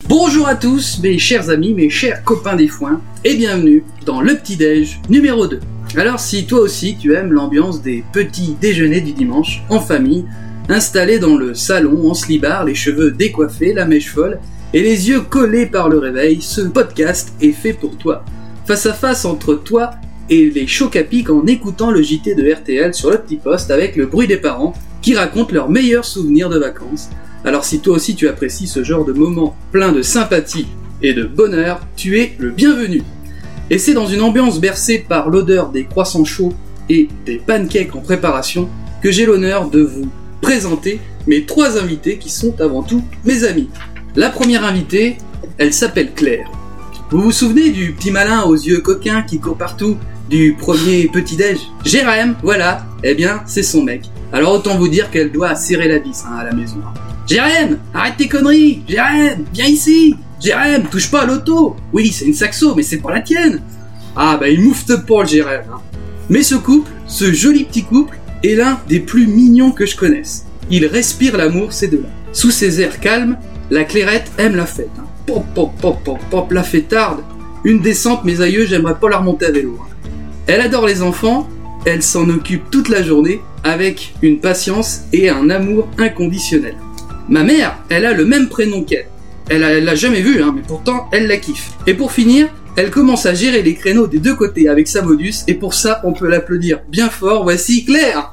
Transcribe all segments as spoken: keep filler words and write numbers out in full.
Bonjour à tous, mes chers amis, mes chers copains des foins, et bienvenue dans le petit-déj numéro deux. Alors si toi aussi tu aimes l'ambiance des petits déjeuners du dimanche, en famille, installé dans le salon, en slibard, les cheveux décoiffés, la mèche folle, et les yeux collés par le réveil, ce podcast est fait pour toi. Face à face entre toi et les chocs à pic en écoutant le J T de R T L sur le petit poste avec le bruit des parents qui racontent leurs meilleurs souvenirs de vacances. Alors si toi aussi tu apprécies ce genre de moment plein de sympathie et de bonheur, tu es le bienvenu. Et c'est dans une ambiance bercée par l'odeur des croissants chauds et des pancakes en préparation que j'ai l'honneur de vous présenter mes trois invités qui sont avant tout mes amis. La première invitée, elle s'appelle Claire. Vous vous souvenez du petit malin aux yeux coquins qui court partout, du premier petit-déj ? Jérém, voilà, eh bien c'est son mec. Alors autant vous dire qu'elle doit serrer la vis hein, à la maison. Jérém, arrête tes conneries. Jérém, viens ici. Jérém, touche pas à l'auto. Oui, c'est une saxo, mais c'est pas la tienne. Ah bah il moufte pas le Jérém. Hein. Mais ce couple, ce joli petit couple, est l'un des plus mignons que je connaisse. Ils respirent l'amour, ces deux-là. Sous ces airs calmes, la Clairette aime la fête. Hein. Pop, pop, pop, pop, pop, la fêtarde. Une descente, mes aïeux, j'aimerais pas la remonter à vélo. Hein. Elle adore les enfants, elle s'en occupe toute la journée, avec une patience et un amour inconditionnel. Ma mère, elle a le même prénom qu'elle. Elle, a, elle l'a jamais vu, hein, mais pourtant, elle la kiffe. Et pour finir, elle commence à gérer les créneaux des deux côtés avec sa modus, et pour ça, on peut l'applaudir bien fort. Voici Claire.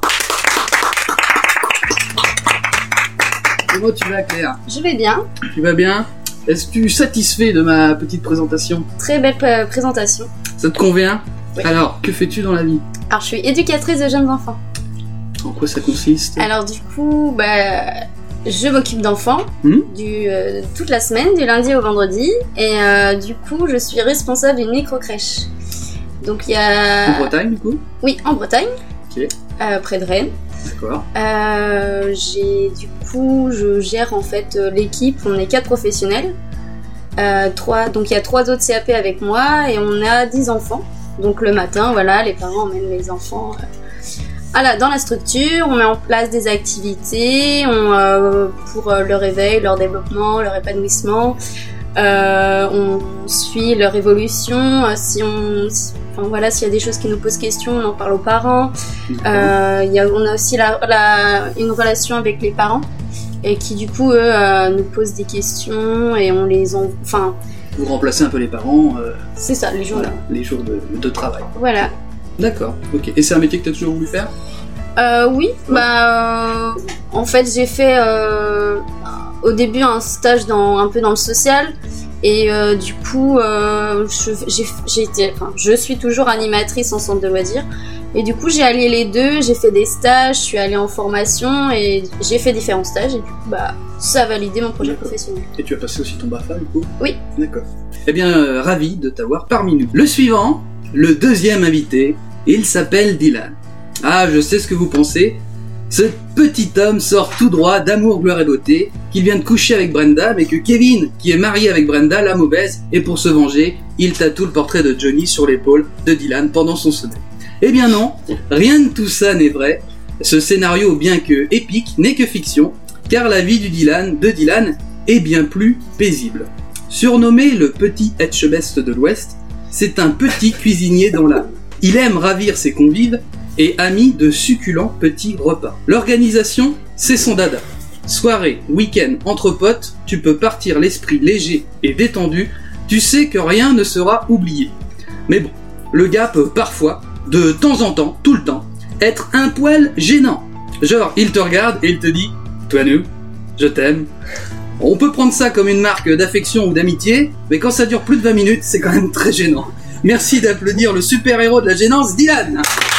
Comment tu vas, Claire ? Je vais bien. Tu vas bien ? Est-ce que tu es satisfait de ma petite présentation ? Très belle pr- présentation. Ça te convient ? Oui. Alors, que fais-tu dans la vie ? Alors, je suis éducatrice de jeunes enfants. En quoi ça consiste ? Alors, du coup, bah... je m'occupe d'enfants mmh. du, euh, toute la semaine, du lundi au vendredi. Et euh, du coup, je suis responsable d'une micro-crèche. Donc, il y a... En Bretagne, du coup ? Oui, en Bretagne. Ok. Euh, près de Rennes. D'accord. Euh, j'ai, du coup, je gère en fait l'équipe. On est quatre professionnels. Euh, trois, donc, il y a trois autres C A P avec moi. Et on a dix enfants. Donc, le matin, voilà, les parents emmènent les enfants... Euh, Voilà, dans la structure, on met en place des activités on, euh, pour euh, leur réveil, leur développement, leur épanouissement. Euh, on suit leur évolution. Euh, si on, si, enfin voilà, s'il y a des choses qui nous posent question, on en parle aux parents. Euh, y a, on a aussi la, la, une relation avec les parents et qui du coup eux euh, nous posent des questions et on les en, enfin. Vous remplacez un peu les parents. Euh, c'est ça, les jours. Voilà, les jours de, de travail. Voilà. D'accord, ok. Et c'est un métier que tu as toujours voulu faire ? euh, Oui, ouais. bah, euh, en fait j'ai fait euh, au début un stage dans, un peu dans le social et euh, du coup euh, je, j'ai, j'ai été, enfin, je suis toujours animatrice en centre de loisirs et du coup j'ai allié les deux, j'ai fait des stages, je suis allée en formation et j'ai fait différents stages et du coup bah, ça a validé mon projet D'accord. professionnel. Et tu as passé aussi ton BAFA du coup ? Oui. D'accord. Eh bien, euh, ravi de t'avoir parmi nous. Le suivant, le deuxième invité, il s'appelle Dylan. Ah, je sais ce que vous pensez. Ce petit homme sort tout droit d'Amour, gloire et beauté, qu'il vient de coucher avec Brenda, mais que Kevin, qui est marié avec Brenda, la mauvaise, et pour se venger, il tatoue le portrait de Johnny sur l'épaule de Dylan pendant son sommeil. Eh bien non, rien de tout ça n'est vrai. Ce scénario, bien que épique, n'est que fiction, car la vie du Dylan, de Dylan est bien plus paisible. Surnommé le petit Etchebest de l'Ouest, c'est un petit cuisinier dans l'âme. Il aime ravir ses convives et ami de succulents petits repas. L'organisation, c'est son dada. Soirée, week-end, entre potes, tu peux partir l'esprit léger et détendu, tu sais que rien ne sera oublié. Mais bon, le gars peut parfois, de temps en temps, tout le temps, être un poil gênant. Genre, il te regarde et il te dit « Toi nous, je t'aime ». On peut prendre ça comme une marque d'affection ou d'amitié, mais quand ça dure plus de vingt minutes, c'est quand même très gênant. Merci d'applaudir le super-héros de la gênance, Dylan.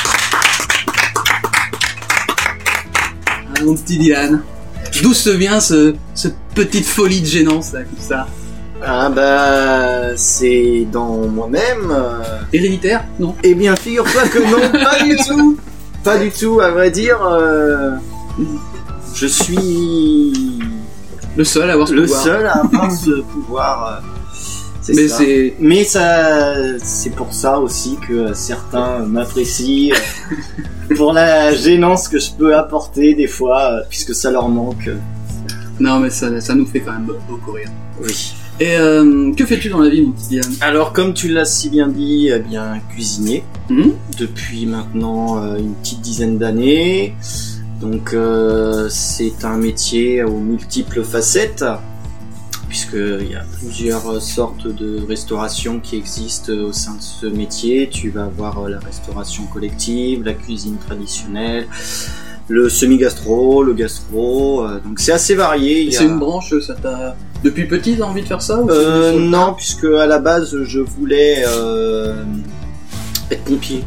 Ah, mon petit Dylan. D'où se vient ce, ce petite folie de gênance, là, comme ça ? Ah bah, c'est dans moi-même. Euh... Héréditaire ? Non. Eh bien, figure-toi que non, pas du tout. Pas du tout, à vrai dire. Euh... Je suis... Le seul à avoir ce le pouvoir. Le seul à avoir ce pouvoir... Euh... C'est Mais ça. c'est... Mais ça, c'est pour ça aussi que certains m'apprécient pour la gênance que je peux apporter des fois, puisque ça leur manque. Non, mais ça, ça nous fait quand même beaucoup rire. Oui. Et euh, que fais-tu dans la vie, mon petit Diane? Alors, comme tu l'as si bien dit, eh bien, cuisinier, Mmh. depuis maintenant euh, une petite dizaine d'années. Donc, euh, c'est un métier aux multiples facettes, puisqu'il y a plusieurs sortes de restauration qui existent au sein de ce métier. Tu vas avoir la restauration collective, la cuisine traditionnelle, le semi-gastro, le gastro, euh, donc c'est assez varié. Il y a... C'est une branche, ça t'a... Depuis petit, t'as envie de faire ça ou Euh, c'est- non, puisque à la base, je voulais euh, être pompier.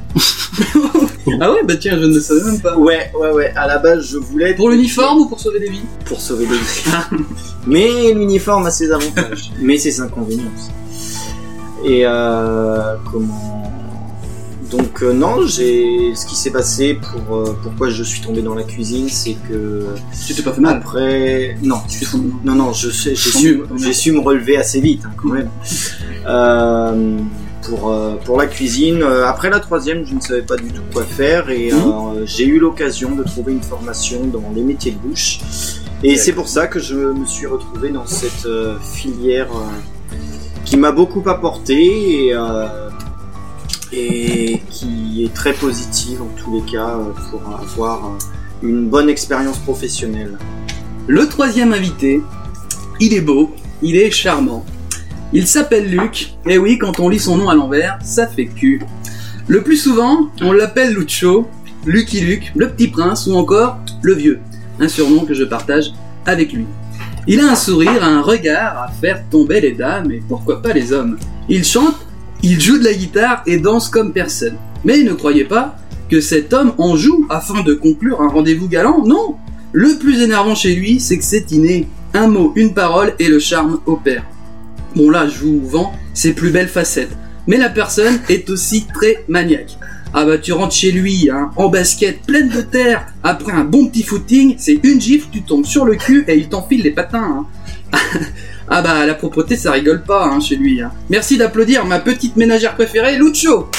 Ah ouais, bah tiens, je ne le savais même pas. Ouais, ouais, ouais. À la base, je voulais être Pour l'uniforme ou pour sauver des vies? pour sauver des vies. Mais l'uniforme a ses avantages, mais ses inconvénients aussi. Et euh, comment Donc euh, non, j'ai ce qui s'est passé pour euh, pourquoi je suis tombé dans la cuisine, c'est que Tu t'es pas fait mal? après non, Tu t'es fait mal. non non, je sais, j'ai Tant su, mieux, tant mieux. j'ai su me relever assez vite hein, quand même. Euh, pour euh, pour la cuisine, euh, après la troisième, je ne savais pas du tout quoi faire et Mhm. euh, j'ai eu l'occasion de trouver une formation dans les métiers de bouche. Et c'est pour ça que je me suis retrouvé dans cette euh, filière euh, qui m'a beaucoup apporté et, euh, et qui est très positive en tous les cas euh, pour avoir euh, une bonne expérience professionnelle. Le troisième invité, il est beau, il est charmant. Il s'appelle Luc, et oui, quand on lit son nom à l'envers, ça fait cul. Le plus souvent, on l'appelle Lucho, Lucky Luke, le petit prince ou encore le vieux, un surnom que je partage avec lui. Il a un sourire, un regard à faire tomber les dames et pourquoi pas les hommes. Il chante, il joue de la guitare et danse comme personne. Mais ne croyez pas que cet homme en joue afin de conclure un rendez-vous galant, non. Le plus énervant chez lui, c'est que c'est inné. Un mot, une parole et le charme opère. Bon là, je vous vends ses plus belles facettes. Mais la personne est aussi très maniaque. Ah bah tu rentres chez lui, hein, en basket, pleine de terre, après un bon petit footing, c'est une gifle, tu tombes sur le cul et il t'enfile les patins. Hein. Ah bah la propreté ça rigole pas hein, chez lui. Hein. Merci d'applaudir ma petite ménagère préférée, Lucho.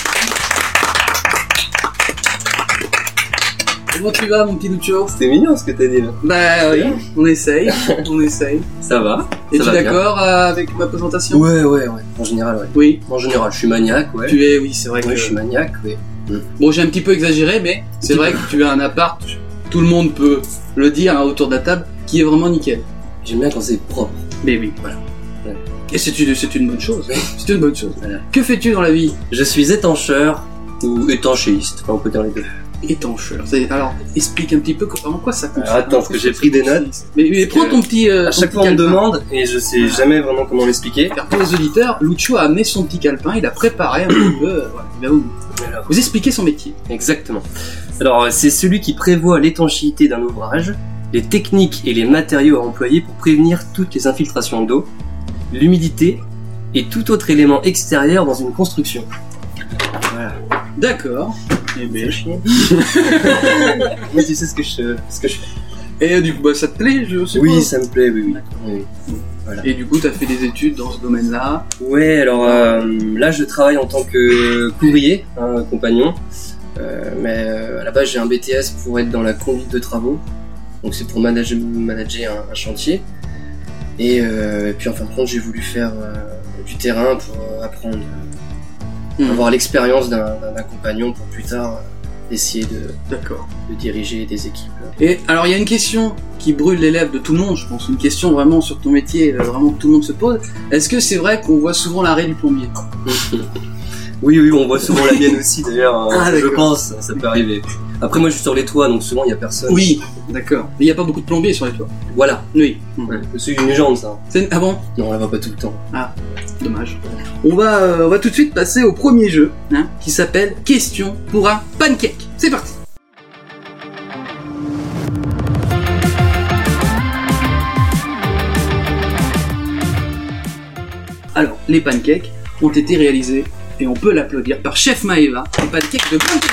Comment tu vas mon petit Lucho? C'était mignon ce que t'as dit là. Bah oui, on essaye, on essaye. Ça va. Es-tu va bien. d'accord euh, avec ma présentation? Ouais, ouais, ouais. En général, ouais. Oui. En général, je suis maniaque, ouais. Tu es, oui, c'est vrai Ouais, que... je suis maniaque, ouais. Bon, j'ai un petit peu exagéré, mais c'est vrai que tu as un appart, tout le monde peut le dire hein, autour de la table, qui est vraiment nickel. J'aime bien quand c'est propre. Mais oui, Voilà. Ouais. Et c'est une, c'est une bonne chose. C'est une bonne chose. Voilà. Que fais-tu dans la vie? Je suis étancheur ou étanchéiste. Enfin, on peut dire les deux. Étancheur. C'est- Alors, explique un petit peu co- en quoi ça consiste. Alors, attends, parce que j'ai pris des notes. Mais, mais prends que ton petit. Euh, À ton chaque petit fois, on me calepin. demande et je sais jamais vraiment comment l'expliquer. Alors, pour les auditeurs, Lucho a amené son petit calepin, il a préparé un petit peu. euh, voilà, il va vous, Alors, vous expliquer son métier. Exactement. Alors, c'est celui qui prévoit l'étanchéité d'un ouvrage, les techniques et les matériaux à employer pour prévenir toutes les infiltrations d'eau, l'humidité et tout autre élément extérieur dans une construction. Voilà. D'accord. Eh ben, Moi, tu sais ce que je, ce que je fais. Et euh, du coup, bah, ça te plaît, je suppose? Oui, ça me plaît, oui, oui. oui, oui. Voilà. Et du coup, t'as fait des études dans ce domaine-là. Ouais, alors euh, là, je travaille en tant que couvrier, hein, compagnon. Euh, mais euh, à la base, j'ai un B T S pour être dans la conduite de travaux. Donc, c'est pour manager, manager un, un chantier. Et, euh, et puis, en fin de compte, j'ai voulu faire euh, du terrain pour euh, apprendre, Hmm. avoir l'expérience d'un, d'un, d'un compagnon pour plus tard euh, essayer de, D'accord. de diriger des équipes. Et alors, il y a une question qui brûle les lèvres de tout le monde, je pense. Une question vraiment sur ton métier, euh, vraiment que tout le monde se pose. Est-ce que c'est vrai qu'on voit souvent l'arrêt du plombier? Oui, oui, on voit souvent la mienne aussi d'ailleurs, hein, Ah, je d'accord. pense, ça peut arriver. Après, moi, je suis sur les toits, donc souvent, il y a personne. Oui, d'accord. Mais il n'y a pas beaucoup de plombiers sur les toits. Voilà. Oui. Ouais. C'est une légende, ça. C'est... Ah bon? Non, on la voit pas tout le temps. Dommage. On va, euh, on va tout de suite passer au premier jeu, hein, qui s'appelle Question pour un pancake. C'est parti. Alors, les pancakes ont été réalisés, et on peut l'applaudir, par Chef Maeva, les pancakes de pancakes.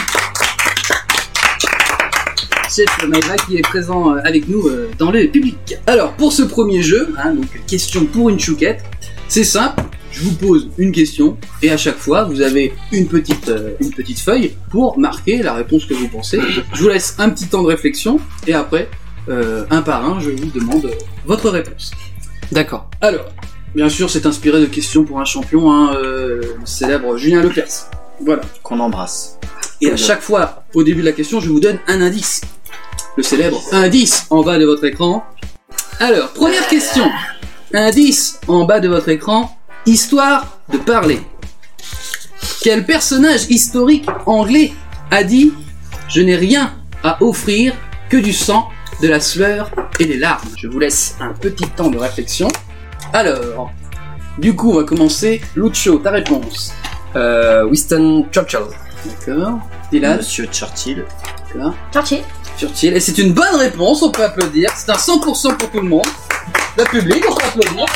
Chef Maeva qui est présent euh, avec nous euh, dans le public. Alors, pour ce premier jeu, hein, donc question pour une chouquette, c'est simple. Je vous pose une question et à chaque fois vous avez une petite, euh, une petite feuille pour marquer la réponse que vous pensez. Je vous laisse un petit temps de réflexion et après, euh, un par un, je vous demande euh, votre réponse. D'accord. Alors, bien sûr, c'est inspiré de questions pour un champion, hein, euh, le célèbre Julien Lepers. Voilà. Qu'on embrasse. Et à chaque fois, au début de la question, je vous donne un indice. Le célèbre indice en bas de votre écran. Alors, première question. Indice en bas de votre écran. Histoire de parler. Quel personnage historique anglais a dit « Je n'ai rien à offrir que du sang, de la sueur et des larmes ». Je vous laisse un petit temps de réflexion. Alors, du coup, on va commencer. Lucho, ta réponse. Euh, Winston Churchill. D'accord. Dylan. Monsieur Churchill. D'accord. Churchill. Churchill. Et c'est une bonne réponse, on peut applaudir. C'est un cent pour cent pour tout le monde. Le public, on peut applaudir.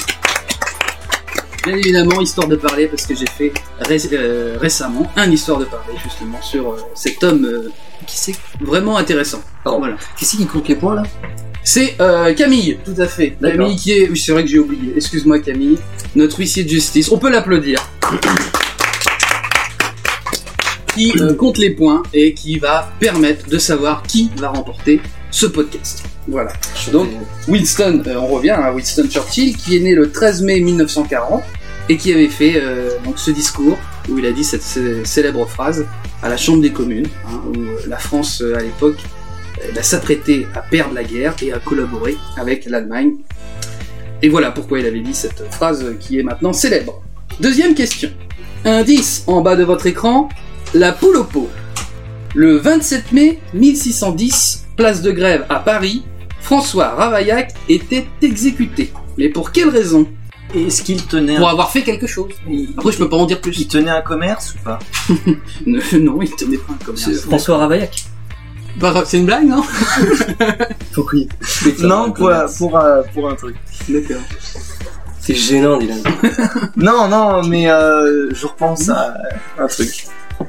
Bien évidemment, histoire de parler, parce que j'ai fait ré- euh, récemment un histoire de parler, justement, sur euh, cet homme euh, qui c'est vraiment intéressant. Alors, Voilà. Qu'est-ce qui compte les points là? C'est euh, Camille, tout à fait. D'accord. Camille qui est... Oui, c'est vrai que j'ai oublié. Excuse-moi Camille. Notre huissier de justice. On peut l'applaudir. Qui euh, compte les points et qui va permettre de savoir qui va remporter ce podcast. Voilà. Donc, Winston, euh, on revient à Winston Churchill, qui est né le treize mai mille neuf cent quarante et qui avait fait euh, donc ce discours où il a dit cette c- célèbre phrase à la Chambre des communes, hein, où euh, la France euh, à l'époque euh, bah, s'apprêtait à perdre la guerre et à collaborer avec l'Allemagne. Et voilà pourquoi il avait dit cette phrase qui est maintenant célèbre. Deuxième question. Indice en bas de votre écran, la poule au pot. Le vingt-sept mai mille six cent dix, place de Grève à Paris, François Ravaillac était exécuté. Mais pour quelle raison? Est-ce qu'il tenait Pour un... avoir fait quelque chose. Après, je peux pas en dire plus. il tenait un commerce ou pas? Non, il tenait pas un commerce. C'est François Ravaillac. Bah, c'est une blague, non? Oui. Non, pour, pour, euh, pour un truc. D'accord. C'est gênant, Dylan. Non, non, mais euh, je repense à un truc.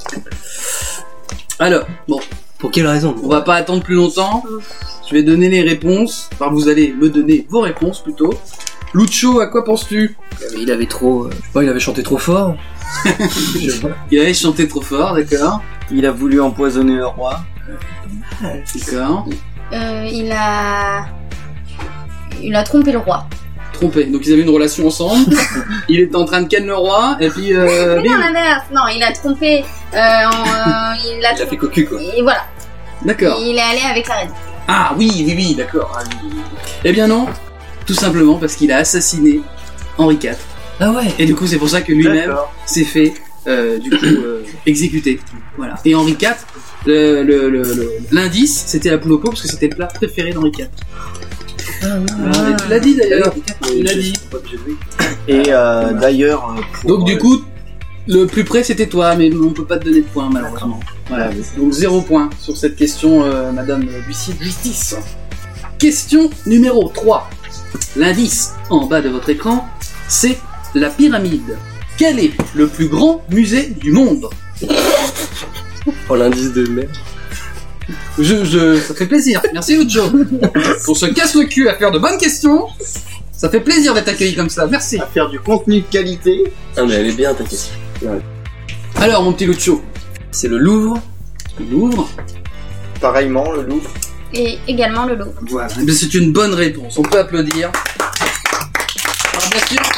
Alors, bon, Pour quelle raison? on va pas attendre plus longtemps. Je vais donner les réponses. Enfin, vous allez me donner vos réponses plutôt. Lucho, à quoi penses-tu? Il avait trop. euh, je sais pas, il avait chanté trop fort. Je sais pas. Il avait chanté trop fort, d'accord. Il a voulu empoisonner le roi. D'accord. Euh, il a... Il a trompé le roi. Trompé. Donc ils avaient une relation ensemble. Il était en train de ken le roi et puis. Euh, Mais non, l'inverse. Non, il a trompé... Euh, en, euh, il a Il a fait cocu quoi. Et voilà. D'accord. Il est allé avec la reine. Ah oui, oui, oui, d'accord. Ah, oui. Eh bien non. Tout simplement parce qu'il a assassiné Henri quatre. Ah ouais. Et du coup, c'est pour ça que lui-même D'accord. s'est fait euh, du coup euh, exécuter. Voilà. Et Henri quatre, le, le, le, le- l'indice, c'était la poule au pot parce que c'était le plat préféré d'Henri quatre. Ah, tu l'as dit d'ailleurs. Tu l'as dit. Et euh, d'ailleurs, euh, pour, Donc du euh, coup, le plus près c'était toi, mais on peut pas te donner de points malheureusement. Voilà. Donc zéro point sur cette question, euh, Madame l'huissier de justice. Question numéro trois. L'indice en bas de votre écran, c'est la pyramide. Quel est le plus grand musée du monde? Oh, l'indice de merde. Je, je, ça fait plaisir. Merci Lucho. On se casse le cul à faire de bonnes questions. Ça fait plaisir d'être accueilli comme ça. Merci. à faire du contenu de qualité. Ah, mais elle est bien ta question. Alors mon petit Lucho, C'est le Louvre. Louvre. Pareillement, le Louvre. Et également le Louvre. Voilà. Mais c'est une bonne réponse. On peut applaudir. Alors bien sûr,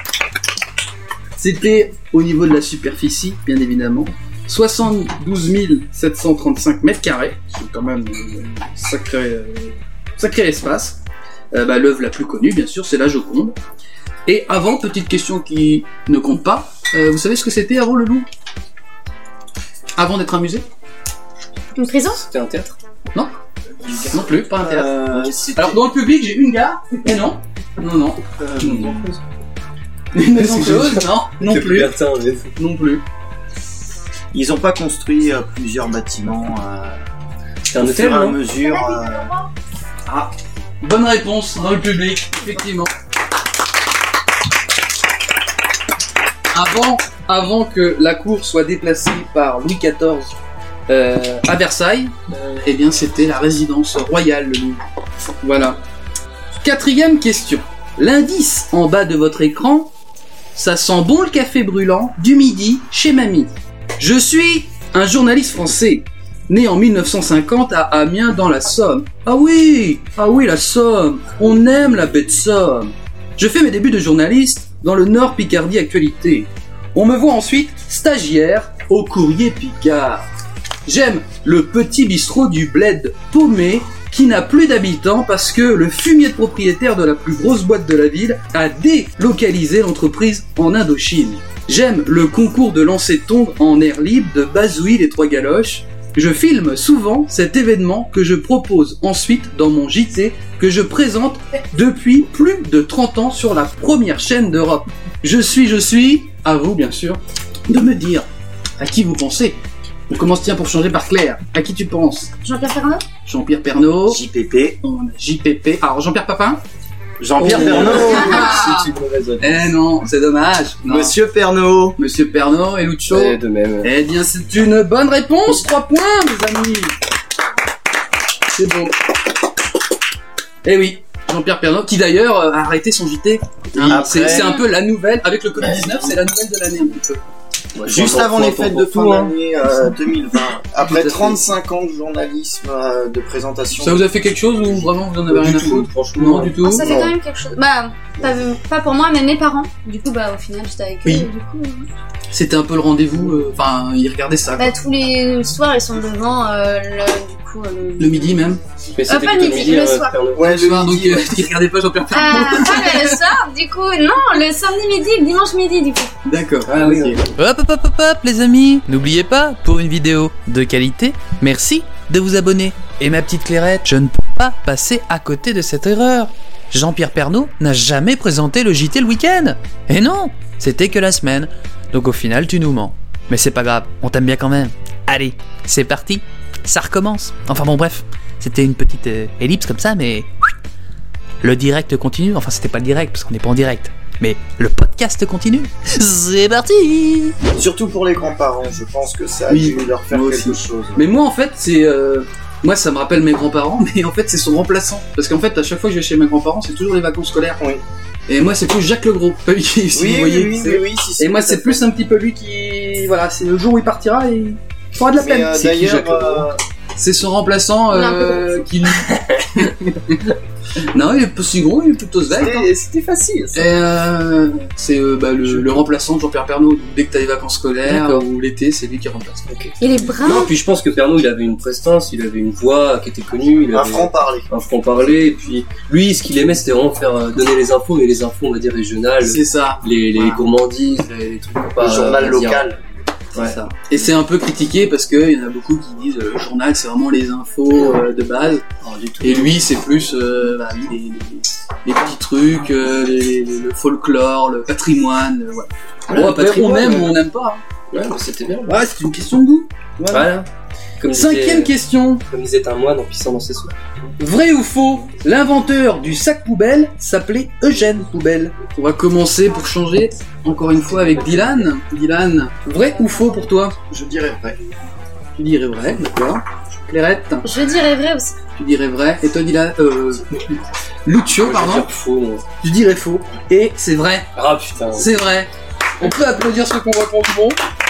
c'était au niveau de la superficie, bien évidemment. soixante-douze mille sept cent trente-cinq mètres carrés. C'est quand même un sacré, euh, sacré espace. Euh, bah, l'œuvre la plus connue, bien sûr, c'est la Joconde. Et avant, petite question qui ne compte pas, euh, vous savez ce que c'était avant le Louvre? Avant d'être un musée? Une prison? C'était un théâtre. Non plus, pas un théâtre. Euh, c'était- Alors dans le public, j'ai une gare, et non. Non, non. euh, Une maison close, non. Non C'est plus. Bertin, mais- Non plus. Ils ont pas construit euh, plusieurs bâtiments euh, C'était un au hôtel, fur et à non? mesure. euh, Ah, bonne réponse dans le public, effectivement. Avant, avant que la cour soit déplacée par Louis quatorze euh, à Versailles, euh, eh bien c'était la résidence royale, le Louvre. Voilà. Quatrième question. L'indice en bas de votre écran, ça sent bon le café brûlant du midi chez mamie. Je suis un journaliste français, né en mille neuf cent cinquante à Amiens dans la Somme. Ah oui, ah oui la Somme, on aime la baie de Somme. Je fais mes débuts de journaliste dans le Nord Picardie Actualité. On me voit ensuite stagiaire au Courrier Picard. J'aime le petit bistrot du bled paumé qui n'a plus d'habitants parce que le fumier de propriétaire de la plus grosse boîte de la ville a délocalisé l'entreprise en Indochine. J'aime le concours de lancer tombe en air libre de Bazouille les Trois Galoches. Je filme souvent cet événement que je propose ensuite dans mon J T que je présente depuis plus de trente ans sur la première chaîne d'Europe. Je suis, je suis, à vous bien sûr, de me dire à qui vous pensez. On commence tiens pour changer par Claire. À qui tu penses? Jean-Pierre Pernaut. Jean-Pierre Pernaut. J P P. On a J P P. Alors Jean-Pierre Papin. Jean-Pierre Oh. Pernaut. C'est une mauvaise réponse. Eh non, c'est dommage. Non. Monsieur Pernaut. Monsieur Pernaut et Lucho. Ouais, de même. Eh bien, c'est une bonne réponse. Trois points, mes amis. C'est beau. Eh oui, Jean-Pierre Pernaut, qui d'ailleurs euh, a arrêté son J T. Hein, Après- c'est, c'est un peu la nouvelle, avec le covid dix-neuf, c'est la nouvelle de l'année un petit peu. Ouais, Juste faut avant les entendre fêtes de pour fin tout, hein. d'année euh, deux mille vingt, après Tout à fait. trente-cinq ans de journalisme, euh, de présentation. Ça vous a fait quelque chose ou vraiment vous en avez Pas rien à du tout, foutre? franchement. Non, du tout. Oh, ça fait Non. quand même quelque chose. Bah, pas, pas pour moi, mais mes parents. Du coup, bah, au final, j'étais avec Oui. eux. Du coup, euh, C'était un peu le rendez-vous, euh, enfin, ils regardaient ça, quoi. bah, tous les soirs, ils sont devant, euh, le, du coup, euh, Le midi même. Mais c'était pas le plutôt midi, midi, le euh, soir. Pernaut. Ouais, Le soir, le donc midi. euh, ils regardaient pas Jean-Pierre Pernaut. Ah, pas le soir, du coup, non, le samedi midi, le dimanche midi, du coup. D'accord. Ah oui, Ok. Hop hop hop hop hop les amis, n'oubliez pas, pour une vidéo de qualité, merci de vous abonner. Et ma petite Clairette, je ne peux pas passer à côté de cette erreur. Jean-Pierre Pernaut n'a jamais présenté le J T le week-end. Et non, c'était que la semaine. Donc au final, tu nous mens. Mais c'est pas grave, on t'aime bien quand même. Allez, c'est parti, ça recommence. Enfin bon bref, c'était une petite euh, ellipse comme ça, mais le direct continue. Enfin c'était pas le direct parce qu'on n'est pas en direct. Mais le podcast continue. C'est parti. Surtout pour les grands-parents, je pense que ça a Oui, dû leur faire moi quelque aussi. chose. Mais moi en fait c'est euh, moi ça me rappelle mes grands-parents, mais en fait c'est son remplaçant. Parce qu'en fait à chaque fois que je vais chez mes grands-parents c'est toujours les vacances scolaires. Oui. Et moi c'est plus Jacques Legros, pas lui qui, si Oui, vous oui, voyez. oui, c'est- oui, oui, si, si, Et moi tout à c'est fait. plus un petit peu lui qui, voilà, c'est le jour où il partira et il fera de la Mais peine. euh, C'est qui, d'ailleurs, Jacques Legros euh, C'est son remplaçant Il est un peu euh, qui. Non, il est pas si gros, il est plutôt svelte. hein. c'était c'était facile. Et Ça. euh, c'est euh, bah, le, le remplaçant de Jean-Pierre Pernaut. Donc, dès que t'as les vacances scolaires D'accord. ou l'été, c'est lui qui remplace. Il est brun. Non, puis je pense que Pernaut, il avait une prestance, il avait une voix qui était connue, il Un avait franc-parler. un franc-parler, et puis lui, ce qu'il aimait, c'était vraiment faire euh, donner les infos, mais les infos, on va dire, régionales, C'est ça. les, les Voilà. gourmandises, les, les trucs qu'on Le pas, journal on va dire. local. C'est Ouais. ça. Et c'est un peu critiqué parce qu'il y en a beaucoup qui disent euh, le journal c'est vraiment les infos euh, de base. Alors, du tout. Et lui c'est plus euh, bah, oui, les, les- les petits trucs, euh, les- les- le folklore, le patrimoine. euh, voilà. Voilà, Bon, le après patrimoine, on aime ouais. ou on n'aime pas. hein. Ouais, bah, c'était bien. Ouais, c'est une question de goût. Voilà. Voilà. Comme Cinquième disait, question. comme disait un moine en pissant dans ses soins. Vrai ou faux? L'inventeur du sac poubelle s'appelait Eugène Poubelle. On va commencer pour changer encore une fois avec Dylan. Dylan, vrai ou faux pour toi? Je dirais vrai. Tu dirais vrai, d'accord. Clairette, Je dirais vrai aussi. tu dirais vrai. Et toi Dylan, euh, Lucio, Je vais pardon, dire faux, moi. tu dirais faux. Et c'est vrai, Ah putain. c'est vrai. On peut applaudir ceux qu'on répond bon.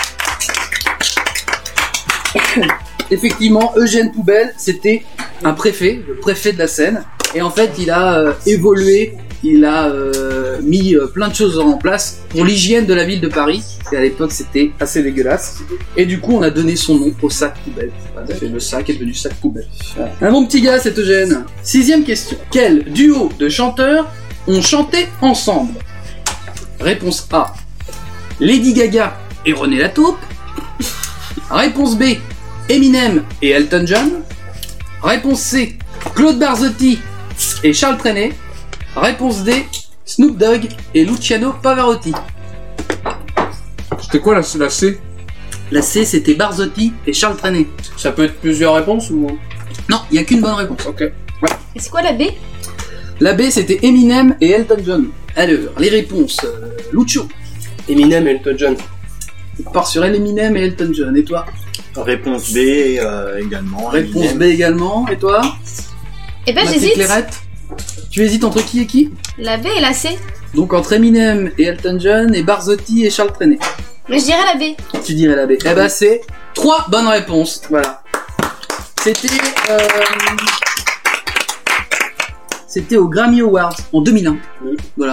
Effectivement, Eugène Poubelle, c'était un préfet, le préfet de la Seine. Et en fait, il a euh, évolué, il a euh, mis euh, plein de choses en place pour l'hygiène de la ville de Paris. Et à l'époque, c'était assez dégueulasse. Et du coup, on a donné son nom au sac poubelle. Voilà, c'est le sac est devenu sac poubelle. Voilà. Un bon petit gars, cet Eugène. Sixième question. Quel duo de chanteurs ont chanté ensemble? Réponse A. Lady Gaga et René Lataupe. Réponse B. Eminem et Elton John. Réponse C. Claude Barzotti et Charles Trenet. Réponse D. Snoop Dogg et Luciano Pavarotti. C'était quoi la, la C? La C, c'était Barzotti et Charles Trenet. Ça peut être plusieurs réponses ou? Non, il n'y a qu'une bonne réponse. Ok. Et c'est quoi la B? La B, c'était Eminem et Elton John. Alors, les réponses. Euh, Lucio. Eminem et Elton John. On part sur Eminem et Elton John. Et toi? Réponse B euh, également. Réponse Eminem. B également. Et toi? Eh ben, Ma petite j'hésite. Clairette. Tu hésites entre qui et qui? La B et la C. Donc entre Eminem et Elton John et Barzotti et Charles Trenet. Mais je dirais la B. Tu dirais la B. Eh ben c'est trois bonnes réponses. Voilà. C'était euh, c'était au Grammy Awards en deux mille un. Voilà.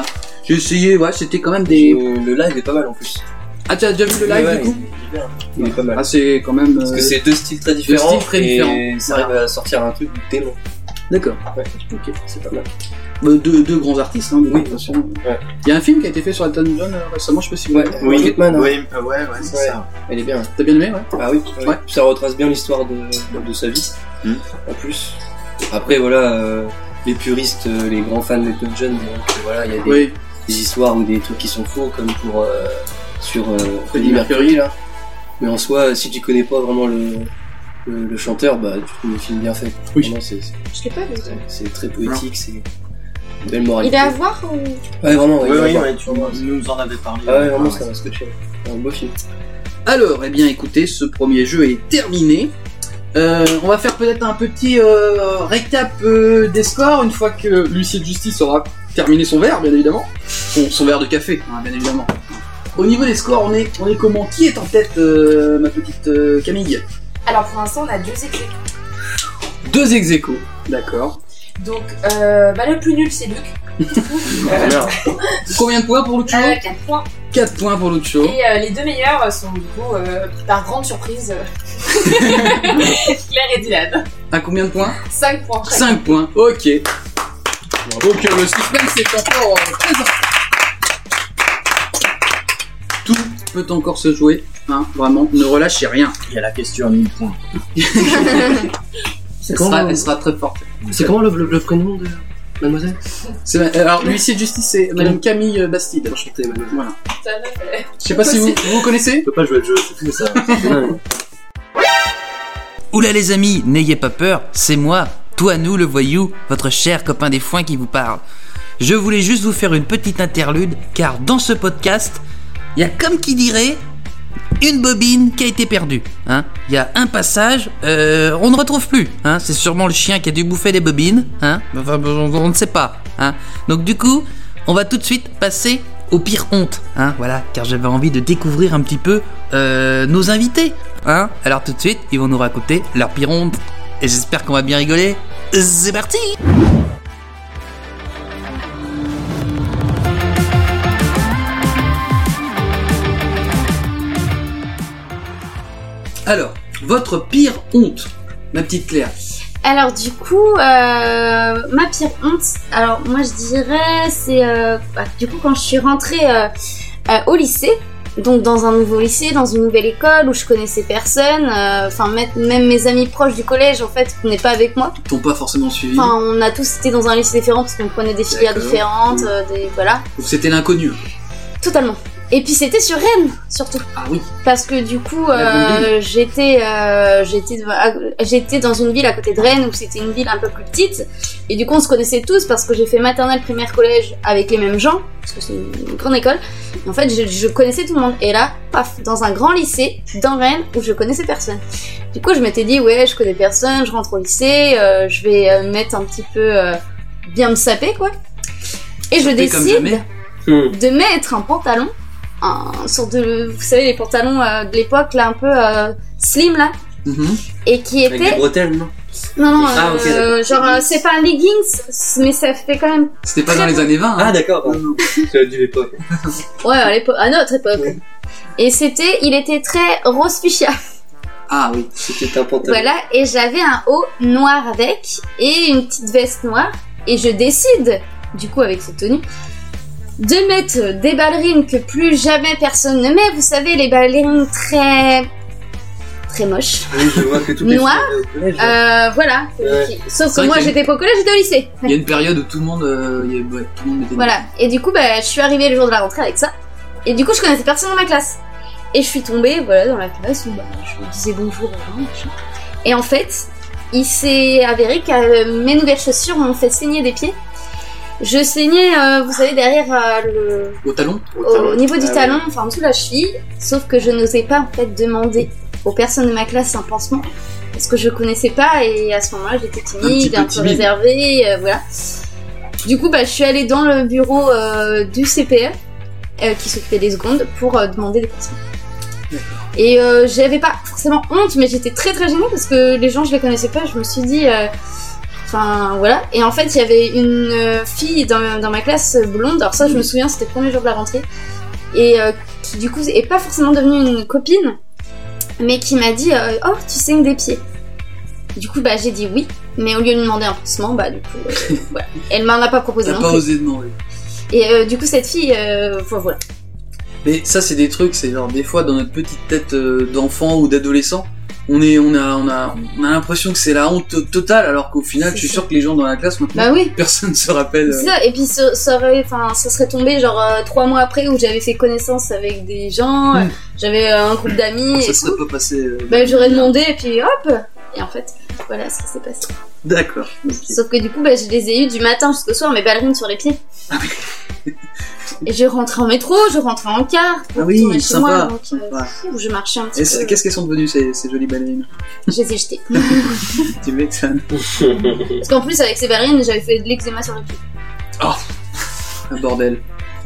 J'ai essayé, ouais, c'était quand même des. Euh, Le live est pas mal en plus. Ah, tu as déjà vu le live Ouais, du coup? il est bien. Il est pas mal. Ah, c'est quand même. Parce que euh, c'est deux styles très différents. styles très et différents. ça arrive à sortir un truc dément. D'accord. Ouais, ok, c'est pas mal. Euh, deux, deux grands artistes, hein, de Oui, toute façon. Ouais. Il y a un film qui a été fait sur Elton John euh, récemment, je sais pas si vous Ouais. l'avez vu. Oui, Rocketman, hein. ouais, euh, ouais, ouais, c'est Ouais. ça. Elle est bien. T'as bien aimé, ouais? Ah oui, Ouais. ouais. Ça retrace bien l'histoire de, de sa vie, Hmm. en plus. Après, voilà, euh, les puristes, euh, les grands fans d'Elton John, donc euh, voilà, il y a des, Oui. des histoires ou des trucs qui sont faux, comme pour euh, sur euh, Freddie Freddie Mercury, Mercury. là. Mais en soi, si tu connais pas vraiment le, le, le chanteur, bah, tu trouves le film bien fait. Oui. Vraiment, c'est, c'est, Je l'ai pas vu. ça. c'est très poétique, c'est une belle moralité. Il est à voir ou... Ouais, vraiment, Oui, il est à oui, voir. ouais, tu nous en avais parlé. Ah ouais, vraiment, Ah, ça m'a scotché. Un beau film. Alors, eh bien, écoutez, ce premier jeu est terminé. Euh, on va faire peut-être un petit euh, récap euh, des scores une fois que l'huissier de justice aura terminé son verre, bien évidemment. Son, son verre de café, hein, bien évidemment. Au niveau des scores, on est, on est comment? Qui est en tête, euh, ma petite euh, Camille? Alors pour l'instant, on a deux équipes. Deux ex aequo, d'accord. Donc euh, bah, le plus nul, c'est Luc. Ah, merde. Combien de points pour Lucho? Euh, quatre points. quatre points pour Lucho. Et euh, les deux meilleurs sont du coup, euh, par grande surprise, euh, Claire et Dylan. À combien de points? cinq points. chaque. cinq points, ok. Donc euh, le suspense est encore euh, présent. Tout peut encore se jouer, hein, vraiment, ne relâchez rien. Il y a la question à mille points. Elle comment, sera, euh, elle sera très forte. C'est comment le, le, le prénom de mademoiselle? C'est, euh, alors, l'huissier de justice, c'est Madame Camille euh, Bastide. Enchanté, mademoiselle. Voilà. Ça va, euh, Je sais pas si vous, vous connaissez. Je peux pas jouer le jeu, c'est fou ça. C'est dingue. Oula les amis, n'ayez pas peur, c'est moi, toi nous le voyou, votre cher copain des foins qui vous parle. Je voulais juste vous faire une petite interlude, car dans ce podcast, il y a comme qui dirait une bobine qui a été perdue. Hein. Il y a un passage, euh, on ne retrouve plus. Hein. C'est sûrement le chien qui a dû bouffer les bobines. Hein. Enfin, on, on ne sait pas. Hein. Donc du coup, on va tout de suite passer au pire honte. Hein. Voilà, car j'avais envie de découvrir un petit peu euh, nos invités. Hein. Alors tout de suite, ils vont nous raconter leur pire honte. Et j'espère qu'on va bien rigoler. C'est parti! Alors, votre pire honte, ma petite Claire. Alors du coup, euh, ma pire honte, alors moi je dirais, c'est euh, bah, du coup quand je suis rentrée euh, euh, au lycée, donc dans un nouveau lycée, dans une nouvelle école où je connaissais personne, enfin même mes amis proches du collège en fait venaient pas avec moi. Ils t'ont pas forcément suivi. Enfin on a tous été dans un lycée différent parce qu'on prenait des filières D'accord. différentes, euh, des voilà, Donc c'était l'inconnu. totalement. Et puis c'était sur Rennes surtout. Ah oui. Parce que du coup, La grande euh, j'étais, euh, j'étais, j'étais dans une ville à côté de Rennes où c'était une ville un peu plus petite. Et du coup, on se connaissait tous parce que j'ai fait maternelle, primaire, collège avec les mêmes gens, parce que c'est une grande école. Et en fait, je, je connaissais tout le monde. Et là, paf, dans un grand lycée, dans Rennes, où je connaissais personne. Du coup, je m'étais dit, ouais, je connais personne, je rentre au lycée, euh, je vais euh, mettre un petit peu, euh, bien me saper, quoi. Et je Saper comme décide jamais. de mettre un pantalon, un sorte de, vous savez, les pantalons euh, de l'époque, là, un peu euh, slim, là, Mhm. et qui Avec des était... bretelles, non? Non, non, Ah, ok, euh, d'accord. genre, euh, c'est pas un leggings, mais ça fait quand même... C'était pas Très dans les bon. années vingt. Ah Hein. d'accord, pardon. C'est du l'époque. Ouais, à l'époque, à notre époque. Ouais. Et c'était, il était très rose fuchsia. Ah oui. C'était un pantalon. Voilà, et j'avais un haut noir avec, et une petite veste noire, et je décide, du coup, avec cette tenue, de mettre des ballerines que plus jamais personne ne met. Vous savez, les ballerines très... très moches. Oui, je vois que toutes les Noir, filles au collège. hein. Euh, voilà. Ouais. Qui- Sauf C'est que vrai moi, qu'il y a j'étais pas au collège, j'étais au lycée. Il y a une période où tout le monde, euh, il y a- ouais, tout le monde mettait. Voilà. Et du coup, bah, je suis arrivée le jour de la rentrée avec ça. Et du coup, je connaissais personne dans ma classe. Et je suis tombée, voilà, dans la classe où bah, je disais bonjour aux gens, machin. Et en fait, il s'est avéré que euh, mes nouvelles chaussures m'ont fait saigner des pieds. Je saignais, euh, vous savez, derrière euh, le, Au talon. au, au niveau du Ah talon, enfin en dessous de la cheville. Sauf que je n'osais pas en fait demander aux personnes de ma classe un pansement parce que je connaissais pas et à ce moment-là j'étais timide, peu un, peu timide. réservée, euh, voilà. Du coup, bah, je suis allée dans le bureau euh, du C P E euh, qui s'occupait des secondes pour euh, demander des pansements. Et euh, j'avais pas forcément honte, mais j'étais très très gênée parce que les gens je les connaissais pas. Je me suis dit, euh, Enfin voilà. Et en fait, il y avait une euh, fille dans, dans ma classe blonde. Alors ça, je me souviens, c'était le premier jour de la rentrée. Et euh, qui du coup est pas forcément devenue une copine, mais qui m'a dit euh, oh, tu saignes des pieds. Du coup, bah j'ai dit oui, mais au lieu de lui demander un pansement, bah du coup, euh, voilà. Elle m'en a pas proposé T'as non pas plus. osé demander. Et euh, du coup, cette fille, euh, enfin, voilà. Mais ça, c'est des trucs, c'est genre des fois dans notre petite tête euh, d'enfant ou d'adolescent, on est, on a, on a, on a l'impression que c'est la honte totale, alors qu'au final, C'est je suis ça. sûr que les gens dans la classe maintenant, Bah oui. personne se rappelle. C'est euh, ça. Et puis ça, ça aurait, enfin, ça serait tombé genre euh, trois mois après où j'avais fait connaissance avec des gens, Mm. euh, j'avais euh, un groupe d'amis ça et serait tout. pas passé. euh, Bah j'aurais demandé et puis hop. Et en fait, voilà ce qui s'est passé. D'accord. ok. Sauf que du coup, bah, je les ai eus du matin jusqu'au soir, mes ballerines sur les pieds. Et je rentrais en métro, je rentrais en car pour Ah oui, retourner chez sympa, moi, donc euh, sympa. fou, je marchais un petit Et peu. c'est- qu'est-ce qu'elles sont devenues ces, ces jolies ballerines? Je les ai jetées. Tu m'étonnes. Parce qu'en plus, avec ces ballerines, j'avais fait de l'eczéma sur les pieds. Un bordel.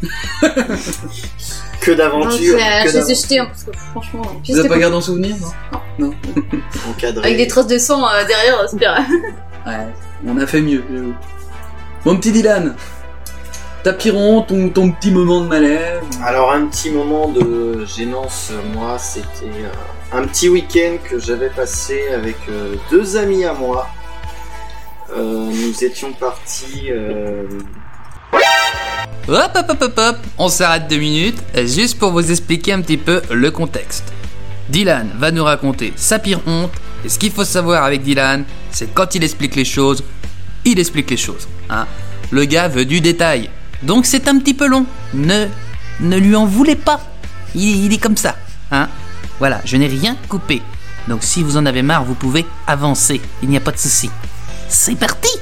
Que Donc d'aventure, euh, que je les ai d'aventure jetées, hein, parce que franchement. puis Tu n'as c'était pas pas- gardé en souvenir, non? encadré. Avec des traces de sang euh, derrière, c'est bien. Ouais, on a fait mieux, j'avoue. Mon petit Dylan, ta piron, ton, ton petit moment de malaise. Alors un petit moment de gênance, moi, c'était euh, un petit week-end que j'avais passé avec euh, deux amis à moi. Euh, nous étions partis. Euh... Hop hop hop hop hop, on s'arrête deux minutes, juste pour vous expliquer un petit peu le contexte. Dylan va nous raconter sa pire honte, et ce qu'il faut savoir avec Dylan, c'est quand il explique les choses, il explique les choses. Hein. Le gars veut du détail, donc c'est un petit peu long. Ne, ne lui en voulez pas, il, il est comme ça. Hein. Voilà, je n'ai rien coupé. Donc si vous en avez marre, vous pouvez avancer, il n'y a pas de souci. C'est parti!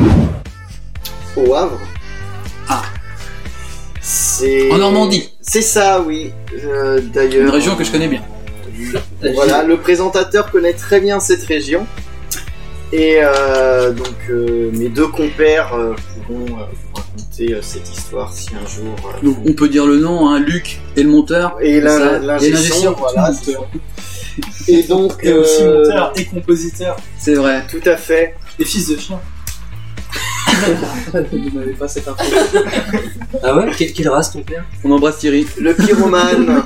Au Havre. Ah. C'est. En Normandie. C'est ça, oui. Euh, D'ailleurs. Une région que je connais bien. euh, voilà, le présentateur connaît très bien cette région. Et euh, donc euh, mes deux compères euh, pourront euh, vous raconter euh, cette histoire si un jour. euh, Donc on peut dire le nom, hein, Luc et le monteur. Et c'est l'in- ça. l'ingé Et l'ingé son, son, voilà, tout c'est monteur. Et donc. Et aussi euh, monteur et compositeur. C'est vrai. Tout à fait. Et fils de chien. Vous n'avez pas cette info. Ah ouais quelle, quelle race ton père? On embrasse Thierry. Le pyromane.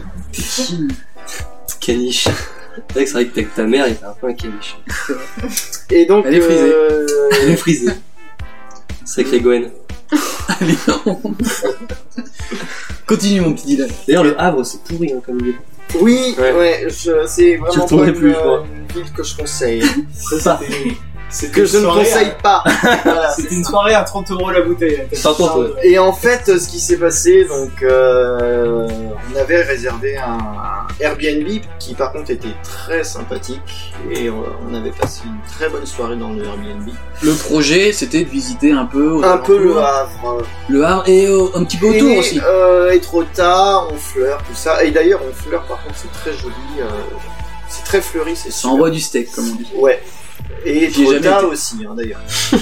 Caniche. C'est vrai que c'est vrai que t'es- que ta mère était un peu un caniche. Et donc. Elle est frisée. euh, Elle est frisée. Sacré Gwen. Allez, non. Continue mon petit Dylan. D'ailleurs, le Havre, c'est pourri hein, comme ville. Oui, ouais, Ouais. je, c'est vraiment pas retournerai une, plus, je crois. une ville que je conseille. Ça, c'était. C'était Que une je ne soirée conseille à- pas. Voilà, c'est C'était une ça. soirée à trente euros la bouteille. Par contre, ouais. Et en fait, ce qui s'est passé, donc, euh, on avait réservé un, un Airbnb qui, par contre, était très sympathique et euh, on avait passé une très bonne soirée dans le Airbnb. Le projet, c'était de visiter un peu. aux Un peu le alentours. Havre. Le Havre et euh, un petit peu autour et, aussi. Euh, Étretat, Honfleur, tout ça. Et d'ailleurs, Honfleur, par contre, c'est très joli. euh, c'est très fleuri, c'est Ça sûr. envoie du steak, comme on dit. Ouais. Et J'y ai jamais Étretat été. aussi, hein, d'ailleurs.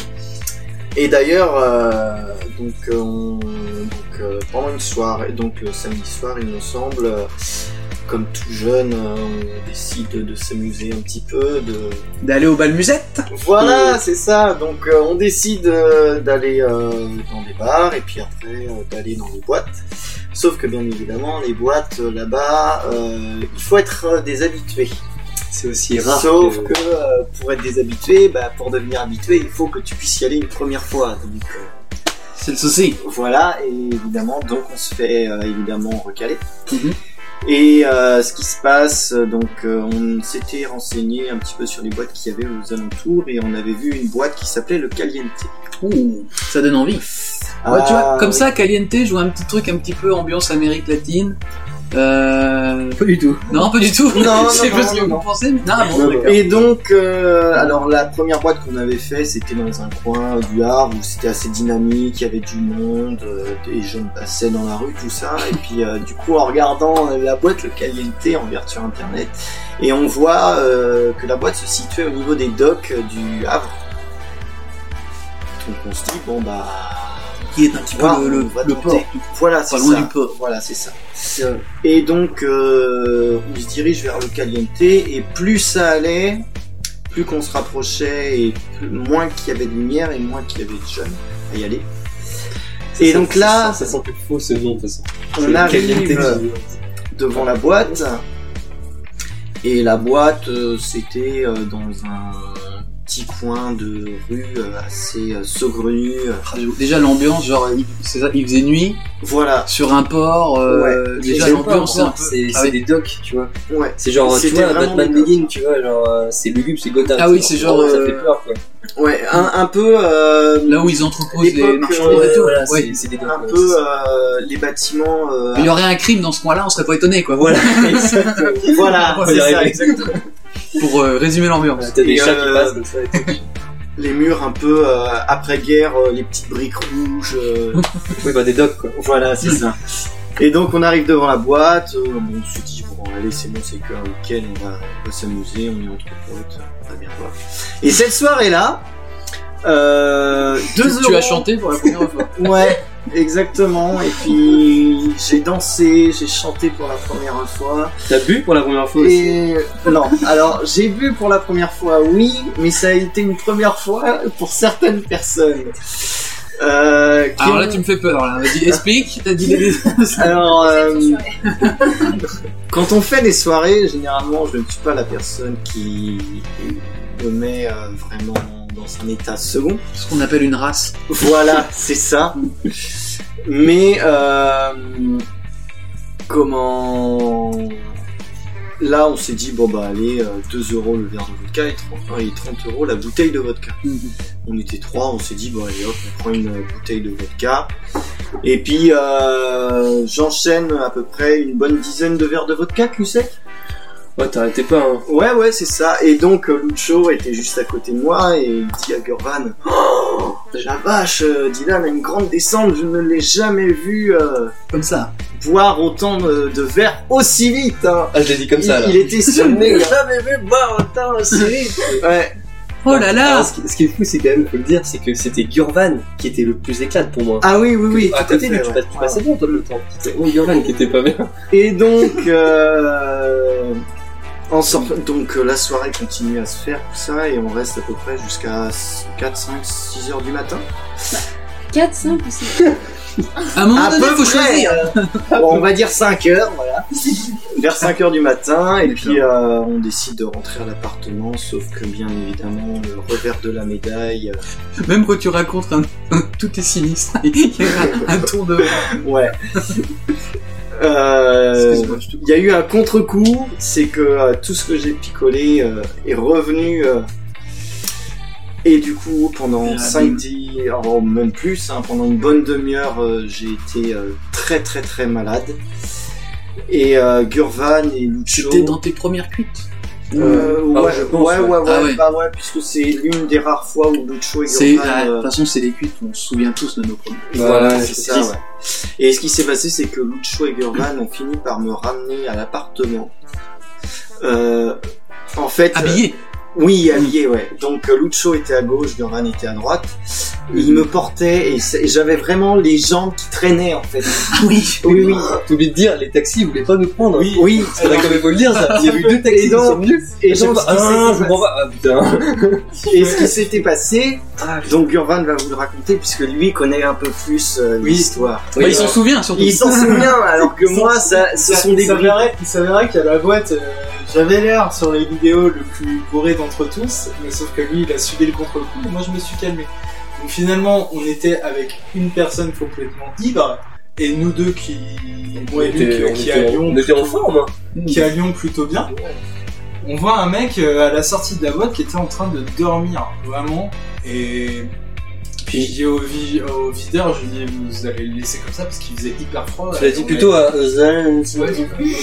Et d'ailleurs, euh, donc, euh, on- donc euh, pendant une soirée, donc le samedi soir, il me semble, euh, comme tout jeune, euh, on décide de, de s'amuser un petit peu, de D'aller au bal musette. voilà, c'est ça. Donc euh, on décide euh, d'aller euh, dans des bars et puis après euh, d'aller dans les boîtes. Sauf que bien évidemment, les boîtes euh, là-bas, euh, il faut être euh, des habitués. C'est aussi rare. Sauf que... que euh, pour être des habitués, bah, pour devenir habitué, il faut que tu puisses y aller une première fois. Donc euh, C'est le souci. voilà, et évidemment, donc on se fait euh, évidemment recaler. Mhm. Et euh, ce qui se passe, donc euh, on s'était renseigné un petit peu sur les boîtes qu'il y avait aux alentours et on avait vu une boîte qui s'appelait le Caliente. Ouh, ça donne envie. Ah, Ouais, tu vois, comme oui. ça, Caliente joue un petit truc un petit peu ambiance Amérique latine. Euh... Pas du tout. Non, pas du tout. Non, Je sais non, pas non, ce que non. vous pensez. Mais... Non, bon, d'accord. Et donc, euh, alors la première boîte qu'on avait fait, c'était dans un coin du Havre où c'était assez dynamique, il y avait du monde, euh, des jeunes passaient dans la rue, tout ça. Et puis, euh, du coup, en regardant euh, la boîte, le Caliente, on regarde sur internet, et on voit euh, que la boîte se situait au niveau des docks euh, du Havre. Donc on se dit, bon bah... Qui est un petit peu Voilà, le, le, on va le tenter. port. Voilà, c'est Pas loin ça. du port. Voilà, c'est ça. Et donc, euh, on se dirige vers le Caliente, et plus ça allait, plus qu'on se rapprochait et plus, moins qu'il y avait de lumière et moins qu'il y avait de jeunes à y aller. Ça, Et ça, donc ça, là, ça, ça sent plus faux ce nom de toute façon. on C'est arrive qualité euh, de- devant la boîte. Et la boîte, euh, c'était euh, dans un petit coin de rue euh, assez euh, saugrenu. Déjà l'ambiance, genre il, c'est ça, il faisait nuit Voilà, sur un port. euh, Ouais. déjà J'aime l'ambiance, pas c'est un encore, peu. c'est Ah c'est oui. des docs, tu vois. ouais. C'est genre, tu C'était vois, vraiment Batman des docs. Begins, tu vois, genre, euh, c'est lugubre, c'est Gotham. Ah oui, c'est genre, Ça euh, fait peur, quoi. Ouais, un, un peu... Euh, Là où ils entreposent les L'époque, marchandises euh, et tout. Voilà, Ouais. c'est c'est des docs. un ouais, peu c'est ça. euh, les bâtiments... euh, Il y aurait un crime dans ce coin-là, on serait pas étonné quoi. Voilà, exactement. Voilà, On va c'est y ça, arriver. exactement. Pour euh, résumer l'ambiance. T'as des Et, chats qui euh, passent comme ça et tout. Les murs un peu euh, après-guerre, euh, les petites briques rouges... euh, Oui, bah des docs, quoi. Voilà, c'est ça. Et donc on arrive devant la boîte, euh, bon, on se dit bon allez c'est bon, c'est qu'un week-end, on va, on va s'amuser, on est entre potes, on va bien voir. Et cette soirée là, euh, deux euros. Tu as chanté pour la première fois. Ouais, exactement. Et puis j'ai dansé, j'ai chanté pour la première fois. T'as bu pour la première fois aussi? Et non, alors j'ai vu pour la première fois, oui, mais ça a été une première fois pour certaines personnes. Euh, qui Alors ont- là tu me fais peur là. Vas-y explique. T'as dit des... Alors, euh, quand on fait des soirées, généralement, je ne suis pas la personne qui me met euh, vraiment dans un état second. ce qu'on appelle une race. Voilà, c'est ça. Mais euh, comment là, on s'est dit bon bah allez, euh, deux euros le verre de vodka et trente, et trente euros la bouteille de vodka. On était trois, on s'est dit bon allez hop, on prend une euh, bouteille de vodka. Et puis euh, j'enchaîne à peu près une bonne dizaine de verres de vodka, tu sais. Ouais, t'arrêtais pas, hein. Ouais ouais c'est ça. Et donc euh, Lucho était juste à côté de moi et il dit à Gurvan, oh la vache, euh, Dylan a une grande descente, je ne l'ai jamais vu euh, Comme ça. boire autant de, de verres aussi vite. Hein. Ah, je l'ai dit comme ça, il, là. il était sur le nez, jamais vu boire autant aussi vite. Ouais. Oh là là. Alors, ce, qui, ce qui est fou, c'est quand même, faut le dire, c'est que c'était Gurvan qui était le plus éclate pour moi. Ah oui oui oui. à tout à côté, fait, lui, tu, ouais. passes- tu passais bien, toi, le temps. C'était oh, Gurvan qui était pas bien. Et donc, euh, en sortant, donc euh, la soirée continue à se faire, tout ça, et on reste à peu près jusqu'à quatre, cinq, six heures du matin. quatre, cinq ou six. À un moment À donné peu faut près, choisir. euh, bon, on va dire cinq heures, voilà. Vers cinq heures du matin, et puis euh, on décide de rentrer à l'appartement, sauf que bien évidemment, le revers de la médaille, euh, Même quand tu racontes un, un- tout est sinistre, il y a un, un tour de. ouais. Euh, Excuse-moi, je te coupe. Il y a eu un contre-coup, c'est que euh, tout ce que j'ai picolé euh, est revenu. euh, et du coup, pendant Ah, cinq bim. dix, alors même plus, hein, pendant une bonne demi-heure, euh, j'ai été euh, très très très malade. Et euh, Gurvan et Lucho. C'était dans tes premières cuites. Euh, Ah, ouais, je pense, ouais, ouais. ouais, ouais, Ah ouais. bah ouais, puisque c'est l'une des rares fois où Lucho et C'est, Gurvan. ah, de euh, toute façon, c'est les cuites, on se souvient tous de nos premiers. Voilà, Ouais, c'est c'est ça, ça. ouais. Et ce qui s'est passé, c'est que Lucho et Gurvan ont fini par me ramener à l'appartement. Euh, en fait... Habillé. Oui, habillé, ouais. Donc euh, Lucho était à gauche, Gurvan était à droite. Et il me portait et, c'est- et j'avais vraiment les jambes qui traînaient, en fait. Oui. Oui, oui. T'oublies de dire, les taxis voulaient pas nous prendre. Oui, oui. C'est vrai quand même faut le dire, ça. Il y a eu deux taxis Et qui donc- sont venus. Et Et donc, donc, ce qui ah, je s'était comprends pas. Ah, putain. Et ce qui s'était passé, donc Gurvan va vous le raconter puisque lui connaît un peu plus euh, Oui. l'histoire. Bah, il s'en souvient surtout. Il s'en souvient alors que Il moi, s'en- ça, ce Ça- sont des il briques. s'avérait, il s'avérait qu'à la boîte, euh, j'avais l'air sur les vidéos le plus bourré d'entre tous, mais sauf que lui, il a subi le contre-coup et moi, je me suis calmé. Donc finalement, on était avec une personne complètement ivre et nous deux qui, moi et On lui, était- qui, on qui était en- allions, on était en plutôt- forme, hein. qui allions plutôt bien. On voit un mec euh, à la sortie de la boîte qui était en train de dormir, vraiment, et puis je dis au, vi- au videur, je lui dis vous allez le laisser comme ça parce qu'il faisait hyper froid. Tu l'as dit plutôt à Ozan. Ouais, du coup,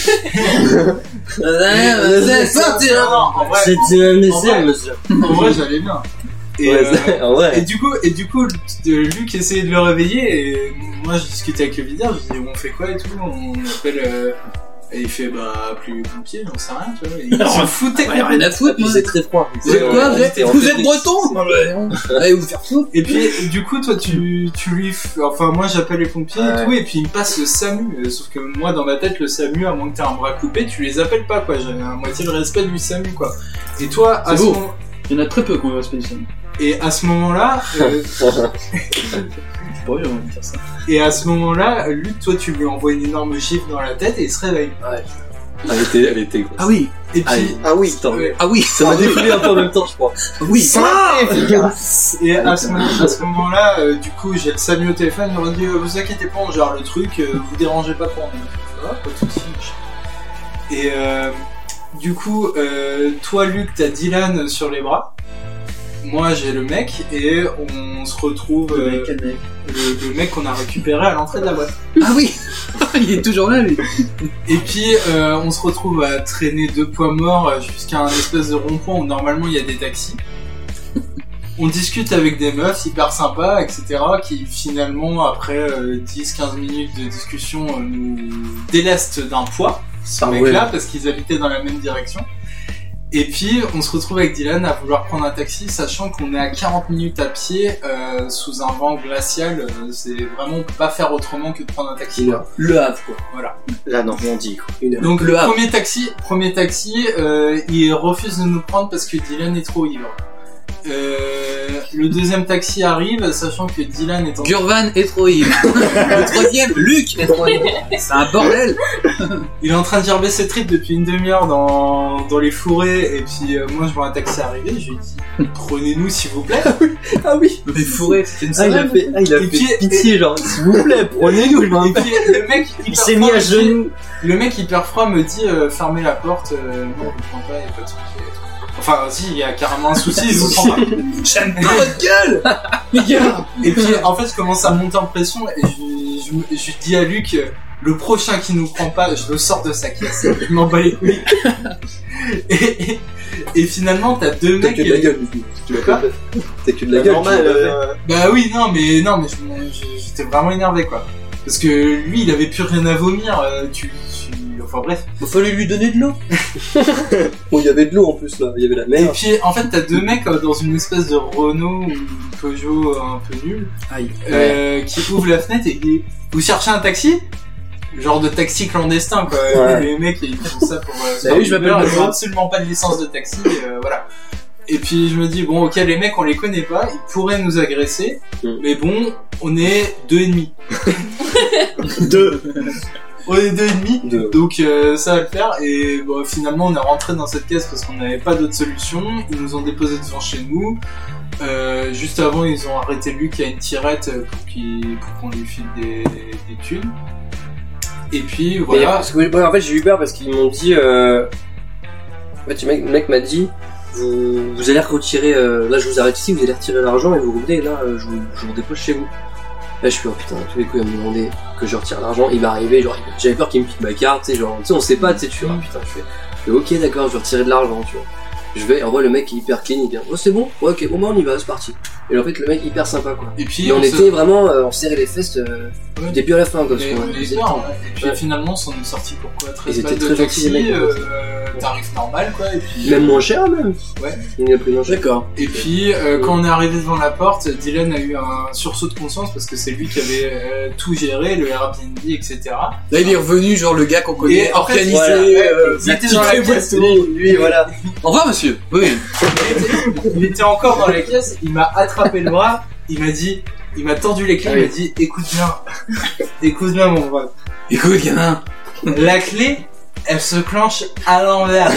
C'est sorti là. en vrai, C'était un En essai, vrai- monsieur. en vrai, j'allais bien. Et, Ouais, euh, c'est- en vrai. et du coup, et du coup, de- Luc essayait de le réveiller et moi je discutais avec le videur, je dis on fait quoi et tout, on appelle, euh, Et il fait bah appelez les pompiers, j'en sais rien, tu vois. Et il s'en foutait Ouais, rien à foutre, Puis moi. c'est très froid. Vous êtes quoi, vous êtes, J'étais en vous fait êtes des- breton? Allez vous faire foutre. Et puis du coup toi tu tu lui f- enfin moi j'appelle les pompiers Ouais. et tout et puis il me passe le SAMU euh, sauf que moi dans ma tête le SAMU à moins que t'aies un bras coupé tu les appelles pas quoi, j'avais à moitié le respect du SAMU quoi. Et toi à C'est ce beau. moment Il y en a très peu qui ont le respect du SAMU. et à ce moment-là euh, Je sais pas, j'ai envie de dire ça. et à ce moment-là Luc toi tu lui envoies une énorme gifle dans la tête et il se réveille. Elle était, elle était grosse. Ah oui, Et puis Ah oui, Putain, ouais. ah oui, ça m'a défoulé un peu en même temps, je crois. oui. Et à ce, moment, à ce moment-là, euh, du coup, j'ai le SAMU au téléphone, il m'a dit, euh, vous inquiétez pas, on gère le truc, euh, vous dérangez pas pour nous. Ah, pas de soucis. Et euh, du coup, euh, toi, Luc, t'as Dylan sur les bras. Moi, j'ai le mec, et on se retrouve, Le euh, mec, quel mec le, le mec qu'on a récupéré à l'entrée de la boîte. Ah oui, il est toujours là lui. Et puis, euh, on se retrouve à traîner deux poids morts euh, jusqu'à un espèce de rond-point où normalement il y a des taxis. On discute avec des meufs hyper sympas, et cetera, qui finalement, après euh, dix quinze minutes de discussion, euh, nous délestent d'un poids, ce Ah mec-là, ouais. parce qu'ils habitaient dans la même direction. Et puis, on se retrouve avec Dylan à vouloir prendre un taxi, sachant qu'on est à quarante minutes à pied, euh, sous un vent glacial. Euh, c'est vraiment, on peut pas faire autrement que de prendre un taxi. Une quoi. Le Havre quoi. Voilà. la Normandie, quoi. Une heure. Donc Le le Havre. premier taxi, premier taxi, euh, il refuse de nous prendre parce que Dylan est trop ivre. Euh, le deuxième taxi arrive, sachant que Dylan est en Gurvan est trop ivre. Le troisième, Luc est trop ivre. C'est un bordel. il est en train de gerber ses tripes depuis une demi-heure dans, dans les fourrés, et puis euh, moi je vois un taxi arriver, je lui dis prenez-nous s'il vous plaît. Ah oui. Mais fourré, c'était une Ah, il a salade. fait, ah, il a Et fait puis- pitié, genre, s'il vous plaît, prenez-nous, je m'en Et puis le mec Il hyper s'est froid mis à me dit- genoux. Le mec hyper froid me dit euh, fermez la porte, euh, non je vous prends pas, y a pas de souci. Enfin si, il y a carrément un souci, je vous prends pas. J'aime pas votre gueule. Les gars. Et puis en fait je commence à monter en pression et je, je, je dis à Luc euh, le prochain qui nous prend pas je le sors de sa caisse, je m'en bats les couilles. et, et, et finalement t'as deux T'as mecs que de la gueule, du coup. Tu l'as Quoi pas fait. T'as que de la gueule, tu Normal, l'as pas fait. euh, bah oui non mais non mais je- je- j'étais vraiment énervé quoi parce que lui il avait plus rien à vomir euh, tu, tu enfin bref. Il fallait lui donner de l'eau. Bon, il y avait de l'eau en plus, là. Il y avait la Et mer. puis en fait t'as deux mecs euh, dans une espèce de Renault ou Peugeot euh, un peu nul Aïe. euh, qui ouvre la fenêtre et dit vous cherchez un taxi, genre de taxi clandestin quoi. Ouais. Les mecs ils font ça pour euh, Salut, je m'appelle Uber, ils Bruno. ont absolument pas de licence de taxi, euh, voilà. Et puis je me dis bon ok les mecs on les connaît pas, ils pourraient nous agresser, Mm. mais bon on est deux et demi. Deux. On est deux et demi. De... Donc euh, ça va le faire et bon, finalement on est rentré dans cette caisse parce qu'on n'avait pas d'autre solution. Ils nous ont déposé devant chez nous. Euh, juste avant ils ont arrêté Luc à une tirette pour qu'il pour qu'on lui file des, des thunes. Et puis Mais, voilà. parce que, ouais, en fait, j'ai eu peur parce qu'ils m'ont dit. Euh... En fait, le mec, le mec m'a dit vous, vous allez retirer. Euh... Là, je vous arrête ici, vous allez retirer l'argent et vous revenez. Et là, euh, je, vous, je vous dépose chez vous. Là, je suis oh putain, tous les coups, il me demandait que je retire l'argent. Il m'est arrivé, genre, j'avais peur qu'il me pique ma carte, tu sais, genre, tu sais, on sait pas, tu sais, tu fais, ah putain, je fais, je fais, ok, d'accord, je vais retirer de l'argent, tu vois. Je vais, en vrai, le mec est hyper clean, il vient, oh, c'est bon, ouais, ok, bon, bah, on y va, c'est parti. Et en fait, le mec, hyper sympa, quoi. Et puis Et on, se- était vraiment, euh, on serrait les fesses, euh, Ouais. du début à la fin, quoi, parce Mais qu'on on est faisait peur, le temps. ouais. Et puis Ouais. finalement, on s'en est sorti pour quoi treize Ils étaient balles de très taxi, gentils, les mecs, euh, tarif normal quoi. Et puis, Même moins cher, même. Ouais. Il a pris moins cher. D'accord. et puis euh, quand on est arrivé devant la porte, Dylan a eu un sursaut de conscience parce que c'est lui qui avait euh, tout géré, le Airbnb, et cetera. Là il est revenu genre le gars qu'on connaît, Et en fait, organisé. voilà, euh, il était dans la titré caisse, boisson. lui, lui, voilà. Au revoir monsieur. Oui. Il était, il était encore dans la caisse, il m'a attrapé le bras, il m'a dit, il m'a tendu les clés, Ah il oui. m'a dit, écoute bien, écoute bien mon bras. Écoute gamin. La clé, elle se clenche à l'envers.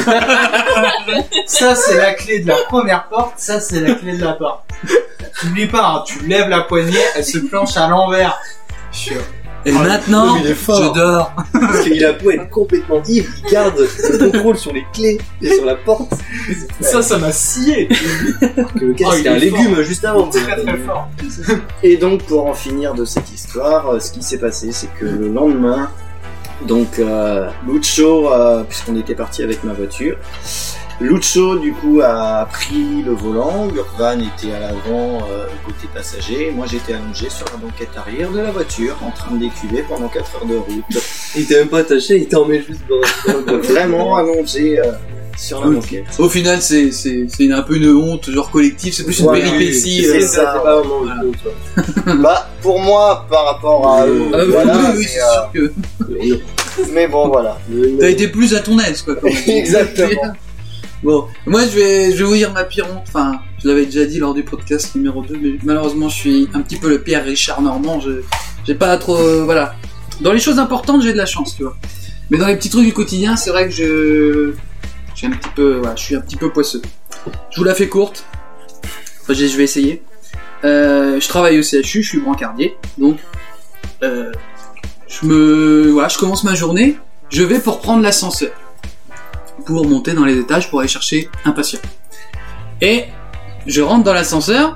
Ça, c'est la clé de la première porte, ça, c'est la clé de la porte. N'oublie pas, hein, tu lèves la poignée, elle se clenche à l'envers. Je suis... Et Oh, maintenant, il est fort. je dors. Parce qu'il a beau être complètement ivre, il garde le contrôle sur les clés et sur la porte. Ça, ça m'a scié. Que le gars, Oh, il c'était un est légume juste avant. Très très fort. Et donc, pour en finir de cette histoire, euh, ce qui s'est passé, c'est que le lendemain, donc euh, Lucho, euh, puisqu'on était parti avec ma voiture, Lucho du coup a pris le volant, Urvan était à l'avant euh, côté passager, moi j'étais allongé sur la banquette arrière de la voiture en train de décuver pendant quatre heures de route. Il était même pas attaché, il t'en met juste dans, dans le Vraiment allongé euh, sur la Oui. banquette. Au final, c'est, c'est, c'est une- un peu une honte, genre collective, c'est plus une Ouais, péripétie. c'est euh, ça. C'est pas vraiment Voilà. une honte, Bah, pour moi, par rapport à eux, Ah, oui, voilà, oui, oui, mais, c'est euh, sûr que mais bon, voilà. t'as été plus à ton aise, quoi. quand même. Exactement. Bon, moi je vais, je vais vous dire ma pire honte. Enfin, je l'avais déjà dit lors du podcast numéro deux, mais malheureusement je suis un petit peu le Pierre Richard Normand. Je, j'ai pas trop, euh, voilà. Dans les choses importantes, j'ai de la chance, tu vois. Mais dans les petits trucs du quotidien, c'est vrai que je, j'ai un petit peu, voilà, je suis un petit peu poisseux. Je vous la fais courte. Enfin, je je vais essayer. Euh, je travaille au C H U, je suis brancardier, donc euh, je me, voilà, je commence ma journée. Je vais pour prendre l'ascenseur pour monter dans les étages pour aller chercher un patient. Et je rentre dans l'ascenseur,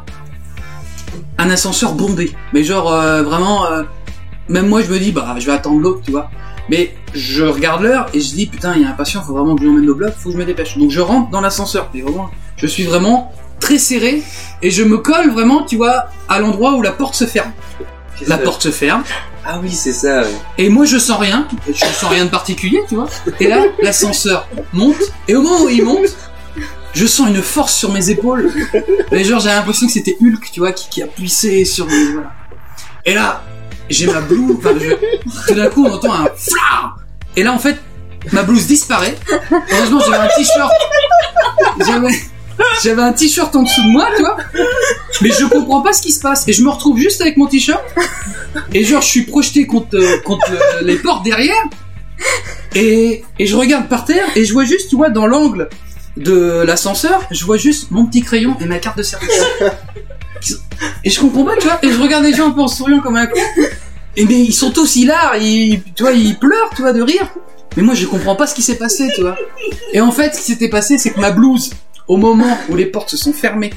un ascenseur bondé, mais genre euh, vraiment, euh, même moi je me dis bah je vais attendre l'autre, tu vois. Mais je regarde l'heure et je dis putain il y a un patient, faut vraiment que je l'emmène au bloc, faut que je me dépêche. Donc je rentre dans l'ascenseur, et vraiment, je suis vraiment très serré et je me colle vraiment, tu vois, à l'endroit où la porte se ferme. La porte se ferme. Ah oui, c'est ça, ouais. Et moi je sens rien, je sens rien de particulier, tu vois. Et là, l'ascenseur monte, et au moment où il monte, je sens une force sur mes épaules. Et genre j'ai l'impression que c'était Hulk, tu vois, qui, qui a puissé sur mes... Voilà. Et là, j'ai ma blouse, enfin, je... tout d'un coup on entend un flar. Et là en fait, ma blouse disparaît. Heureusement j'avais un t-shirt. J'avais... J'avais un t-shirt en dessous de moi, tu vois. Mais je comprends pas ce qui se passe. Et je me retrouve juste avec mon t-shirt. Et genre, je suis projeté contre, euh, contre le- les portes derrière. Et, et je regarde par terre. Et je vois juste, tu vois, dans l'angle de l'ascenseur, je vois juste mon petit crayon et ma carte de service. Et je comprends pas, tu vois. Et je regarde les gens un peu en souriant comme un con. Et mais ils sont tous hilars. Ils, tu vois, ils pleurent, tu vois, de rire. Mais moi, je comprends pas ce qui s'est passé, tu vois. Et en fait, ce qui s'était passé, c'est que ma blouse, au moment où les portes se sont fermées,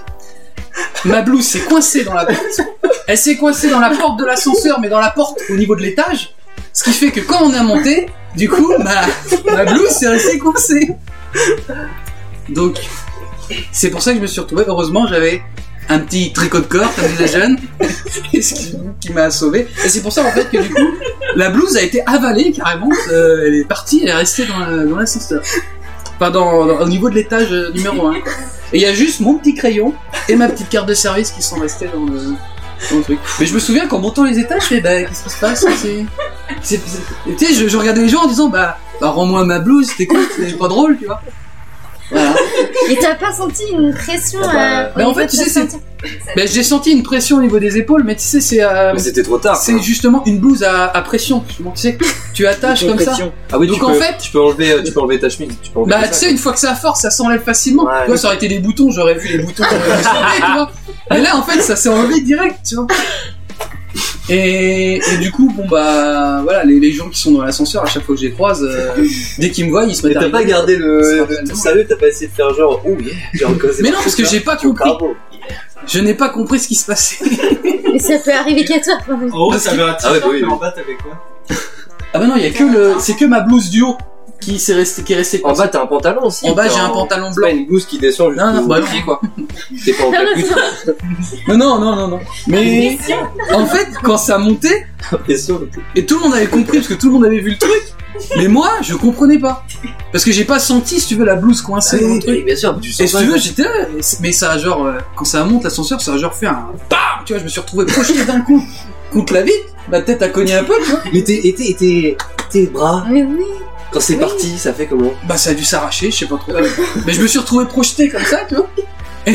ma blouse s'est coincée dans la porte. Elle s'est coincée dans la porte de l'ascenseur, mais dans la porte au niveau de l'étage. Ce qui fait que quand on a monté, du coup, ma, ma blouse s'est restée coincée. Donc, c'est pour ça que je me suis retrouvé. Heureusement, j'avais un petit tricot de corps, comme disait Jeanne, ce qui, qui m'a sauvé. Et c'est pour ça, en fait, que du coup, la blouse a été avalée carrément. Euh, elle est partie, elle est restée dans, la- dans l'ascenseur. Enfin, dans, dans- au niveau de l'étage euh, numéro un. Et il y a juste mon petit crayon et ma petite carte de service qui sont restés dans le, dans le truc. Mais je me souviens qu'en montant les étages, je fais bah qu'est-ce qui se passe, c'est, c'est, c'est- et tu sais, je, je regardais les gens en disant bah, bah rends-moi ma blouse, t'écoutes, c'est pas drôle, tu vois. Voilà. Et t'as pas senti une pression Ah bah, euh, au mais en niveau fait, de tu ta sais, c'est- ceinture Ben j'ai senti une pression au niveau des épaules, mais tu sais c'est euh, Mais c'était trop tard. c'est quoi. justement une blouse à, à pression. Justement, tu sais, tu attaches comme ça. Ah oui, Donc, tu en peux, fait- tu peux enlever, euh, tu peux enlever ta chemise. Tu peux enlever Bah ça, tu sais, une fois que ça a force, ça s'enlève facilement. Ouais. Tu vois, ça aurait été des boutons, j'aurais vu les boutons euh, se lever, tu vois. Mais là, en fait, ça s'est enlevé direct, tu vois. Et, et du coup, bon bah voilà, les, les gens qui sont dans l'ascenseur, à chaque fois que je les croise, euh, dès qu'ils me voient, ils se Mais mettent à t'as pas rigoler. gardé Ça le, me le rappelle tout tellement. sérieux, t'as pas essayé de faire genre, oh yeah, j'ai encore Mais non, parce que j'ai pas compris. Bravo. Je n'ai pas compris ce qui se passait. Et ça peut arriver qu'à toi quand même. En haut, Parce t'avais un Ah ouais, t-shirt, oui, mais oui. en bas, t'avais quoi? Ah bah non, il y a que le, c'est que ma blouse du haut qui s'est resté, qui est restée. En bas, t'as un pantalon aussi. En bas, t'es j'ai un pantalon C'est blanc. pas une blouse qui descend Non, non, jusqu'au bah non. pied, quoi. T'es pas en capuche. Non, non, non, non, non. Mais en fait, quand ça montait, Pression. et tout le monde avait compris parce que tout le monde avait vu le truc, mais moi, je comprenais pas. Parce que j'ai pas senti, si tu veux, la blouse coincée dans le truc. Oui, bien sûr, tu Et sens si pas. tu veux, j'étais là, et c'est- mais ça a genre, euh, quand ça monte l'ascenseur, ça a genre fait un BAM! Tu vois, je me suis retrouvé projeté d'un coup contre la vitre, ma tête a cogné un peu, tu vois. Mais tes, et tes, et tes, tes bras, Mais oui. quand c'est Oui. parti, ça fait comment? Bah, ça a dû s'arracher, je sais pas trop. Mais je me suis retrouvé projeté comme ça, tu vois. Et,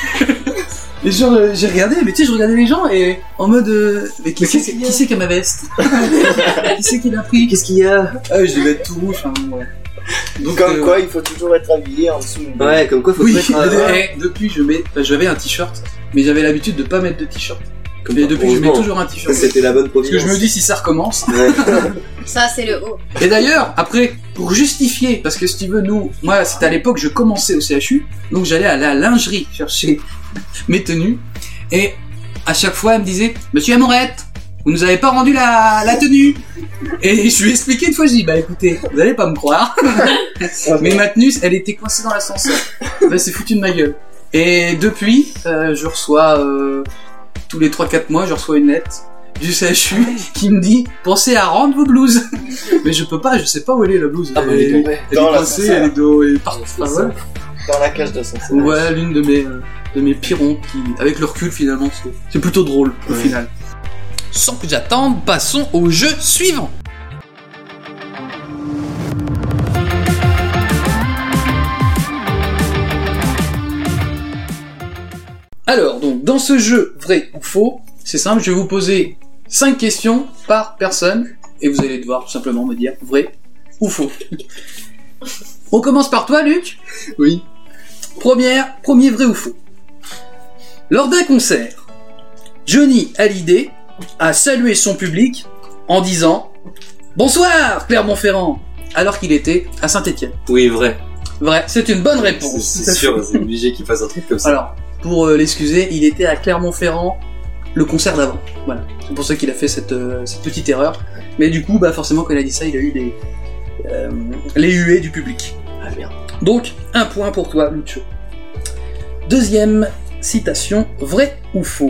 et genre, euh, j'ai regardé, mais tu sais, je regardais les gens et en mode, euh, mais qui Mais c'est qu'est-ce qu'il y a qui c'est qui a ma veste? Qui c'est qui l'a pris? Qu'est-ce qu'il y a? Ah, je devais être tout rouge, enfin, bon, ouais. Donc, Comme euh, quoi, il faut toujours être habillé en dessous. Ouais, comme quoi, faut Oui, se mettre à... mais, eh, depuis, je mets, enfin, j'avais un t-shirt, mais j'avais l'habitude de pas mettre de t-shirt. Comme Et ça, depuis, je mets heureusement. toujours un t-shirt. C'était la bonne Parce que providence. je me dis, si ça recommence. Ouais. Ça, c'est le haut. Et d'ailleurs, après, pour justifier, parce que si tu veux, nous, moi, c'était à l'époque, je commençais au C H U, donc j'allais à la lingerie chercher mes tenues, et à chaque fois, elle me disait, Monsieur Amorette, vous nous avez pas rendu la, la tenue. Et je lui ai expliqué une fois, je dis, bah écoutez, vous allez pas me croire, mais ma tenue, elle était coincée dans l'ascenseur. Bah, c'est foutu de ma gueule. Et depuis, euh, je reçois, euh, tous les trois quatre mois, je reçois une lettre. du C H U qui me dit pensez à rendre vos blouses. Mais je peux pas, je sais pas où elle est la blouse. Ah bah, elle, elle est est- tombée. elle Dans est la coincée, ascenseur. elle est dos, elle est partout. C'est Enfin, ça. ouais. Dans la cage d'ascenseur. Ouais, l'une de mes, euh, de mes pires hontes qui, avec le recul finalement, c'est, c'est plutôt drôle au Ouais. final. Sans plus attendre, passons au jeu suivant. Alors, donc, dans ce jeu vrai ou faux, c'est simple, je vais vous poser cinq questions par personne et vous allez devoir tout simplement me dire vrai ou faux. On commence par toi, Luc. Oui. Première, premier vrai ou faux. Lors d'un concert, Johnny Hallyday a salué son public en disant « Bonsoir, Clermont-Ferrand !» alors qu'il était à Saint-Étienne. Oui, vrai. Vrai, c'est une bonne réponse. C'est c'est sûr, c'est obligé qu'il fasse un truc comme ça. Alors, pour euh, l'excuser, il était à Clermont-Ferrand le concert d'avant. Voilà, c'est pour ça qu'il a fait cette, euh, cette petite erreur. Mais du coup, bah forcément, quand il a dit ça, il a eu les, euh, les huées du public. Ah merde. Donc, un point pour toi, Lucho. Deuxième citation, vrai ou faux.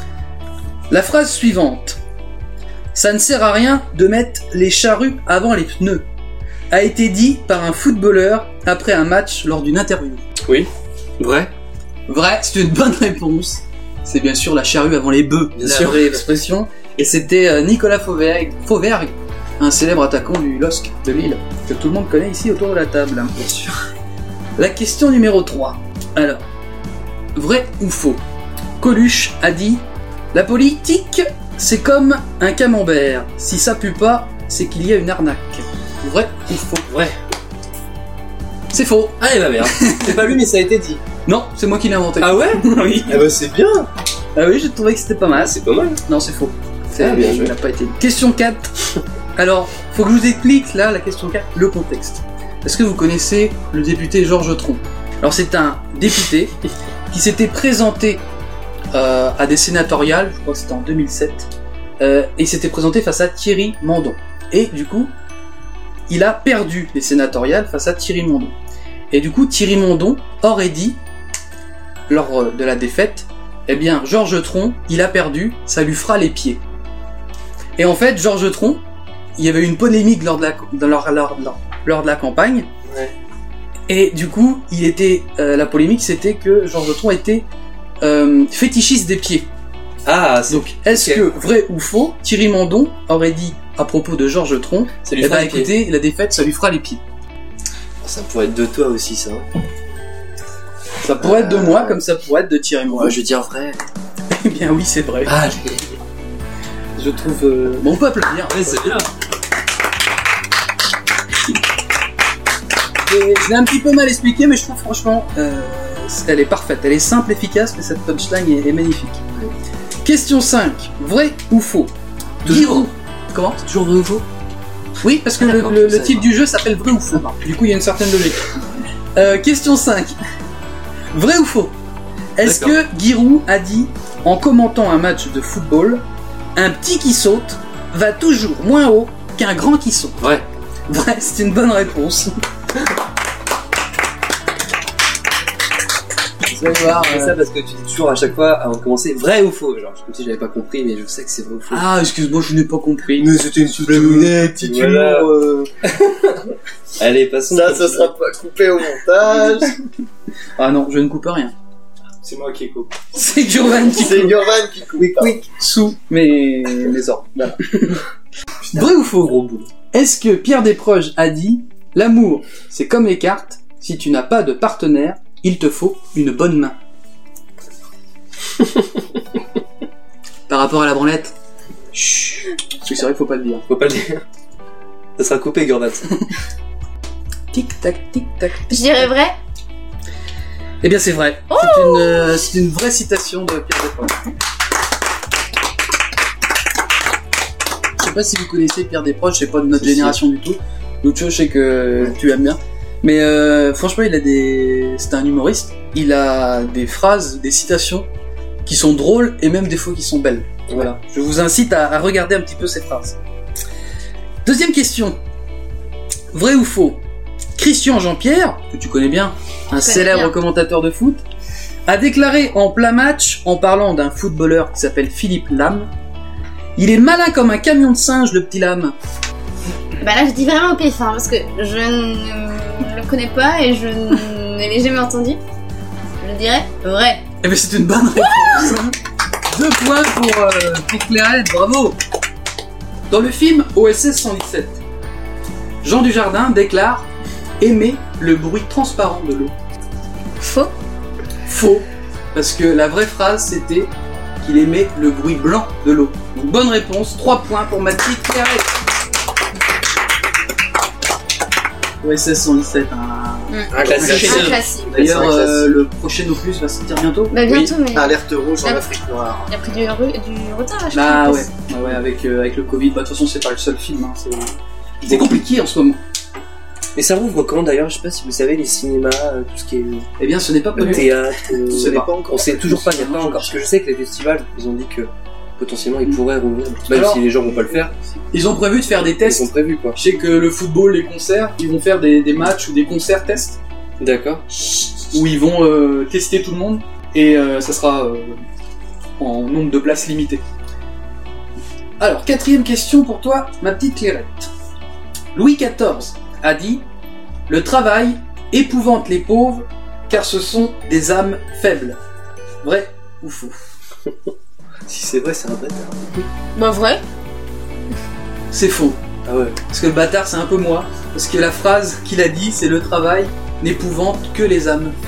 La phrase suivante. Ça ne sert à rien de mettre les charrues avant les pneus, a été dit par un footballeur après un match lors d'une interview. Vrai. Vrai, c'est une bonne réponse. C'est bien sûr la charrue avant les bœufs, Bien la sûr. vraie expression. Et c'était euh, Nicolas Fauvergue, Fauvergue, un célèbre attaquant du L O S C de Lille, que tout le monde connaît ici autour de la table. Bien sûr. La question numéro trois. Alors, vrai ou faux? Coluche a dit « La politique, c'est comme un camembert. Si ça pue pas, c'est qu'il y a une arnaque. » Vrai ou faux? Vrai. C'est faux. Ah, bah merde. C'est pas lui, mais ça a été dit. Non, c'est moi qui l'ai inventé. Ah ouais? oui. Ah bah c'est bien. Ah oui, j'ai trouvé que c'était pas mal. C'est pas mal. Non, c'est faux. C'est Ah, bien il joué. n'a pas été. Question quatre. Alors, faut que je vous explique là, la question quatre, le contexte. Est-ce que vous connaissez le député Georges Tron? Alors, c'est un député qui s'était présenté euh, à des sénatoriales, je crois que c'était en deux mille sept, euh, et il s'était présenté face à Thierry Mandon. Et du coup, il a perdu les sénatoriales face à Thierry Mandon. Et du coup, Thierry Mandon aurait dit, lors de la défaite, eh bien, Georges Tron, il a perdu, ça lui fera les pieds. Et en fait, Georges Tron, il y avait eu une polémique lors de la, dans leur- lors, lors- lors de la campagne. Ouais. Et du coup, il était, euh, la polémique, c'était que Georges Tron était euh, fétichiste des pieds. Ah, c'est... Donc, est-ce Ok. que, vrai ou faux, Thierry Mandon aurait dit à propos de Georges Tron, ça lui eh fera ben, les pieds. écoutez, la défaite, ça lui fera les pieds. Ça pourrait être de toi aussi, ça. Ça pourrait être de Euh, moi, comme ça pourrait être de Thierry Mandon. Moi, je vais dire vrai. Eh bien oui, c'est vrai. Ah, Je trouve... euh, Bon, on peut applaudir. ouais, c'est bien. Et je l'ai un petit peu mal expliqué, mais je trouve franchement, euh, elle est parfaite. Elle est simple, efficace, mais cette punchline est, est magnifique. Question cinq. Vrai ou faux? Toujours. Giroud. Comment? C'est toujours vrai ou faux? Oui, parce que Ah, le, d'accord, le- je le savais titre pas. du jeu s'appelle vrai ou faux. Du coup, il y a une certaine logique. Euh, question cinq. Vrai ou faux? Est-ce D'accord. que Giroud a dit, en commentant un match de football, un petit qui saute va toujours moins haut qu'un grand qui saute? Ouais. Vrai, c'est une bonne réponse. Vous allez voir. C'est euh, ça parce que tu dis toujours à chaque fois avant de commencer vrai ou faux. Genre, comme si j'avais pas compris, mais je sais que c'est vrai ou faux. Ah, excuse-moi, je n'ai pas compris. mais c'était une petite blagounette, petit voilà. humour, euh, Allez, passons. Ça, ça sera pas coupé au montage. Ah non, je ne coupe rien. C'est moi qui coupe. C'est Gurvan qui C'est coupe Gurvan qui coupe. quick sous mes, mes ordres. Voilà. Vrai ou faux? Gros boulot. Est-ce que Pierre Desproges a dit « L'amour, c'est comme les cartes, si tu n'as pas de partenaire, il te faut une bonne main. » Par rapport à la branlette. Chut. Parce que c'est vrai qu'il faut pas le dire. Faut pas le dire. Ça sera coupé, Gurvat. Tic tac, tic tac. Je dirais vrai. Eh bien c'est vrai. C'est une, euh, c'est une vraie citation de Pierre Desproges. Je sais pas si vous connaissez Pierre Desproges, c'est pas de notre Si, si. génération du tout. L'autre chose, je sais que tu aimes bien. Mais euh, franchement, il a des. C'est un humoriste. Il a des phrases, des citations qui sont drôles et même des fois qui sont belles. Voilà. Je vous incite à, à regarder un petit peu ces phrases. Deuxième question. Vrai ou faux? Christian Jean-Pierre, que tu connais bien, un connais célèbre bien. commentateur de foot, a déclaré en plein match, en parlant d'un footballeur qui s'appelle Philippe Lam, Il est malin comme un camion de singe, le petit lame. Bah là, je dis vraiment au pif, hein, parce que je ne le connais pas et je ne l'ai jamais entendu. Je dirais vrai. Eh ben c'est une bonne réponse. Hein. Deux points pour, euh, pour Clairette, bravo. Dans le film O S S cent dix-sept, Jean Dujardin déclare aimer le bruit transparent de l'eau. Faux. Faux, parce que la vraie phrase c'était qu'il aimait le bruit blanc de l'eau. Donc bonne réponse, trois points pour ma petite Clairette. O S S cent dix-sept, un, Mm. Un classique. Un classique. D'ailleurs, C'est un classique. euh, le prochain opus va sortir bientôt. Bah bientôt, mais Alerte rouge en Ah. Afrique noire. il a pris du, re- du retard là, je Bah crois. ouais, ouais, ouais, avec, euh, avec le Covid. Bah, de toute façon, c'est pas le seul film. Hein. C'est... c'est compliqué en ce moment. Et ça rouvre quand d'ailleurs? Je sais pas si vous savez, les cinémas, euh, tout ce qui est Eh bien, ce n'est pas le prévu. théâtre. euh, Ce n'est pas encore. On sait toujours pas, il n'y a pas encore. Parce que je sais que les festivals, ils ont dit que potentiellement ils pourraient rouvrir. Même Alors- si les gens vont pas le faire, Ils ont prévu de faire des ils tests. ont prévu quoi. Je sais que le football, les concerts, ils vont faire des, des matchs ou des concerts tests D'accord. où ils vont euh, tester tout le monde et euh, ça sera euh, en nombre de places limité. Alors, quatrième question pour toi, ma petite Clairette. Louis quatorze a dit « Le travail épouvante les pauvres car ce sont des âmes faibles. » Vrai ou faux? Si c'est vrai, c'est un bâtard. Bah vrai. C'est faux. Ah ouais. Parce que le bâtard, c'est un peu moi. Parce que la phrase qu'il a dit, c'est « Le travail n'épouvante que les âmes faibles. »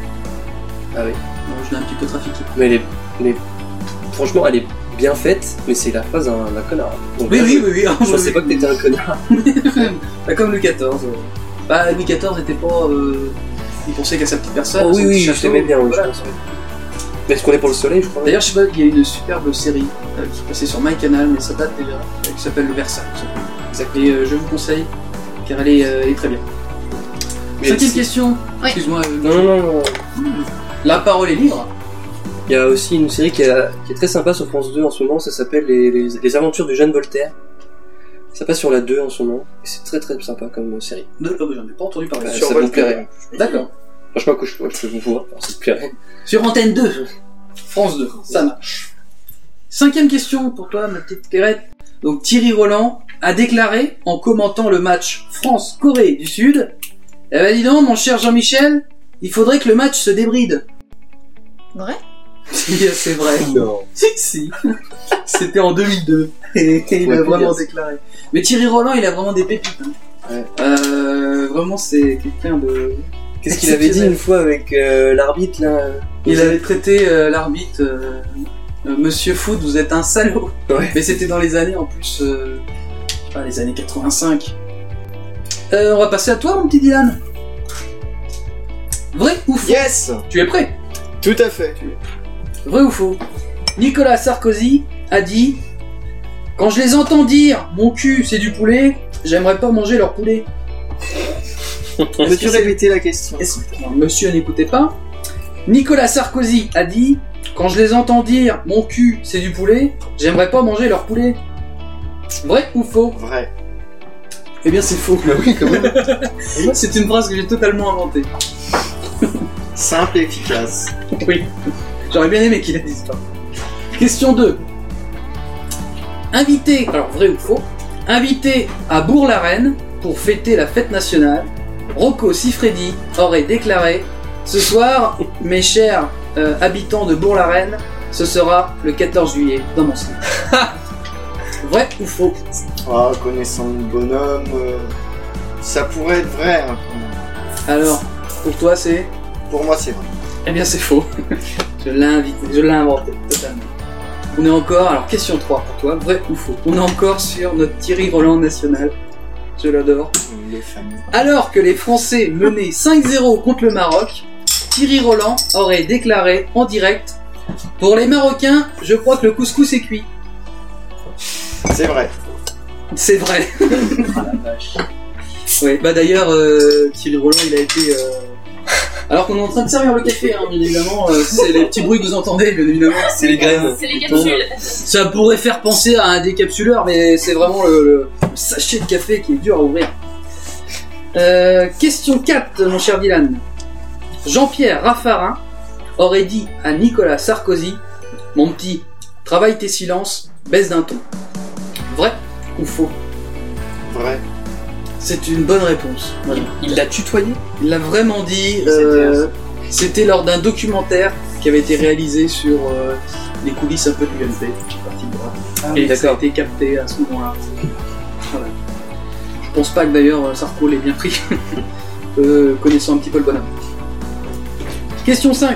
Ah oui. Bon, je l'ai un petit peu trafiqué. Mais elle est, mais franchement, elle est bien faite, mais c'est la phrase d'un d'un connard. Donc, Oui, là, oui, je- oui, oui. Je pensais pas que t'étais un connard. Bah, comme Louis quatorze. euh. Bah, Louis quatorze était pas... euh, Il pensait qu'à sa petite personne. Oh, à son oui, oui, petit je château, t'aimais bien, oui, voilà. je pense. Mais est-ce qu'on est pour le soleil, je crois? D'ailleurs, je sais pas, il y a une superbe série euh, qui passait sur MyCanal, mais ça date déjà, euh, qui s'appelle Le Versailles. Exact. Et euh, je vous conseille, car elle est, euh, elle est très bien. Mais Cinquième si- question. Oui. Excuse-moi. euh, Non, non, non, non. La parole est libre. Il y a aussi une série qui, a- qui est très sympa sur France deux en ce moment, ça s'appelle les, les, les aventures du jeune Voltaire. Ça passe sur la deux en ce moment, et c'est très très sympa comme euh, série. De... Oh, j'en ai pas entendu parler. Bah, Sur ça vous Voltaire. plairait. D'accord. Franchement, que je, ouais, je peux vous voir, alors ça te plairait. Sur Antenne deux. France deux. Ça marche. Cinquième question pour toi, ma petite Clairette. Donc Thierry Roland a déclaré, en commentant le match France-Corée du Sud, « Eh ben dis donc, mon cher Jean-Michel, il faudrait que le match se débride. » Vrai. Si, c'est vrai. Non. Si, si. C'était en deux mille deux. Et il Ouais, a vraiment yes. déclaré. Mais Thierry Roland, il a vraiment des pépites. Hein. Ouais. Euh, vraiment, c'est quelqu'un de... Qu'est-ce qu'il avait dit une fois avec euh, l'arbitre là? Il avait traité euh, l'arbitre euh, euh, Monsieur Foot, vous êtes un salaud. Ouais. Mais c'était dans les années en plus, euh, je sais pas, les années quatre-vingt-cinq. Euh, on va passer à toi, mon petit Dylan. Vrai ou faux? Yes. Tu es prêt? Tout à fait. Vrai ou faux? Nicolas Sarkozy a dit « Quand je les entends dire « Mon cul, c'est du poulet », j'aimerais pas manger leur poulet. » Peux-tu que c'est- répéter la question? Est-ce que non, monsieur n'écoutait pas? Nicolas Sarkozy a dit « Quand je les entends dire « Mon cul, c'est du poulet », j'aimerais pas manger leur poulet. » Vrai ou faux? Vrai. Eh bien c'est faux. Oui, quand même. C'est une phrase que j'ai totalement inventée. Simple et efficace. Oui. J'aurais bien aimé qu'il la dise pas. Question deux. Invité, alors vrai ou faux, invité à Bourg-la-Reine pour fêter la fête nationale, Rocco Siffredi aurait déclaré « Ce soir, mes chers euh, habitants de Bourg-la-Reine, ce sera le quatorze juillet dans mon slip. » Vrai ou faux? Ah, connaissant le bonhomme, euh, ça pourrait être vrai. Hein, quand même. Alors, pour toi c'est? Pour moi, c'est vrai. Eh bien c'est faux. Je l'ai invité, je l'ai inventé, totalement. On est encore, alors question trois pour toi, vrai ou faux? On est encore sur notre Thierry Roland national. Je l'adore. Les familles. Alors que les Français menaient cinq zéro contre le Maroc, Thierry Roland aurait déclaré en direct « Pour les Marocains, je crois que le couscous est cuit. C'est vrai. » C'est vrai. Ah la vache. Ouais. Bah d'ailleurs, euh, Thierry Roland, il a été... euh, Alors qu'on est en train de servir le café, hein, bien évidemment, euh, c'est les petits bruits que vous entendez, bien évidemment. C'est les graines. C'est les capsules. Ça pourrait faire penser à un décapsuleur, mais c'est vraiment le, le sachet de café qui est dur à ouvrir. Euh, question quatre, mon cher Dylan. Jean-Pierre Raffarin aurait dit à Nicolas Sarkozy « Mon petit, travaille tes silences, baisse d'un ton. Vrai ou faux? Vrai. C'est une bonne réponse. Voilà. Il l'a tutoyé? Il l'a vraiment dit. C'était euh, C'était lors d'un documentaire qui avait été réalisé sur euh, les coulisses un peu du U M P. Parti de droite. Ah, Et ça a d'accord. été capté à ce moment-là. Voilà. Je pense pas que d'ailleurs Sarko l'ait bien pris, euh, connaissant un petit peu le bonhomme. Question cinq.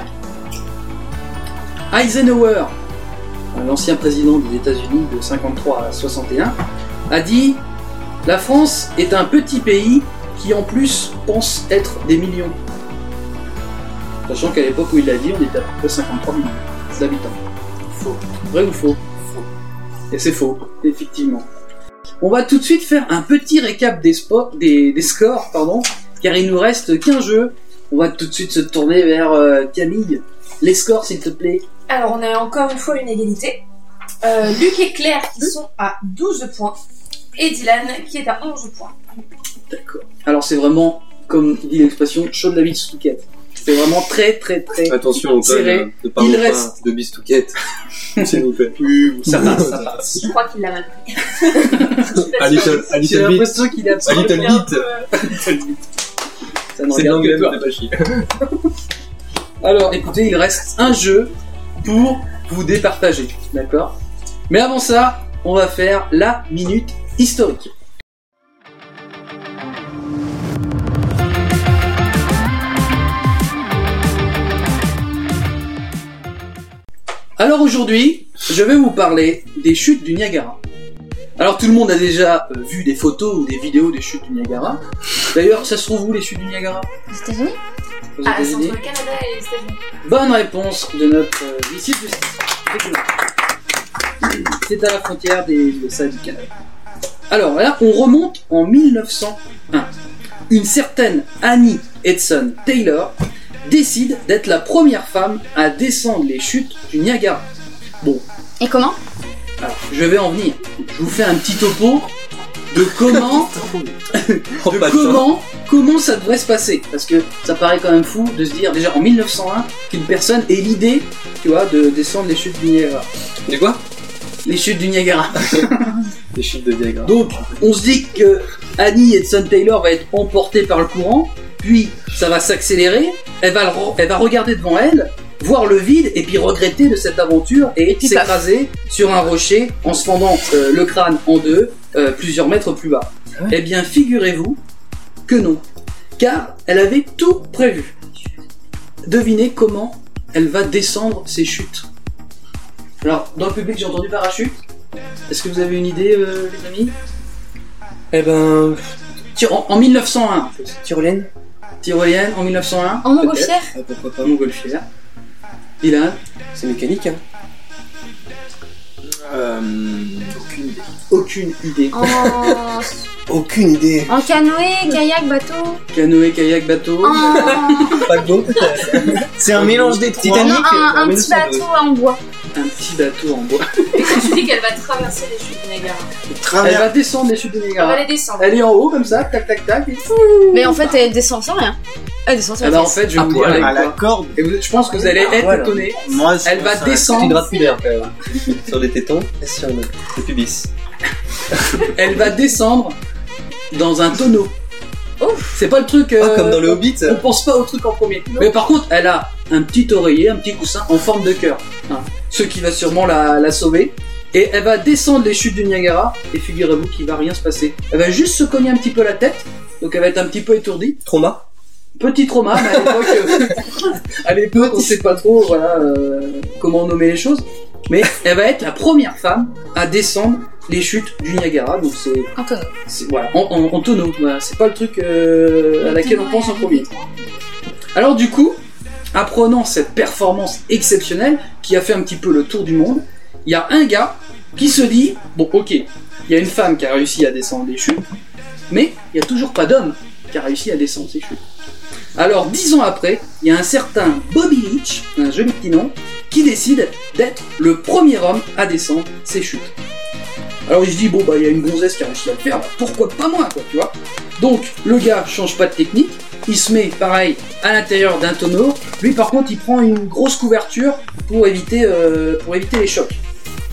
Eisenhower, l'ancien président des États-Unis de cinquante-trois à soixante et un, a dit « La France est un petit pays qui en plus pense être des millions. » Sachant qu'à l'époque où il l'a dit, on était à peu près cinquante-trois millions d'habitants. Faux. Vrai ou faux? Faux. Et c'est faux, effectivement. On va tout de suite faire un petit récap des, spots, des, des scores, pardon, car il nous reste qu'un jeu. On va tout de suite se tourner vers euh, Camille. Les scores, s'il te plaît. Alors, on a encore une fois une égalité. Euh, Luc et Claire qui sont à douze points. Et Dylan qui est à onze points. D'accord. Alors c'est vraiment, comme dit l'expression, chaud de la vie Stouquette. C'est vraiment très très très... Attention, serré. Antoine, ne parlons Il pas reste- de bistouquette, s'il vous plaît. Ça passe, ça passe. Je crois qu'il l'a mal pris. A little, a J'ai little bit, l'impression qu'il est a absolument... little bit. Ça ne C'est de regarde l'anglais, que toi. mais c'est pas chier. Alors écoutez, il reste un jeu pour vous départager, d'accord? Mais avant ça, on va faire la minute historique. Alors aujourd'hui, je vais vous parler des chutes du Niagara. Alors tout le monde a déjà euh, vu des photos ou des vidéos des chutes du Niagara. D'ailleurs, ça se trouve où les chutes du Niagara? Aux États-Unis? Aux Ah, c'est États-Unis. entre le Canada et les États-Unis. Bonne réponse de notre euh, huissier de justice. Effectivement. C'est à la frontière des U S A et du Canada. Alors là, on remonte en mille neuf cent un. Une certaine Annie Edson Taylor décide d'être la première femme à descendre les chutes du Niagara. Bon, Et comment? alors je vais en venir. Je vous fais un petit topo de comment, Oh, de pas de temps. comment, comment ça devrait se passer. Parce que ça paraît quand même fou de se dire déjà en mille neuf cent un qu'une personne ait l'idée, tu vois, de descendre les chutes du Niagara. De quoi? Les chutes du Niagara. Les chutes de diagramme. Donc, on se dit que Annie Edson Taylor va être emportée par le courant, puis ça va s'accélérer, elle va, le re- elle va regarder devant elle, voir le vide, et puis regretter de cette aventure et puis s'écraser sur un rocher en se fendant euh, le crâne en deux, euh, plusieurs mètres plus bas. Ah ouais. Eh bien, figurez-vous que non, car elle avait tout prévu. Devinez comment elle va descendre ses chutes. Alors, dans le public, j'ai entendu parachute. Est-ce que vous avez une idée, euh, les amis? Eh ben, Ti- En, en mille neuf cent un, tyrolienne? tyrolienne en mille neuf cent un. En montgolfière? Ah, pourquoi pas? Montgolfière. Dylan, C'est mécanique, hein. Euh, aucune idée. aucune idée. En... Aucune idée. en canoë, kayak, bateau? Canoë, kayak, bateau. En... Paquebot, peut-être. C'est un mélange des trois. Titanic. non, un, un en petit mille neuf cent douze. bateau en bois. Un petit bateau en bois. Et quand tu dis qu'elle va traverser les chutes du Niagara, Elle Travers. va descendre les chutes du elle va Niagara. les descendre. Elle est en haut comme ça, tac tac tac. Et... Mais en fait, elle descend sans rien. Elle descend sans Eh rien. ben, en fait, je vais À vous dire poil, avec à la quoi. corde. Et vous- je pense que vous allez être Voilà. étonnés. Moi, je Elle trouve va ça- descendre. C'est une drape pudeur, quand même. Sur les tétons et sur le, le pubis. Elle va descendre dans un tonneau. C'est pas le truc. Ah, euh, comme dans le Hobbit. On pense pas au truc en premier. Mais par contre, elle a un petit oreiller, un petit coussin en forme de cœur. Hein. Ce qui va sûrement la, la sauver. Et elle va descendre les chutes du Niagara. Et figurez-vous qu'il va rien se passer. Elle va juste se cogner un petit peu la tête. Donc elle va être un petit peu étourdie. Trauma. Petit trauma, mais à l'époque, euh, à l'époque, on sait pas trop voilà, euh, comment nommer les choses. Mais elle va être la première femme à descendre les chutes du Niagara. Donc c'est, En tonneau. c'est- voilà, en, en, en tonneau. Voilà, c'est pas le truc euh, à laquelle on pense en premier. Alors du coup, apprenant cette performance exceptionnelle qui a fait un petit peu le tour du monde, il y a un gars qui se dit, bon ok, il y a une femme qui a réussi à descendre les chutes, mais il n'y a toujours pas d'homme qui a réussi à descendre ces chutes. Alors dix ans après, il y a un certain Bobby Leach, un joli petit nom, qui décide d'être le premier homme à descendre ces chutes. Alors il se dit, bon bah il y a une gonzesse qui a réussi à le faire, bah, pourquoi pas moi quoi, tu vois. Donc le gars change pas de technique, il se met pareil à l'intérieur d'un tonneau, lui par contre il prend une grosse couverture pour éviter, euh, pour éviter les chocs.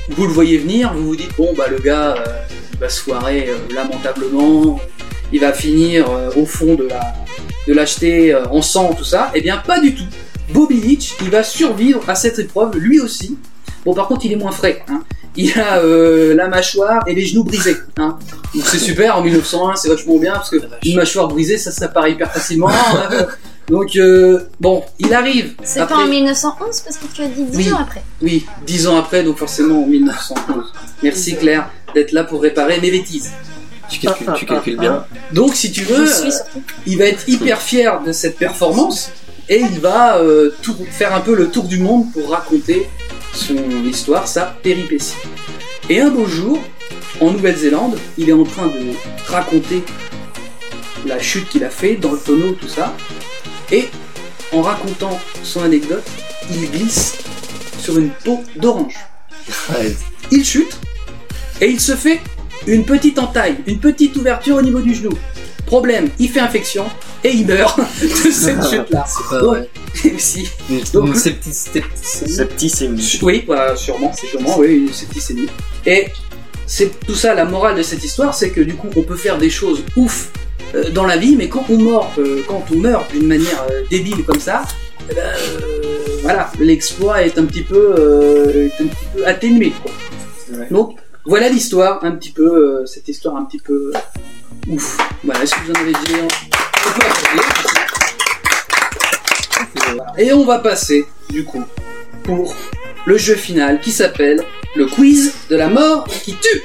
vous le voyez venir, vous vous dites bon bah le gars euh, il va se foirer euh, lamentablement, il va finir euh, au fond de la de l'acheter euh, en sang, tout ça. Eh bien pas du tout. Bobby Leach, il va survivre à cette épreuve lui aussi. Bon par contre il est moins frais, hein. Il a euh, la mâchoire et les genoux brisés, hein. Donc c'est super, en mille neuf cent un c'est vachement bien parce que une mâchoire brisée ça s'apparaît hyper facilement. Hein. Donc euh, bon, il arrive. C'est après... pas en mille neuf cent onze parce que tu as dit dix Oui. ans après. Oui, dix ans après, donc forcément en mille neuf cent onze. Merci Claire d'être là pour réparer mes bêtises. Tu calcules, tu calcules bien. Donc si tu veux, Je suis euh, surtout. il va être hyper fier de cette performance et il va euh, tour- faire un peu le tour du monde pour raconter son histoire, sa péripétie. Et un beau jour, en Nouvelle-Zélande, il est en train de raconter la chute qu'il a fait dans le tonneau, tout ça. Et en racontant son anecdote, il glisse sur une peau d'orange. Ouais. Il chute et il se fait une petite entaille, une petite ouverture au niveau du genou. Problème, il fait infection et il meurt de cette chute-là. C'est pas Donc, vrai. si. Une, Donc- une septi- septicémie. Septicémie. Oui, voilà, sûrement, c'est sûrement, oui, une septicémie. Et c'est tout ça, la morale de cette histoire, c'est que du coup, on peut faire des choses ouf euh, dans la vie, mais quand on meurt, euh, quand on meurt d'une manière euh, débile comme ça, eh ben, euh, voilà, l'exploit est un petit peu, euh, est un petit peu atténué, quoi. Ouais. Donc, voilà l'histoire, un petit peu, euh, cette histoire un petit peu euh, ouf. Voilà, est-ce que vous en avez dit un on peut applaudir. Voilà. Et on va passer, du coup, pour le jeu final qui s'appelle le quiz de la mort qui tue.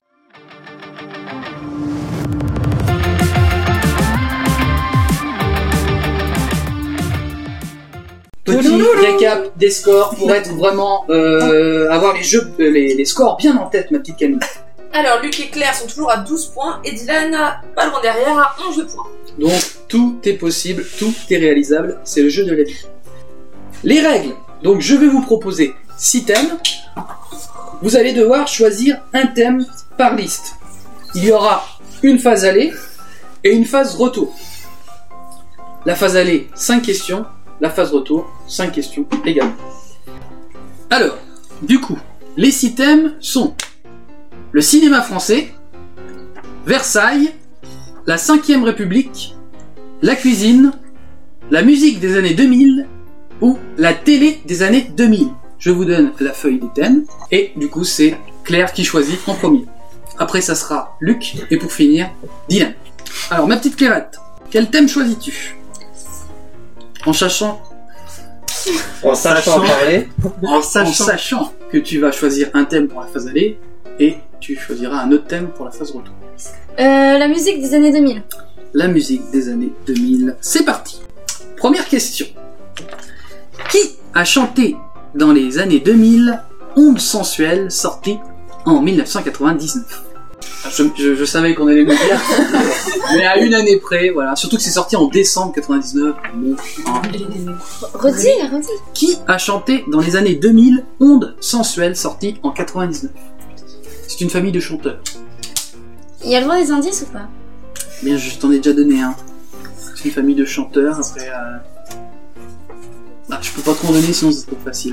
Petit récap des scores pour être vraiment euh, avoir les jeux, euh, les, les scores bien en tête, ma petite Camille. Alors, Luc et Claire sont toujours à douze points et Dylan, pas loin derrière, à onze points. Donc tout est possible, tout est réalisable, c'est le jeu de la vie. Les règles. Donc je vais vous proposer six thèmes. Vous allez devoir choisir un thème par liste. Il y aura une phase aller et une phase retour. La phase aller, cinq questions. La phase retour, cinq questions également. Alors, du coup, les six thèmes sont le cinéma français, Versailles, la cinquième République, la cuisine, la musique des années deux mille ou la télé des années deux mille. Je vous donne la feuille des thèmes et du coup c'est Claire qui choisit en premier. Après ça sera Luc et pour finir Dylan. Alors ma petite Clairette, quel thème choisis-tu? En sachant, En sachant parler. En en sachant. sachant que tu vas choisir un thème pour la phase aller et tu choisiras un autre thème pour la phase retour. Euh, la musique des années deux mille. La musique des années deux mille. C'est parti. Première question. Qui a chanté dans les années deux mille Onde sensuelle sortie en mille neuf cent quatre-vingt-dix-neuf? je, je, je savais qu'on allait le dire, mais à une année près, voilà. Surtout que c'est sorti en décembre quatre-vingt-dix-neuf. Bon, hein. Redis, redis. Qui a chanté dans les années deux mille Onde sensuelle sortie en quatre-vingt-dix-neuf? C'est une famille de chanteurs. Il y a le droit des indices ou pas? Bien, je t'en ai déjà donné un. C'est une famille de chanteurs, après... Euh... Ah, je peux pas trop en donner, sinon c'est trop facile.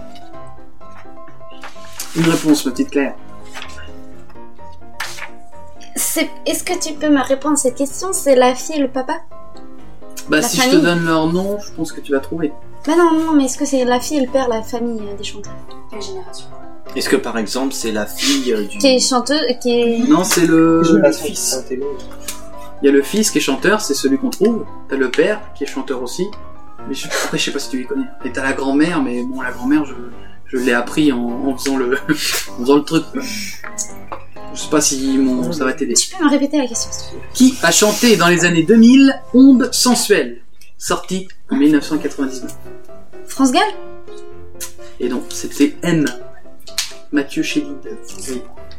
Une réponse, ma petite Claire. C'est... Est-ce que tu peux me répondre à cette question? C'est la fille et le papa? Bah, La si je famille. te donne leur nom, je pense que tu vas trouver. Bah non, non, mais est-ce que c'est la fille et le père, la famille euh, des chanteurs? Quelle génération? Est-ce que par exemple c'est la fille euh, du. Qui est chanteuse, qui est... Non, c'est le... Je le passe fils. un télo. Il y a le fils qui est chanteur, c'est celui qu'on trouve. T'as le père qui est chanteur aussi. Mais je... après, je sais pas si tu les connais. Et t'as la grand-mère, mais bon, la grand-mère, je, je l'ai appris en... en faisant le en faisant le truc. Quoi. Je sais pas si mon... ça va t'aider. Tu peux me répéter la question, s'il te plaît? Qui a chanté dans les années deux mille Onde sensuelle, sortie en mille neuf cent quatre-vingt-dix-neuf? France Gall? Et donc, c'était M. Mathieu Chédid. Oui.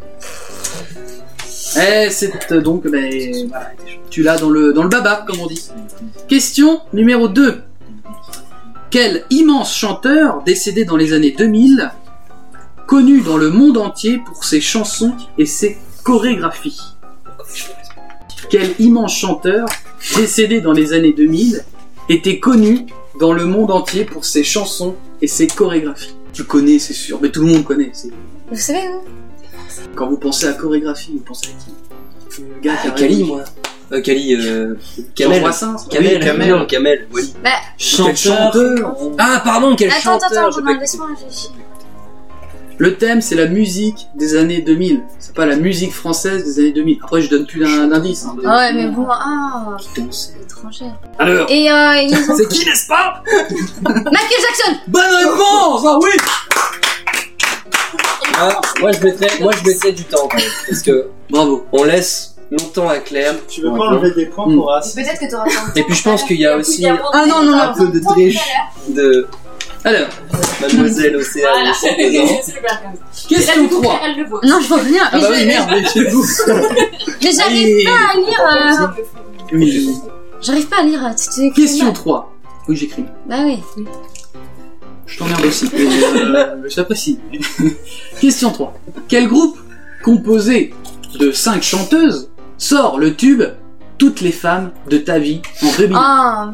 Eh, c'est euh, donc, ben, voilà, tu l'as dans le, dans le baba, comme on dit. Question numéro deux. Quel immense chanteur décédé dans les années deux mille, connu dans le monde entier pour ses chansons et ses chorégraphies? Quel immense chanteur décédé dans les années deux mille était connu dans le monde entier pour ses chansons et ses chorégraphies? Tu connais, c'est sûr, mais tout le monde connaît. C'est... Vous savez, vous Quand vous pensez à chorégraphie, vous pensez à qui? Le gars qui Ah, a Kali, réalisé- moi. Euh, Kali, euh... Jean Kamel. Brassens. Kamel, Oui, Kamel. non, Kamel, oui. Bah, Quel chanteur. Ah, pardon, quel attends, chanteur attends, j'ai attends, pas non, laisse-moi réfléchir. Le thème, c'est la musique des années deux mille. C'est pas la musique française des années deux mille. Après, je donne plus d'un d'indice. Hein. Ah ouais, mais bon, ah, écouté. étranger. Alors, Et euh, ils ont... c'est qui, n'est-ce pas? Michael Jackson. Bonne réponse. Ah oui. Ah, moi je mettrais, moi je mettrais du temps quand même, parce que Bravo. on laisse longtemps à Claire. Tu veux pas enlever des points pour As? Peut-être que t'auras pas. Et puis je pense qu'il y a aussi Ah non, non, un peu de triche de Alors, Mademoiselle Océane. Voilà, de sept ans. c'est super comme ça. question trois. Elle le voit. Non, je vois rien. Ah bah oui, merde, mais c'est vous. Mais j'arrive Allez. pas à lire. Euh... Oui. J'arrive pas à lire. Tu t'es écrit Question mal. trois. Oui, j'écris. Bah oui. Je t'emmerde aussi. Mais, euh, j'apprécie. Question trois. Quel groupe composé de cinq chanteuses sort le tube Toutes les femmes de ta vie en deux mille? Ah.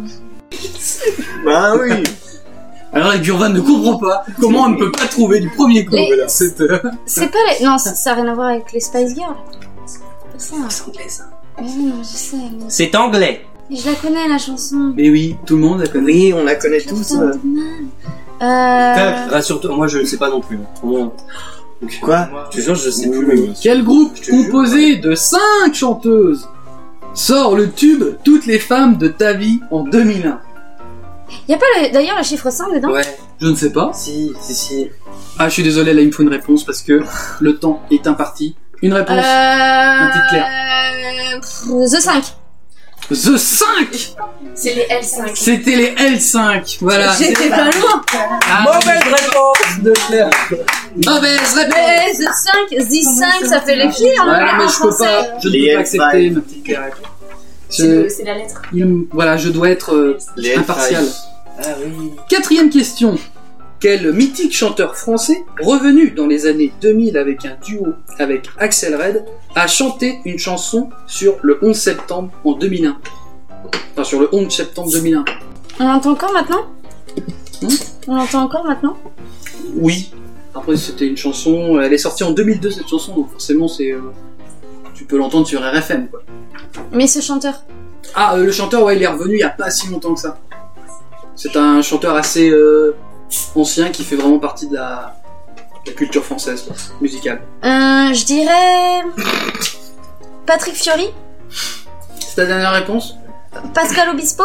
Bah oui. Alors la Gurvan ne comprend pas comment on ne peut pas trouver du premier coup. Les- Voilà, cette, euh, C'est pas les... Non, ça ça a rien à voir avec les Spice Girls. C'est ça. C'est anglais ça. Mais oui, je sais. Mais... C'est anglais. mais je la connais, la chanson. Mais oui, tout le monde la connaît. Oui, on la connaît tous. Putain, euh. de mal. Euh... Rassure-toi, moi je le sais pas non plus. Vraiment. Quoi? Je te jure, je sais plus. Quel groupe Je te jure. composé de cinq chanteuses sort le tube Toutes les femmes de ta vie en deux mille un? Y a pas le... d'ailleurs le chiffre cinq dedans? Ouais, Je ne sais pas. si, si, si. Ah, je suis désolé, là il me faut une réponse parce que le temps est imparti. Une réponse. Euh... petite Claire. euh, pff, The cinq. The cinq. C'est les L cinq. C'était les L cinq. Voilà. J'étais pas loin. Ah, Mauvaise réponse de Claire. Mauvaise réponse. Mais The cinq, The cinq, ça fait les filles en Voilà, mais en je peux français. pas, je ne Les peux pas L accepter cinq. ma petite Claire. C'est le- Je, c'est la lettre. il- voilà, je dois être euh, Les impartial. Ah oui. Quatrième question. Quel mythique chanteur français, revenu dans les années deux mille avec un duo avec Axel Red, a chanté une chanson sur le onze septembre en deux mille un? Enfin, sur le onze septembre deux mille un. On l'entend encore maintenant? Hmm On l'entend encore maintenant? Oui. Après, c'était une chanson, elle est sortie en deux mille deux cette chanson, donc forcément, c'est. euh, tu peux l'entendre sur R F M, quoi. Mais ce chanteur. Ah, euh, le chanteur, ouais, il est revenu il y a pas si longtemps que ça. C'est un chanteur assez euh, ancien qui fait vraiment partie de la, de la culture française, quoi, musicale. Euh, je dirais... Patrick Fiori? C'est ta dernière réponse? Pascal Obispo?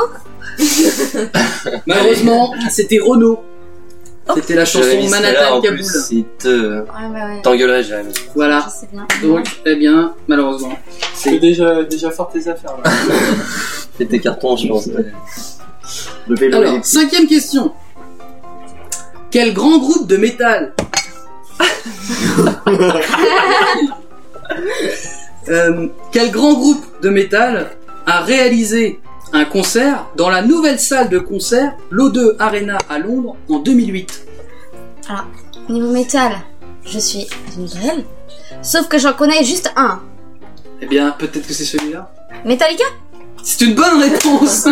Malheureusement, c'était Renaud. C'était la J'avais chanson mis celle-là, Manhattan en Kaboul. plus, il te... Ouais, ouais, ouais. T'engueulerais, Jérémy. Voilà. Je sais bien. Donc, eh bien, malheureusement, C'est c'est. déjà, déjà fort tes affaires là. Fais tes cartons, je pense. Le vélo Alors, électrique. cinquième question. Quel grand groupe de métal Euh, Quel grand groupe de métal a réalisé un concert dans la nouvelle salle de concert l'O deux Arena à Londres en deux mille huit? Niveau métal, je suis une grêle. Sauf que j'en connais juste un. Eh bien, peut-être que c'est celui-là. Metallica? C'est une bonne réponse.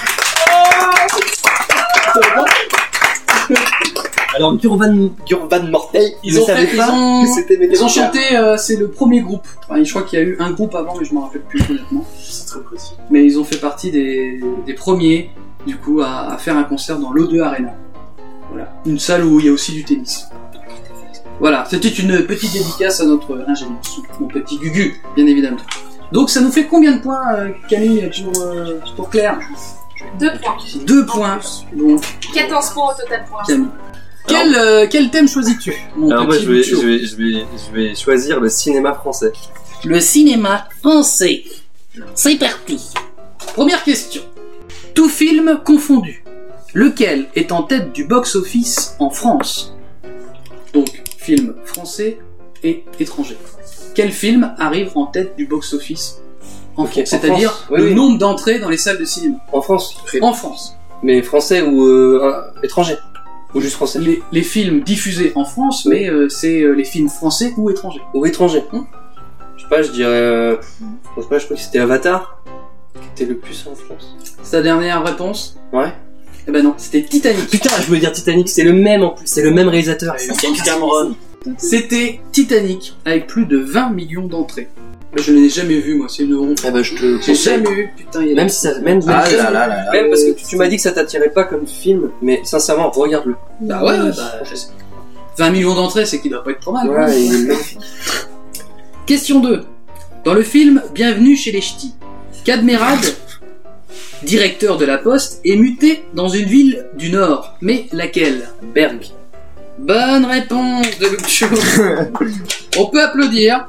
Alors, Gurvan, Gurvan Mortel, Ils ont fait, ils ont, c'était ils ont chanté. euh, c'est le premier groupe. Enfin, je crois qu'il y a eu un groupe avant, mais je m'en rappelle plus honnêtement. C'est très précis. Mais ils ont fait partie des, des premiers, du coup, à, à faire un concert dans l'O deux Arena. Voilà, une salle où il y a aussi du tennis. Voilà, c'était une petite dédicace à notre ingénieur, mon petit Gugu, bien évidemment. Donc ça nous fait combien de points, euh, Camille, pour, euh, pour Claire? Deux points. Deux points, donc quatorze points au total pour l'instant. Camille. Quel, euh, quel thème choisis-tu, mon Alors moi petit je vais, Lucio? je, vais, je, vais, je vais choisir le cinéma français. Le cinéma français. C'est parti. Première question. Tout film confondu. Lequel est en tête du box-office en France? Donc, film français et étranger. Quel film arrive en tête du box-office en Ok, France? en C'est-à-dire France, oui, le oui. nombre d'entrées dans les salles de cinéma. En France. En France. Mais français ou euh, étranger? Ou juste français? Les, les films diffusés en France, mais euh, c'est euh, les films français ou étrangers. Ou étranger? Hmm. Je sais pas, je dirais... Euh, je sais pas, je crois que c'était Avatar qui était le plus en France. C'est ta dernière réponse? Ouais. Eh ben non, c'était Titanic. Putain, je voulais dire Titanic, c'est le même en plus, c'est le même réalisateur. James Cameron. C'était Titanic avec plus de vingt millions d'entrées. Je l'ai jamais vu moi, c'est une honte. Eh ben je te J'ai conseille. jamais eu, putain, il y a Même si ça, même, Ah même, là là là là. même parce que tu, tu m'as dit que ça t'attirait pas comme film, mais sincèrement, regarde-le. Bah ouais, ouais, bah, je sais. vingt millions d'entrées, c'est qu'il doit pas être trop mal. quoi. Ouais, il est magnifique. Question deux. Dans le film Bienvenue chez les Ch'tis, Cadmerade, directeur de la poste, est muté dans une ville du Nord. Mais laquelle? Berg. Bonne réponse de Lucho. On peut applaudir.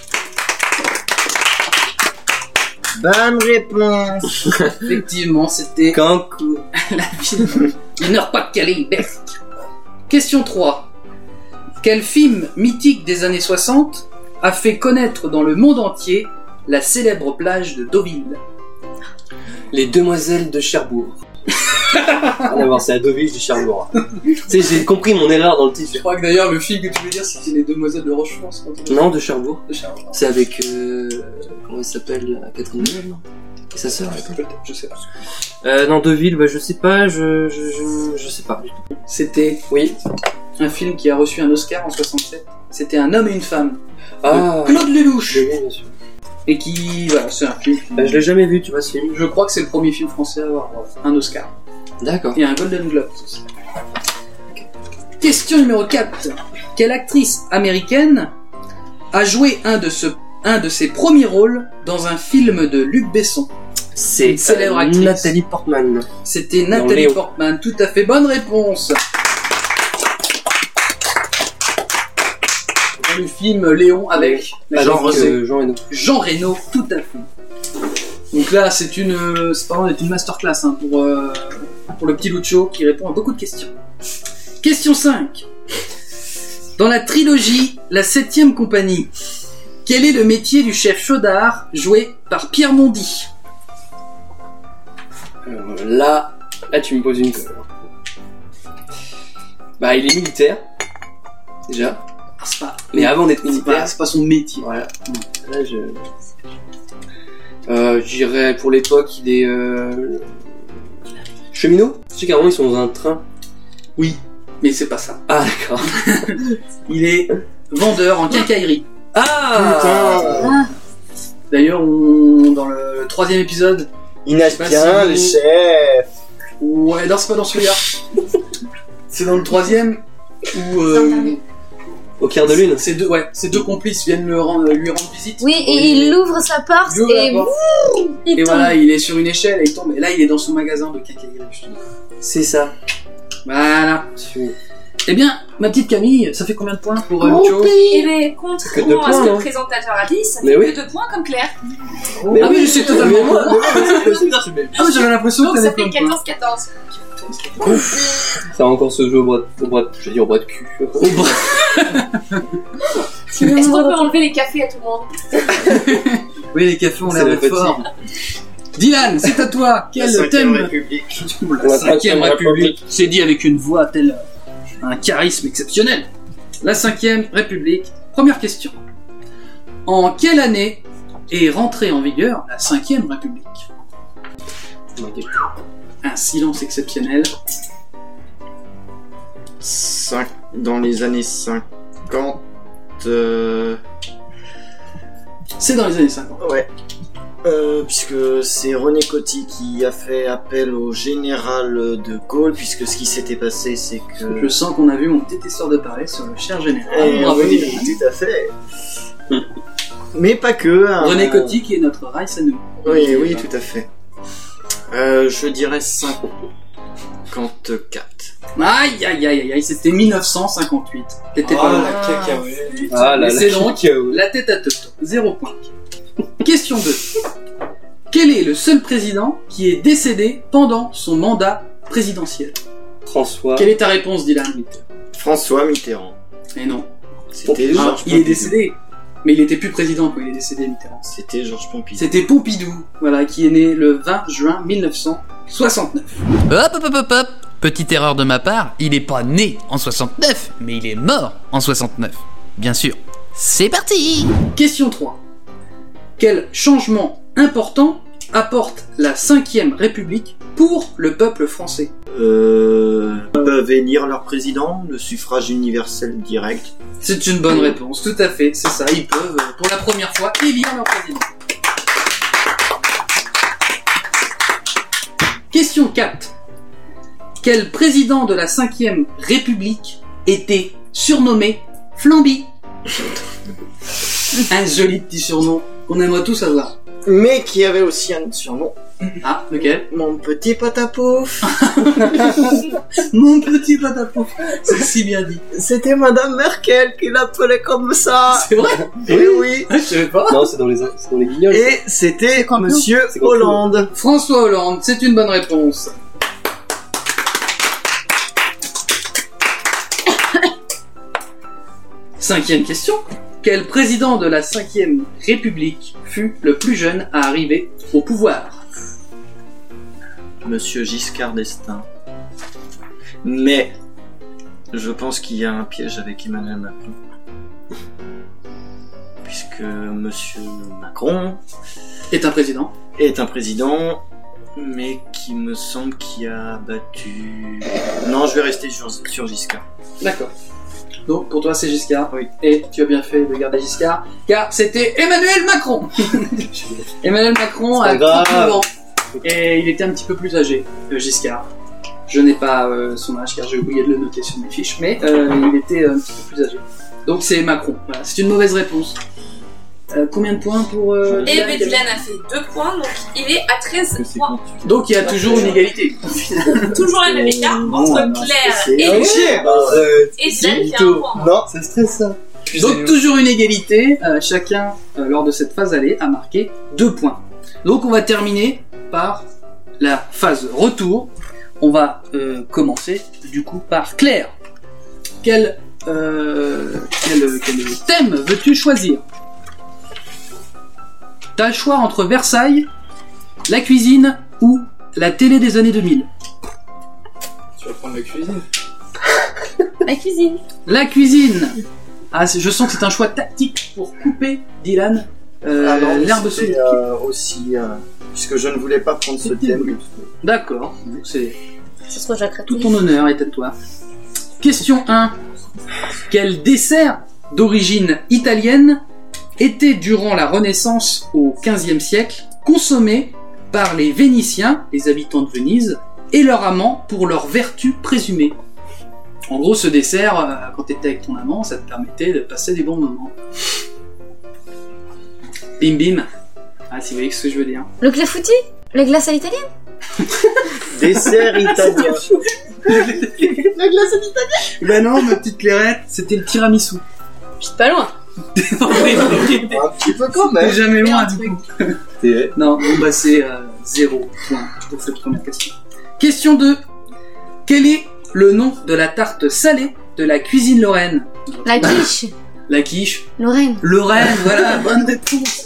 Bonne réponse. Effectivement, c'était Cancun. la ville du Nord-Pas-de-Calais, Berck. Question trois. Quel film mythique des années soixante a fait connaître dans le monde entier la célèbre plage de Deauville? Les Demoiselles de Cherbourg. Rien à voir, c'est à Deauville de Cherbourg. Tu sais, j'ai compris mon erreur dans le Je titre. crois que d'ailleurs le film que tu veux dire c'était Les Demoiselles de Rochefort. c'est pas tout. Non, de Cherbourg. De Cherbourg. C'est avec euh, comment elle s'appelle, Catherine Deneuve, non et sa sœur. Peut-être, je sais pas. Euh, non, Deauville, bah je sais pas, je je je, je sais pas. C'était Oui. un film qui a reçu un Oscar en soixante-sept. C'était Un homme et une femme. Ah. de Claude Lelouch. Je l'ai vu, bien sûr. Et qui, voilà, c'est un film. qui- Bah, je l'ai jamais vu, tu vois, ce film. Je crois que c'est le premier film français à avoir euh, un Oscar. D'accord. Et un Golden Globe aussi. Question numéro quatre. Quelle actrice américaine a joué un de, ce, un de ses premiers rôles dans un film de Luc Besson? C'est Une célèbre euh, actrice. Nathalie Portman. C'était Dans Nathalie Léon. Portman. Tout à fait bonne réponse. Dans le film Léon avec Jean Jean Reno. euh, Jean Reno. Jean Reno, tout à fait. Donc là, c'est une, euh, c'est pas une masterclass hein, pour, euh, pour le petit Lucho qui répond à beaucoup de questions. Question cinq. Dans la trilogie La septième compagnie, quel est le métier du chef Chaudard joué par Pierre Mondy? Alors, là, là, tu me poses une colle. Bah, il est militaire. Déjà. Ah, c'est pas, Mais avant d'être c'est pas, militaire. c'est pas son métier. Voilà. Là, je. Euh, je dirais pour l'époque, il est. Euh... cheminot. Tu sais qu'avant, ils sont dans un train. Oui, mais c'est pas ça. Ah, d'accord. Il est vendeur en quincaillerie. Ah D'ailleurs, on, dans le troisième épisode, Inès pas bien, si- le chef. ouais, non, c'est pas dans celui-là. C'est dans le troisième où Dans le euh, dernier. Au clair de lune. ces deux, ouais, ces deux complices viennent le rendre- lui rendre visite. Oui, et il ouvre sa porte Il ouvre la et porte. wouh, il Et tombe. voilà, il est sur une échelle et il tombe. Et là, il est dans son magasin de quincaillerie. justement. C'est ça. Voilà. Tu- Eh bien, ma petite Camille, ça fait combien de points pour euh, Lucho? Et bien, Que contrairement deux à ce points, que non le présentateur a dit, ça Mais fait oui. que deux points comme Claire. Ah oui, je sais totalement. Mais moi, Ah, mais moi, c'est ça, je mets- mais j'avais l'impression Donc que ça t'avais fait plein de points. quatorze quatorze. Ça va encore se jouer au bras de, au bras de, j'ai dit au bras de cul. Au bras. Est-ce qu'on peut enlever les cafés à tout le monde? Oui, les cafés ont C'est l'air la d'être forts. Dylan, c'est à toi. Quel La thème? cinquième République. La La cinquième cinquième République. C'est dit avec une voix telle un charisme exceptionnel. La cinquième République. Première question. En quelle année est rentrée en vigueur la cinquième République? Un silence exceptionnel. Cinq- Dans les années cinquante. euh, C'est dans les années cinquante. Ouais. Euh, puisque c'est René Coty qui a fait appel au général de Gaulle, puisque ce qui s'était passé, c'est que... Je sens qu'on a vu mon détesteur de parler sur le cher général. Eh Bravo, oui, Dylan. tout à fait. Mais pas que. hein. René Coty qui est notre Rice à nous. Oui, oui, tout à fait. Euh, je dirais cinquante-quatre. Aïe aïe aïe aïe aïe, c'était mille neuf cent cinquante-huit. T'étais pas Ah, loin. la cacahuète. Ah là Mais là. c'est donc Cacao. la tête à Toto. Zéro point. Question deux. Quel est le seul président qui est décédé pendant son mandat présidentiel? François. Quelle est ta réponse, Dylan? François Mitterrand. Eh non. C'était Ah, Georges il est Pompidou. décédé. Mais il était plus président quand il est décédé, Mitterrand. C'était Georges Pompidou. C'était Pompidou, voilà, qui est né le vingt juin mille neuf cent soixante-neuf. Hop hop hop hop hop. Petite erreur de ma part, il est pas né en soixante-neuf, mais il est mort en soixante-neuf. Bien sûr. C'est parti. Question trois. Quel changement important apporte la cinquième République pour le peuple français? Euh, ils peuvent élire leur président, le suffrage universel direct. C'est une bonne réponse, tout à fait, c'est ça, ils peuvent, euh, pour la première fois, élire leur président. Question quatre. Quel président de la cinquième République était surnommé Flamby? Un joli petit surnom qu'on aimerait tous avoir. Mais qui avait aussi un surnom. Ah, lequel? Mon petit patapouf. Mon petit patapouf. C'est si bien dit. C'était Madame Merkel qui l'appelait comme ça. C'est vrai? Eh oui. Je sais pas. Non, c'est dans les, c'est dans les guignols. Et c'était Monsieur C'est quand Hollande. François Hollande, c'est une bonne réponse. Cinquième question. Quel président de la cinquième République fut le plus jeune à arriver au pouvoir? Monsieur Giscard d'Estaing. Mais je pense qu'il y a un piège avec Emmanuel Macron. Puisque Monsieur Macron Est un président. est un président, mais qui me semble qu'il a battu... Non, je vais rester sur, sur Giscard. D'accord. Donc pour toi c'est Giscard. Oui. Et tu as bien fait de garder Giscard, car c'était Emmanuel Macron. Emmanuel Macron C'est a pas grave. trente-neuf ans. Et il était un petit peu plus âgé que Giscard. Je n'ai pas euh, son âge car j'ai oublié de le noter sur mes fiches, mais euh, il était un petit peu plus âgé. Donc c'est Macron. Voilà, c'est une mauvaise réponse. Euh, combien de points pour euh, Et Dylan ben, Dylan a fait deux points, donc il est à treize points. Donc il y a toujours une égalité. Toujours le même écart entre Claire c'est et un Dylan. chier. Et Dylan qui a un point. Non, c'est stressant. Donc toujours une égalité. Euh, chacun euh, lors de cette phase aller a marqué deux points. Donc on va terminer par la phase retour. On va euh, commencer du coup par Claire. Quel, euh, quel, quel thème veux-tu choisir? T'as le choix entre Versailles, la cuisine ou la télé des années deux mille. Tu vas prendre la cuisine. La cuisine. La cuisine. Ah, c'est- je sens que c'est un choix tactique pour couper Dylan euh, Ah non, mais l'herbe sous c'était le pied. euh, aussi... euh, puisque je ne voulais pas prendre ce thème. D'accord, donc c'est Ça se rejette tout ton honneur est à toi. Question un. Quel dessert d'origine italienne était durant la Renaissance au quinzième siècle consommé par les Vénitiens, les habitants de Venise, et leurs amants pour leur vertu présumée? En gros, ce dessert, euh, quand t'étais avec ton amant, ça te permettait de passer des bons moments. Bim bim. Ah, si vous voyez ce que je veux dire. Le clafoutis? La glace à l'italienne? Dessert italien. Ben non, ma petite Clairette, c'était le tiramisu. Je suis pas loin. Un petit peu quand T'es même. jamais loin du coup. T'es- Non, bon bah c'est euh, zéro point pour cette première question. Question deux. Quel est le nom de la tarte salée de la cuisine lorraine? La quiche. La quiche. Lorraine. Lorraine, voilà, bonne réponse.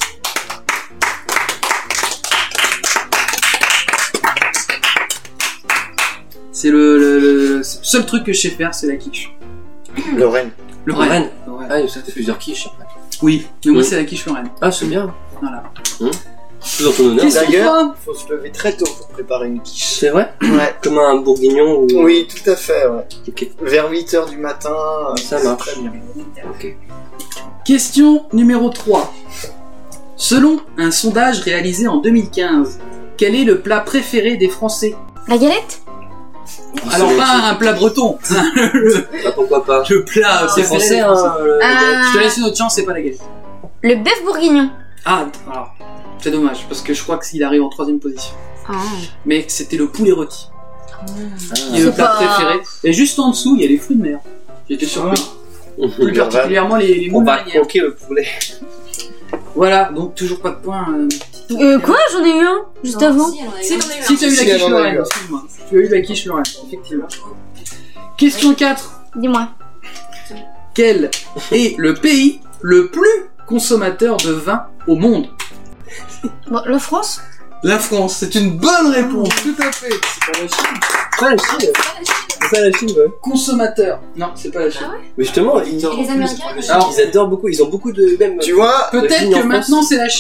C'est le, le, le seul truc que je sais faire, c'est la quiche. Lorraine. Lorraine. Lorraine. Ah, ça fait plusieurs quiches après. Oui, mais moi Oui. c'est la quiche lorraine. Ah, c'est bien. Voilà. Tout dans ton honneur. Question D'ailleurs, trois. il faut se lever très tôt pour préparer une quiche. C'est vrai? Ouais. Comme un bourguignon ou... Oui, tout à fait, ouais. Ok. Vers huit heures du matin, euh, Ça c'est marche. très bien. Ok. Question numéro trois. Selon un sondage réalisé en deux mille quinze, quel est le plat préféré des Français? La galette? Alors pas un plat breton, le, Bah, pourquoi pas? le plat C'est préféré français, des hein. Français. le- Ah. Je te laisse une autre chance, c'est pas la galette. Le bœuf bourguignon. Ah, alors, c'est dommage, parce que je crois qu'il arrive en troisième position. Ah. Mais c'était le poulet rôti, Ah. qui est le C'est plat pas- préféré. Et juste en dessous, il y a les fruits de mer. J'étais surpris. Plus Le particulièrement les, les On moules va marinières. croquer le poulet. Voilà, donc toujours pas de points. euh, Euh, quoi? J'en ai eu un juste avant. Si, on a eu Si tu as eu la Si, quiche elle en a Lorraine, eu un. excuse-moi. Tu as eu la quiche Lorraine, effectivement. Question quatre. Dis-moi. Quel est le pays le plus consommateur de vin au monde? Bon, la France? La France, c'est une bonne réponse, tout à fait. C'est pas la Chine. Pas la Chine. C'est pas la Chine, ouais. Consommateur. Non, c'est pas la Chine. Mais justement, ils, Et les Américains? Alors, ils adorent beaucoup, ils ont beaucoup de même. Tu vois, peut-être vignes en que France. maintenant c'est la Chine,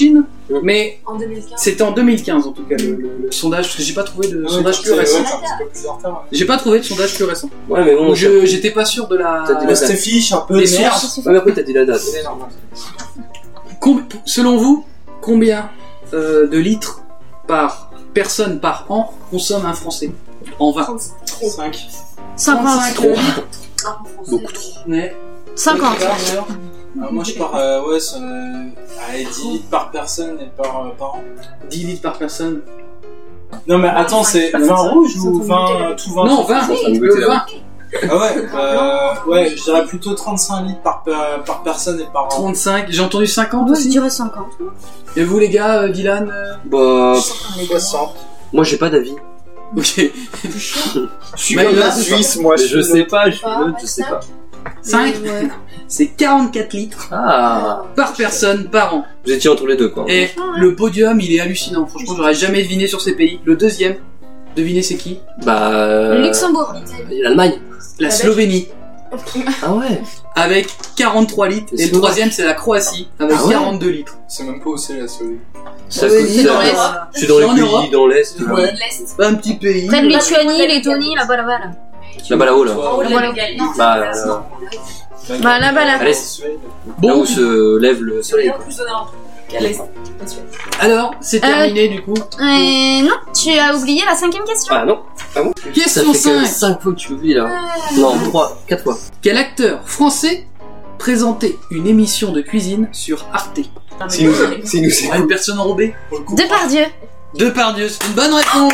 Mais En deux mille quinze. c'était en deux mille quinze en tout cas le, le- le sondage, parce que j'ai pas trouvé de Ouais, sondage c'est- plus récent. ouais, c'est un petit peu plus en retard. ouais. J'ai pas trouvé de sondage plus récent. Ouais, mais bon, Donc je j'étais pas sûr de la. T'as dit Ouais, la C'était fiche, un peu Les de merdes. source. Ouais, mais après, t'as dit la date. C'est normal. Com- Selon vous, combien euh, de litres par personne par an consomme un Français en vin? cinq. cinquante. litres. Beaucoup trop. Ouais. cinquante. Alors moi je pars euh, ouais, sur, euh, allez, dix litres par personne et par, euh, par an. dix litres par personne. Non mais attends, c'est vin rouge ou vin tout vin Non, vingt. Je suis en train de Le goûter, là. vin. Ah ouais, euh, ouais, je dirais plutôt trente-cinq litres par, per- par personne et par an. trente-cinq. J'ai entendu cinquante Moi, je aussi. dirais cinquante. Et vous les gars, euh, Dylan euh, Bah, soixante. moi, j'ai pas d'avis. Ok. Je suis Maïla, comme la Suisse, moi. Je sais pas, je suis Pas, neutre, je sais pas. cinq. Ouais. C'est quarante-quatre litres Ah, par personne par an. vous étiez entre les deux, quoi. Et le podium, il est hallucinant. Franchement, j'aurais jamais deviné sur ces pays. Le deuxième, devinez c'est qui? Bah, euh, Luxembourg. l'Allemagne. La Slovénie, Ah ouais. avec quarante-trois litres. Et le Slovaque. troisième, c'est la Croatie, avec Ah ouais quarante-deux litres. C'est même pas où c'est la Slovénie. Ça Slovénie, coûte, dans euh, l'Est. C'est dans les En Europe. pays, dans l'Est. là. Ouais. L'Est. Un petit pays. Près de Lituanie, Lettonie, là-bas, là-bas, là. Là-bas, là-haut, là. En haut de Voilà. la Bulgarie. Bah, là. Bah, là-bas, là. Allez. Suède. Là Bon, où se lève le soleil, quoi. plus au nord qu'à l'Est. la Suède. alors, c'est Euh, terminé du coup. Euh, non, tu as oublié la cinquième question. Ah non. Ah bon? Question Ça fait que cinq. cinq fois que tu oublies, là. Non, trois, quatre fois. Quel acteur français présentait une émission de cuisine sur Arte? Si nous, si nous, Ah, une personne enrobée? Depardieu. Depardieu, c'est une bonne réponse.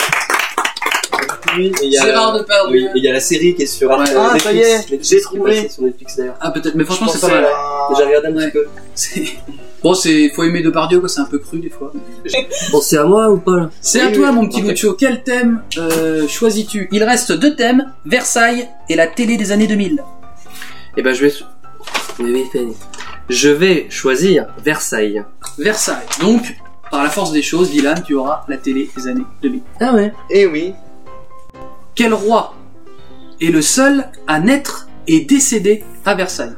Oui, et il y a- Gérard Depardieu. Oui, et il y a la série qui est sur Arte- Ouais. euh, Ah, Netflix. ça y est, Netflix j'ai qui est trouvé. passée sur Netflix d'ailleurs. Ah peut-être, mais franchement Je c'est pas pensais mal. à- J'ai regardé un petit Ouais. peu. C'est- Bon, c'est faut aimer Depardieu quoi, c'est un peu cru des fois. Bon, c'est à moi ou pas, là? C'est Oui, à toi oui. mon petit Ok. Lucio, quel thème euh, choisis-tu? Il reste deux thèmes, Versailles et la télé des années deux mille. Eh ben, je vais. Oui, oui, Fanny. Je vais choisir Versailles. Versailles. Donc, par la force des choses, Dylan, tu auras la télé des années deux mille. Ah ouais. Eh oui. Quel roi est le seul à naître et décéder à Versailles?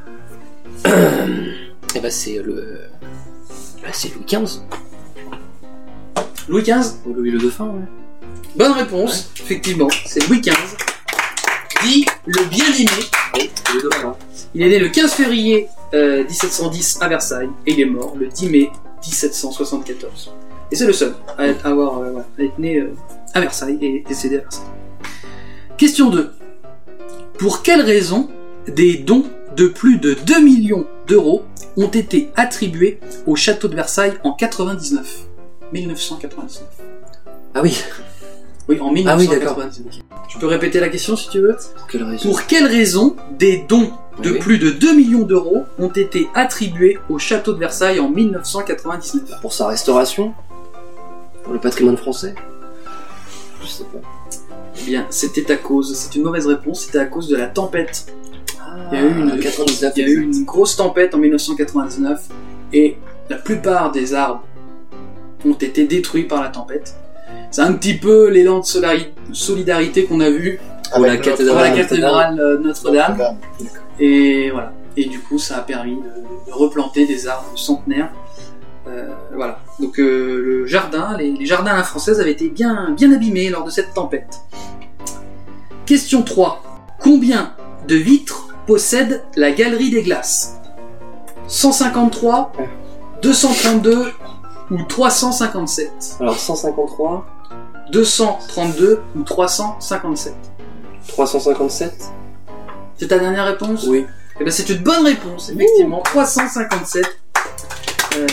Eh ben, c'est le. Bah, c'est Louis quinze. Louis quinze? Ou Louis le Dauphin, ouais. Bonne réponse, effectivement, c'est Louis quinze. Dit le bien-aimé. Oui, Louis le Dauphin. Il est né le quinze février euh, dix-sept cent dix à Versailles et il est mort le dix mai dix-sept cent soixante-quatorze. Et c'est le seul à être, à avoir, euh, ouais, à être né euh, à Versailles et décédé à Versailles. Question deux. Pour quelle raison des dons de plus de deux millions d'euros ont été attribués au château de Versailles en quatre-vingt-dix-neuf mille neuf cent quatre-vingt-dix-neuf. Ah oui. Oui, en Ah oui, mille neuf cent quatre-vingt-dix-neuf. Tu peux répéter la question si tu veux? Pour quelle raison? Pour quelle raison des dons de Oui. plus de deux millions d'euros ont été attribués au château de Versailles en mille neuf cent quatre-vingt-dix-neuf? Pour sa restauration? Pour le patrimoine français? Je sais pas. Eh bien, c'était à cause, c'est une mauvaise réponse, c'était à cause de la tempête. Ah, Il y a eu une- quatre-vingt-dix-neuf. Il y a eu une grosse tempête en mille neuf cent quatre-vingt-dix-neuf et la plupart des arbres ont été détruits par la tempête. C'est un petit peu l'élan de solari- solidarité qu'on a vu Pour la Avec pour cathédrale. la Notre-Dame. cathédrale euh, Notre-Dame. Notre-Dame. Et voilà. Et du coup, ça a permis de, de replanter des arbres centenaires. Euh, voilà. Donc euh, le jardin, les, les jardins à la française avaient été bien, bien abîmés lors de cette tempête. Question trois. Combien de vitres possède la galerie des glaces? cent cinquante-trois, deux cent trente-deux ou trois cent cinquante-sept? Alors, cent cinquante-trois, deux cent trente-deux ou trois cent cinquante-sept? trois cent cinquante-sept? C'est ta dernière réponse? Oui. Eh ben, c'est une bonne réponse, effectivement. trois cent cinquante-sept. Euh...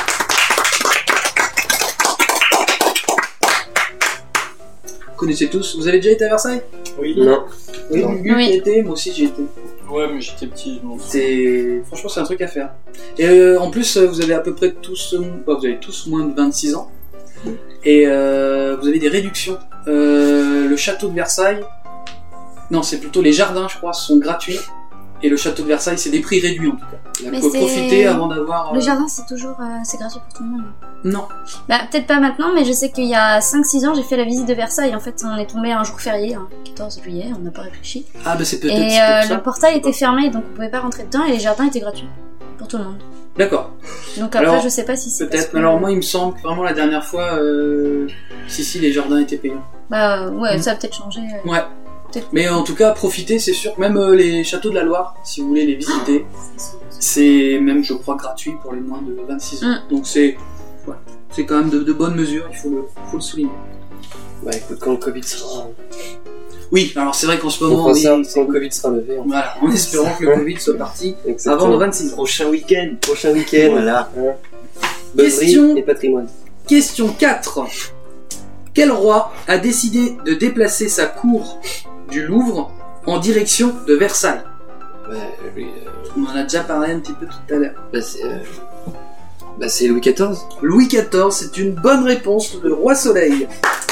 Vous connaissez tous. Vous avez déjà été à Versailles? Oui. Non. Oui. Non. Gugu Oui. y était, moi aussi j'y étais. Ouais, mais j'étais petit, je m'en souviens. C'est... Franchement, c'est un truc à faire. Et euh, en plus, euh, vous avez à peu près tous... euh, bah, vous avez tous moins de vingt-six ans. Et euh, vous avez des réductions. Euh, le château de Versailles... Non, c'est plutôt les jardins, je crois, sont gratuits. Et le château de Versailles, c'est des prix réduits en tout cas. Il Mais faut c'est- profiter avant d'avoir... euh, Le jardin, c'est toujours euh, c'est gratuit pour tout le monde. Non. Bah, peut-être pas maintenant, mais je sais qu'il y a cinq six ans, j'ai fait la visite de Versailles. En fait, on est tombé un jour férié, hein, quatorze juillet, on n'a pas réfléchi. Ah bah c'est peut-être Et c'est euh, pour ça. le portail était fermé, donc on pouvait pas rentrer dedans, et les jardins étaient gratuits pour tout le monde. D'accord. Donc après, Alors, je sais pas si c'est. Peut-être. parce que- Alors moi, il me semble que vraiment la dernière fois, euh... si si, les jardins étaient payants. Bah ouais, Mm. ça a peut-être changé. euh. Ouais. Mais en tout cas, profitez, c'est sûr. Même euh, les châteaux de la Loire, si vous voulez les visiter, c'est même, je crois, gratuit pour les moins de vingt-six ans. Mm. Donc c'est, ouais, c'est quand même de, de bonnes mesures. Il faut le, faut le souligner. Bah écoute, quand le Covid sera... Oui. Alors c'est vrai qu'en ce On moment, fera oui, ça c'est- quand le Covid sera levé. on- voilà, en espérant que le Covid soit parti Exactement. avant le vingt-six ans. Prochain week-end. Prochain week-end. Voilà. Buzzerie Question. et patrimoine. Question quatre. Quel roi a décidé de déplacer sa cour du Louvre en direction de Versailles? Bah, lui, euh, On en a déjà parlé un petit peu tout à l'heure. bah, c'est, euh, bah, c'est Louis quatorze. Louis quatorze, c'est une bonne réponse, le roi Soleil.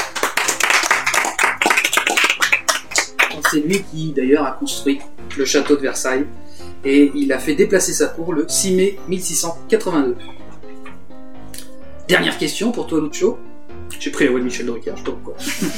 C'est lui qui d'ailleurs a construit le château de Versailles et il a fait déplacer sa cour le six mai mille six cent quatre-vingt-deux. Dernière question pour toi, Lucho. J'ai pris la voix de Michel Drucker, je sais pas pourquoi.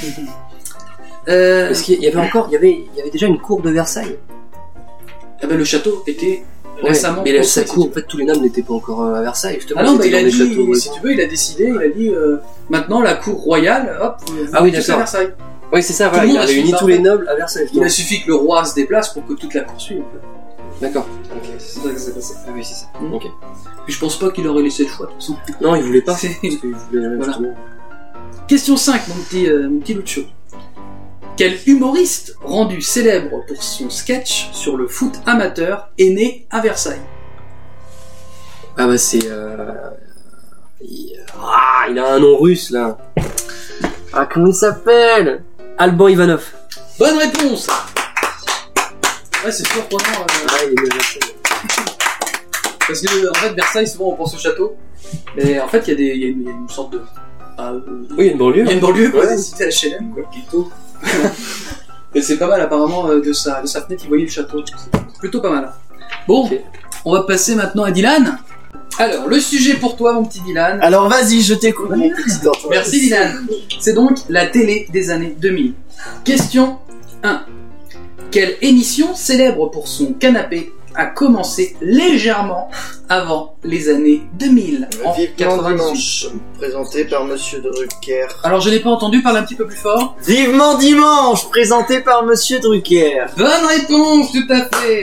euh, Parce qu'il y avait encore, il y avait, il y avait déjà une cour de Versailles. ah ben, le château était Ouais, récemment mais la, construit, sa si cour, tu en fait, tous les nobles n'étaient pas encore euh, à Versailles, justement. Ah non, bah, c'était il a dans des dit, châteaux, ouais. si tu veux, il a décidé, il a dit, euh, maintenant la cour royale, hop, vous Ah oui, tous à d'accord. Versailles. Oui, c'est ça, Tout voilà, le il monde a a réuni suivi tous ça, les nobles à Versailles, Il justement. a suffi que le roi se déplace pour que toute la cour suive. En fait. D'accord. Ok, c'est C'est ça. ça que ça s'est passé. Ah oui, c'est ça. Mm. Ok. Puis je pense pas qu'il aurait laissé le choix, de toute façon. Non, il voulait pas. C'est- Parce qu'il voulait Voilà. justement. Question cinq, mon petit, euh, mon petit Lucho. Quel humoriste rendu célèbre pour son sketch sur le foot amateur est né à Versailles? Ah bah c'est... Euh... il- Ah, il a un nom russe, là. Ah, comment il s'appelle? Alban Ivanov. Bonne réponse. Ouais, c'est surprenant. euh, Ah, il est né à Versailles. Parce que, en fait, Versailles, souvent, on pense au château. Mais en fait, il y, a des- il y, a une- il y a une sorte de... ah, euh, Oui, il y a une banlieue. il y a une banlieue, quoi, Ouais. des cités H L M, quoi, plutôt. Et c'est pas mal, apparemment, euh, de sa, de sa fenêtre, il voyait le château. C'est plutôt pas mal. Bon, Ok. on va passer maintenant à Dylan. Alors, le sujet pour toi, mon petit Dylan. Alors vas-y, je t'écoute, mon petit Antoine. Merci Dylan. C'est donc la télé des années deux mille. Question un. Quelle émission célèbre pour son canapé a commencé légèrement avant les années deux mille, en Vivement quatre-vingt-dix-huit? dimanche, présenté par Monsieur Drucker. Alors je n'ai pas entendu, parle un petit peu plus fort. Vivement dimanche, présenté par Monsieur Drucker. Bonne réponse, tout à fait.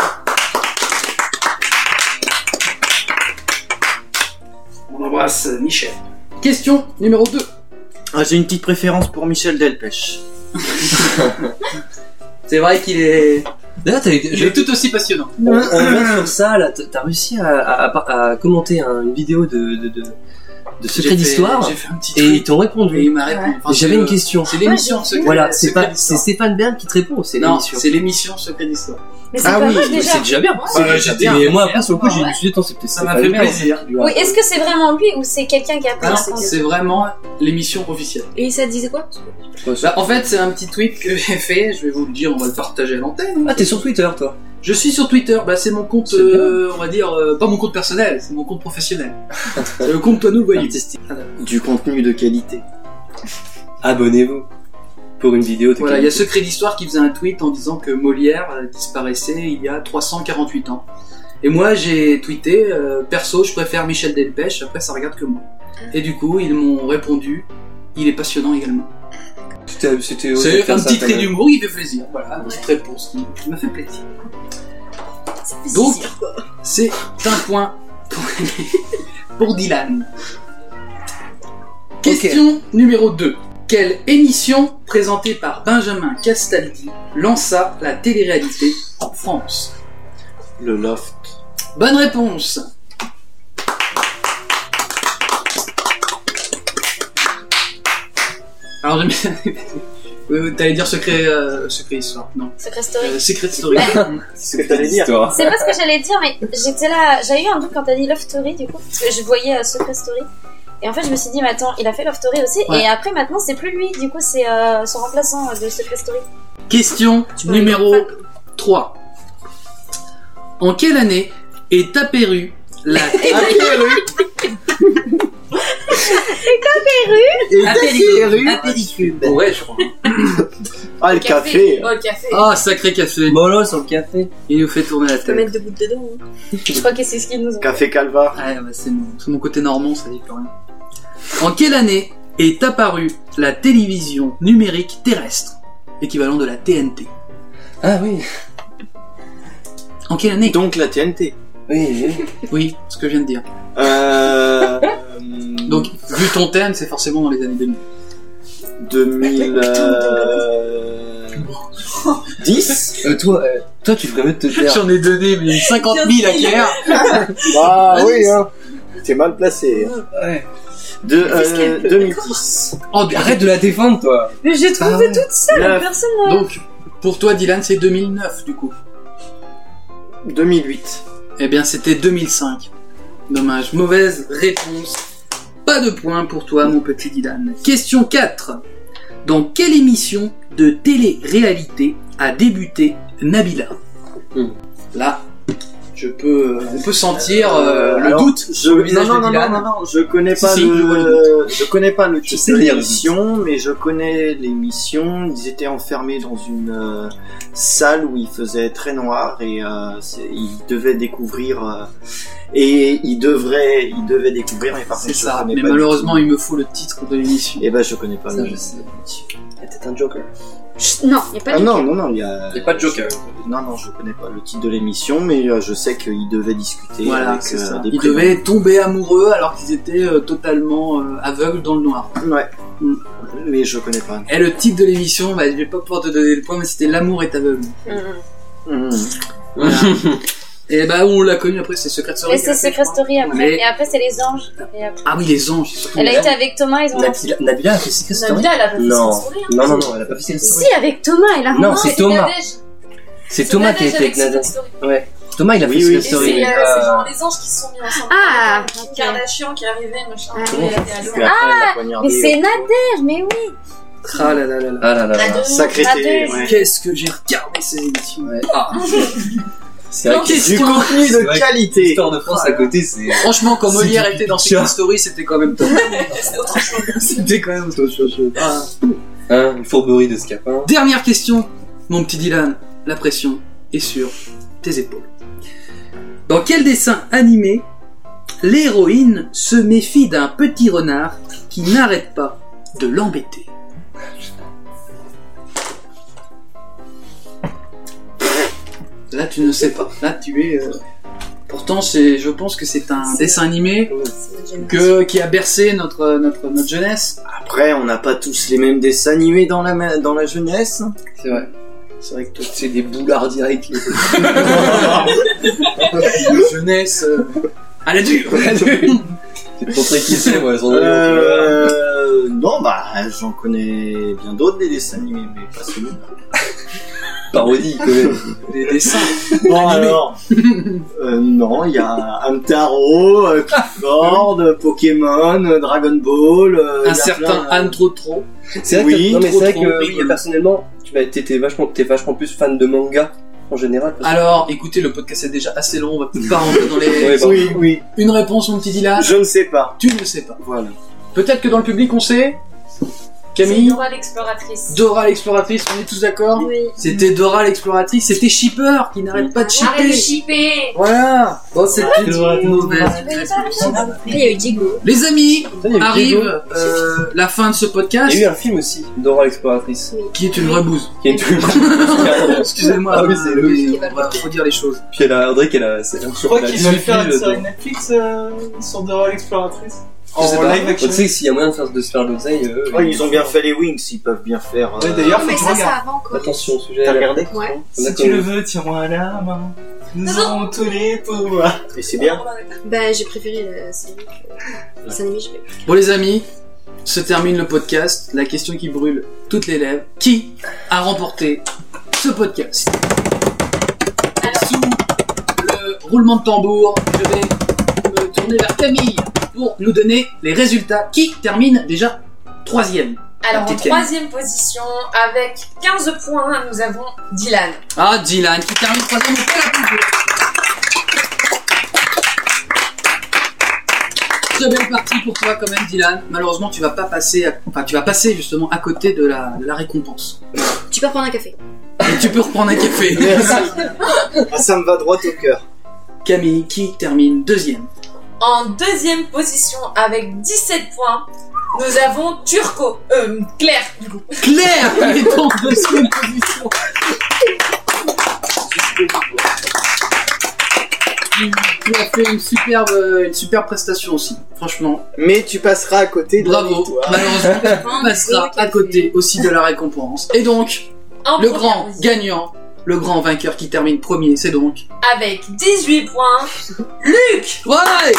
On embrasse euh, Michel. Question numéro deux. Ah, j'ai une petite préférence pour Michel Delpech. C'est vrai qu'il est... Là, t'as été... il est tout aussi passionnant. On, on revient sur ça, là, t'as t'as réussi à, à, à- à commenter un- une vidéo de, de, de, de J'ai secret fait- d'histoire, J'ai fait un petit et ils tweet t'ont et répondu. il m'a répondu. Enfin, Et j'avais c'est une le- question. C'est l'émission Ouais, j'ai Secret vu. Voilà, c'est Secret pas, d'Histoire. c'est Stéphane Bern qui te répond, c'est Non, l'émission. c'est l'émission Secret d'Histoire. Mais c'est Ah pas oui, vrai Mais déjà. c'est déjà bien. Ouais, C'est déjà j'étais bien. un Mais peu moi, fier. après, sur le coup, Ouais. j'ai me suis dit, attends, c'est peut-être Ça m'a Stéphane fait Bern. plaisir. Oui, est-ce que c'est vraiment lui ou c'est quelqu'un qui a Ah non, pris c'est vraiment l'émission officielle. Et ça disait quoi? Bah, en fait, c'est un petit tweet que j'ai fait, je vais vous le dire, on va le partager à l'antenne. Ah, t'es sur Twitter, toi? Je suis sur Twitter, bah c'est mon compte, C'est euh, on va dire, euh, pas mon compte personnel, c'est mon compte professionnel. C'est le compte toi nous le voyez. Artistique. Du contenu de qualité. Abonnez-vous pour une vidéo de Voilà, il y a qualité. Secret d'Histoire qui faisait un tweet en disant que Molière euh, disparaissait il y a trois cent quarante-huit ans. Et moi j'ai tweeté, euh, perso je préfère Michel Delpech, après ça regarde que moi. Et du coup ils m'ont répondu, il est passionnant également. C'était, c'était C'est faire un ça, petit quand trait même. d'humour, il fait plaisir. Voilà, une petite réponse qui, qui m'a fait plaisir. Donc, c'est un point pour, pour Dylan. Question numéro deux. Quelle émission présentée par Benjamin Castaldi lança la télé-réalité en France? Le Loft. Bonne réponse. Alors, je... Euh, T'allais dire secret, euh, secret histoire, non. Secret Story. Euh, secret story. C'est ce que t'allais dire. Histoire. C'est pas ce que j'allais dire, mais j'étais là, j'avais eu un doute quand t'as dit Love Story du coup, parce que je voyais euh, Secret Story. Et en fait, je me suis dit, mais attends, il a fait Love Story aussi, Ouais. et après maintenant, c'est plus lui, du coup, c'est euh, son remplaçant euh, de Secret Story. Question Tu peux numéro aller trois. En quelle année est apparue la Et Apéricube. Ouais, je crois. Ah, le café. Oh, le café. Ah, sacré café. Mollo sur le café. Il nous fait tourner la Tu peux tête. mettre deux gouttes dedans. Hein. Je crois que c'est ce qu'ils nous ont. Café Calva. Ouais, bah, c'est mon, c'est mon côté normand, ça dit plus rien. En quelle année est apparue la télévision numérique terrestre, équivalent de la T N T? Ah oui. En quelle année? Donc la T N T. Oui, oui. Oui, ce que je viens de dire. Euh... Donc, vu ton thème, c'est forcément dans les années deux mille. deux mille dix. Euh, toi, euh, toi, tu ferais mieux de te taire. J'en ai donné mais cinquante mille à Claire. Ah oui, hein. T'es mal placé. Ouais. De, euh, deux mille dix. Oh, mais Arrête de la défendre, toi. Mais j'ai trouvé Ah ouais. toute seule, Neuf. personne n'a. Donc, pour toi, Dylan, c'est deux mille neuf, du coup. deux mille huit. Eh bien, c'était deux mille cinq. Dommage. Mauvaise réponse. Pas de points pour toi, mon petit Dylan. Question quatre. Dans quelle émission de télé-réalité a débuté Nabila? Hmm. Là, je peux, on peut sentir euh, le Alors, doute je, sur le visage non, non, de non, Dylan. non, non, non, je connais Si, pas si, je vois le, je connais pas le titre sais de lire le l'émission, mais je connais l'émission. Ils étaient enfermés dans une euh, salle où il faisait très noir et euh, c'est- ils devaient découvrir euh, et ils devraient, ils devaient découvrir, mais par C'est contre, je ça, connais mais pas malheureusement, il me faut le titre de l'émission. Et ben, je connais pas. Ça, le- je sais. Il y a peut-être un Joker. Chut, non, y a pas Ah de non, Joker. non, non, il y a. Il y a pas de Joker. Non, non, je connais pas le titre de l'émission, mais euh, je sais qu'ils devaient discuter Voilà, avec c'est euh, ça. des Ils prénoms. devaient tomber amoureux alors qu'ils étaient euh, totalement euh, aveugles dans le noir. Ouais. Mm. Mais je connais pas. Et le titre de l'émission, bah, je vais pas pouvoir te donner le point, mais c'était L'amour est aveugle. Mm. Mmh. Voilà. Et bah, on l'a connu après, c'est Secret Story. Et c'est Secret Story après. Mais- Et après, c'est les anges. Et après- Ah oui, les anges, c'est surtout Elle les a été anges. avec Thomas, ils ont Nabila, Nabila a fait Secret Story. Nabila, elle a pas fait Non. Secret Story, hein. Non, non, non, elle a pas fait Secret Story. Si, avec Thomas, elle a Non, c'est c'était Thomas. Nadège. C'est Thomas qui a Nadège été avec Secret Nadège. Story. Ouais. Thomas, il a Oui, fait oui, Secret Et Story. c'est mais euh, pas- c'est genre les anges qui se sont mis ensemble. Ah, Kim ok. Kardashian qui est arrivée, machin. Ah, Elle oui. était à Parce Londres. qu'après, elle l'a poignardé. Mais c'est Nadège, mais oui. Ah là là là là. Ah là là là. Nadège. Sacré télé, Nadège. ouais. Qu'est-ce que j'ai regardé ces émissions. Ouais. Ah. C'est vrai Non, que qu'est-ce Du qu'on- contenu C'est de vrai que qualité. l'histoire de France à côté, c'est. Franchement, quand C'est Molière du était dans picture. Secret Story, c'était quand même top. C'est autre chose. C'était quand même autre chose. Ah. Hein, une fourberie de Scapin. Dernière question, mon petit Dylan. La pression est sur tes épaules. Dans quel dessin animé l'héroïne se méfie d'un petit renard qui n'arrête pas de l'embêter? Là, tu ne sais pas. Là, tu es. euh, Pourtant, c'est. Je pense que c'est un dessin animé que qui a bercé notre notre notre jeunesse. Après, on n'a pas tous les mêmes dessins animés dans la, ma- dans la jeunesse. C'est vrai. C'est vrai que toi, c'est des boulards directs. Les... de jeunesse. euh, À la dure. C'est pour montrer qui c'est, moi, son Euh, non, bah, j'en connais bien d'autres des dessins animés, mais pas celui-là. parodie, quand même. Des dessins. Bon, Animé. alors, euh, non, il y a Hamtaro, euh, Clifford, euh, Pokémon, euh, Dragon Ball. euh, il y Un a certain plein, euh, Anne trop trop. C'est vrai Oui, que, non, mais trop, c'est vrai trop que, oui, rigolo. personnellement, tu m'as, t'étais vachement, t'es vachement plus fan de manga, en général. parce que- Alors, écoutez, le podcast est déjà assez long, on va peut-être pas rentrer dans les... Ouais, bah. Oui, oui, Une réponse, mon petit Dylan. je ne sais pas. Tu ne le sais pas. Voilà. Peut-être que dans le public, on sait. C'est Camille, Dora l'exploratrice. Dora l'exploratrice, on est tous d'accord? Oui. C'était Dora l'exploratrice, c'était Shipper qui n'arrête pas de Arrête de shipper. shipper. Voilà. Bon, c'est une mauvaise Après, il y a eu Digo. Les amis, Il y a eu arrive Diego. euh, la fin de ce podcast, Il y a eu un film aussi, Dora l'exploratrice. qui est une vraie bouse. Qui est une... Excusez-moi, Ah oui, c'est oui, on va redire les choses. Puis elle a, André, qu'elle a, c'est, Je crois qu'ils veulent faire une de- série Netflix euh, sur Dora l'exploratrice. Je sais En pas. live action. Tu sais que s'il y a moyen de faire, de se faire de l'oseille, euh, Ouais, ils ont bien fait les Wings, ils peuvent bien faire. euh, Ouais, d'ailleurs, faut Mais que tu ça, ça regardes. avant quoi. Attention au sujet. T'as regardé? Ouais. Si tu le veux, tiens-moi la main. Nous Non. aurons tous les pouvoirs. Et c'est bien. Bah, j'ai préféré la série que. Les animés, j'ai pas. Bon les amis, se termine le podcast. La question qui brûle toutes les lèvres. Qui a remporté ce podcast? Sous le roulement de tambour, je vais me tourner vers Camille pour nous donner les résultats. Qui termine déjà troisième? Alors en petite Camille. troisième position, avec quinze points, nous avons Dylan. Ah, Dylan qui termine troisième. On fait l'applaudir. Très belle partie pour toi quand même, Dylan. Malheureusement, tu vas pas passer, à- enfin, tu vas passer justement à côté de la, de la récompense. Tu peux reprendre un café. Et tu peux reprendre un café. Merci. Ah, ça me va droit au cœur. Camille qui termine deuxième. En deuxième position avec dix-sept points, nous avons Turco. Euh, Claire, du coup. Claire qui est en deuxième position. Tu as fait une superbe, une superbe prestation aussi, franchement. Mais tu passeras à côté de la Bravo. victoire. Malheureusement, tu passeras à côté aussi de la récompense. Et donc, En le première grand position, gagnant, le grand vainqueur qui termine premier, c'est donc... avec dix-huit points, Luc. Ouais.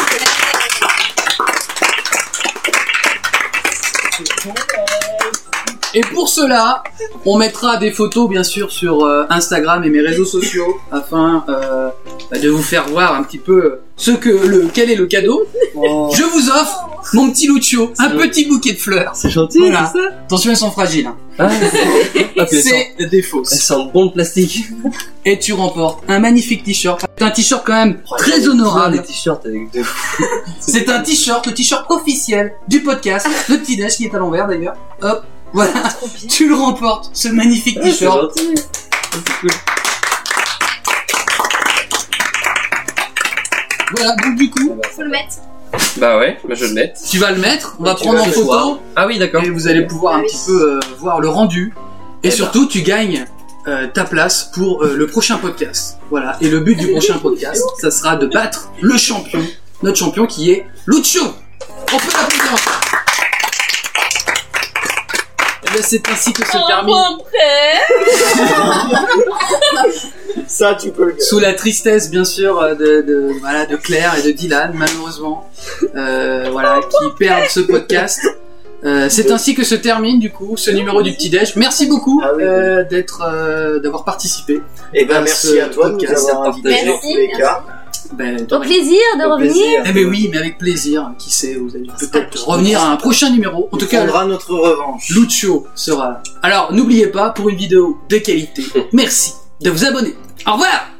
Et pour cela, on mettra des photos bien sûr sur euh, Instagram et mes réseaux sociaux afin euh, bah, de vous faire voir un petit peu ce que le quel est le cadeau. Oh. Je vous offre mon petit Lucio, un petit bouquet de fleurs. C'est gentil, Voilà. c'est ça. Attention, elles sont fragiles. Hein. Ah, c'est... Ah, puis elles sentent- C'est des fausses. elles sentent bon le plastique. Et tu remportes un magnifique t-shirt. C'est un t-shirt quand même très honorable. Des t-shirts avec deux. C'est un t-shirt, le t-shirt officiel du podcast, le petit déj qui est à l'envers d'ailleurs. Hop, voilà. Tu le remportes, ce magnifique C'est t-shirt. gentil. C'est cool. Voilà, donc du coup, Faut le mettre. Bah ouais, bah je vais le mettre. tu vas le mettre, on va Tu prendre vas en le photo voir. Ah oui, d'accord. et vous allez pouvoir un petit peu euh, voir le rendu. Et Eh surtout, tu gagnes euh, ta place pour euh, le prochain podcast. Voilà, et le but du prochain podcast, ça sera de battre le champion, notre champion qui est Lucio. On peut l'applaudir. Et bien c'est ainsi que se termine, Ça, tu peux le sous la tristesse bien sûr de, de, voilà, de Claire et de Dylan, malheureusement, euh, voilà, qui perdent ce podcast. Euh, c'est ainsi que se termine du coup ce numéro du petit déj. Merci beaucoup Ah oui, euh, d'être, euh, d'avoir participé. Et ben à merci ce à toi de nous podcast. avoir invités dans Merci, tous les merci. cas. Ben, Au plaisir de Au revenir. plaisir. eh ben oui, mais avec plaisir. Qui sait, vous allez peut-être revenir à un prochain numéro. En tout On cas, prendra notre revanche. Lucio sera là. Alors n'oubliez pas, pour une vidéo de qualité, merci de vous abonner. Au revoir.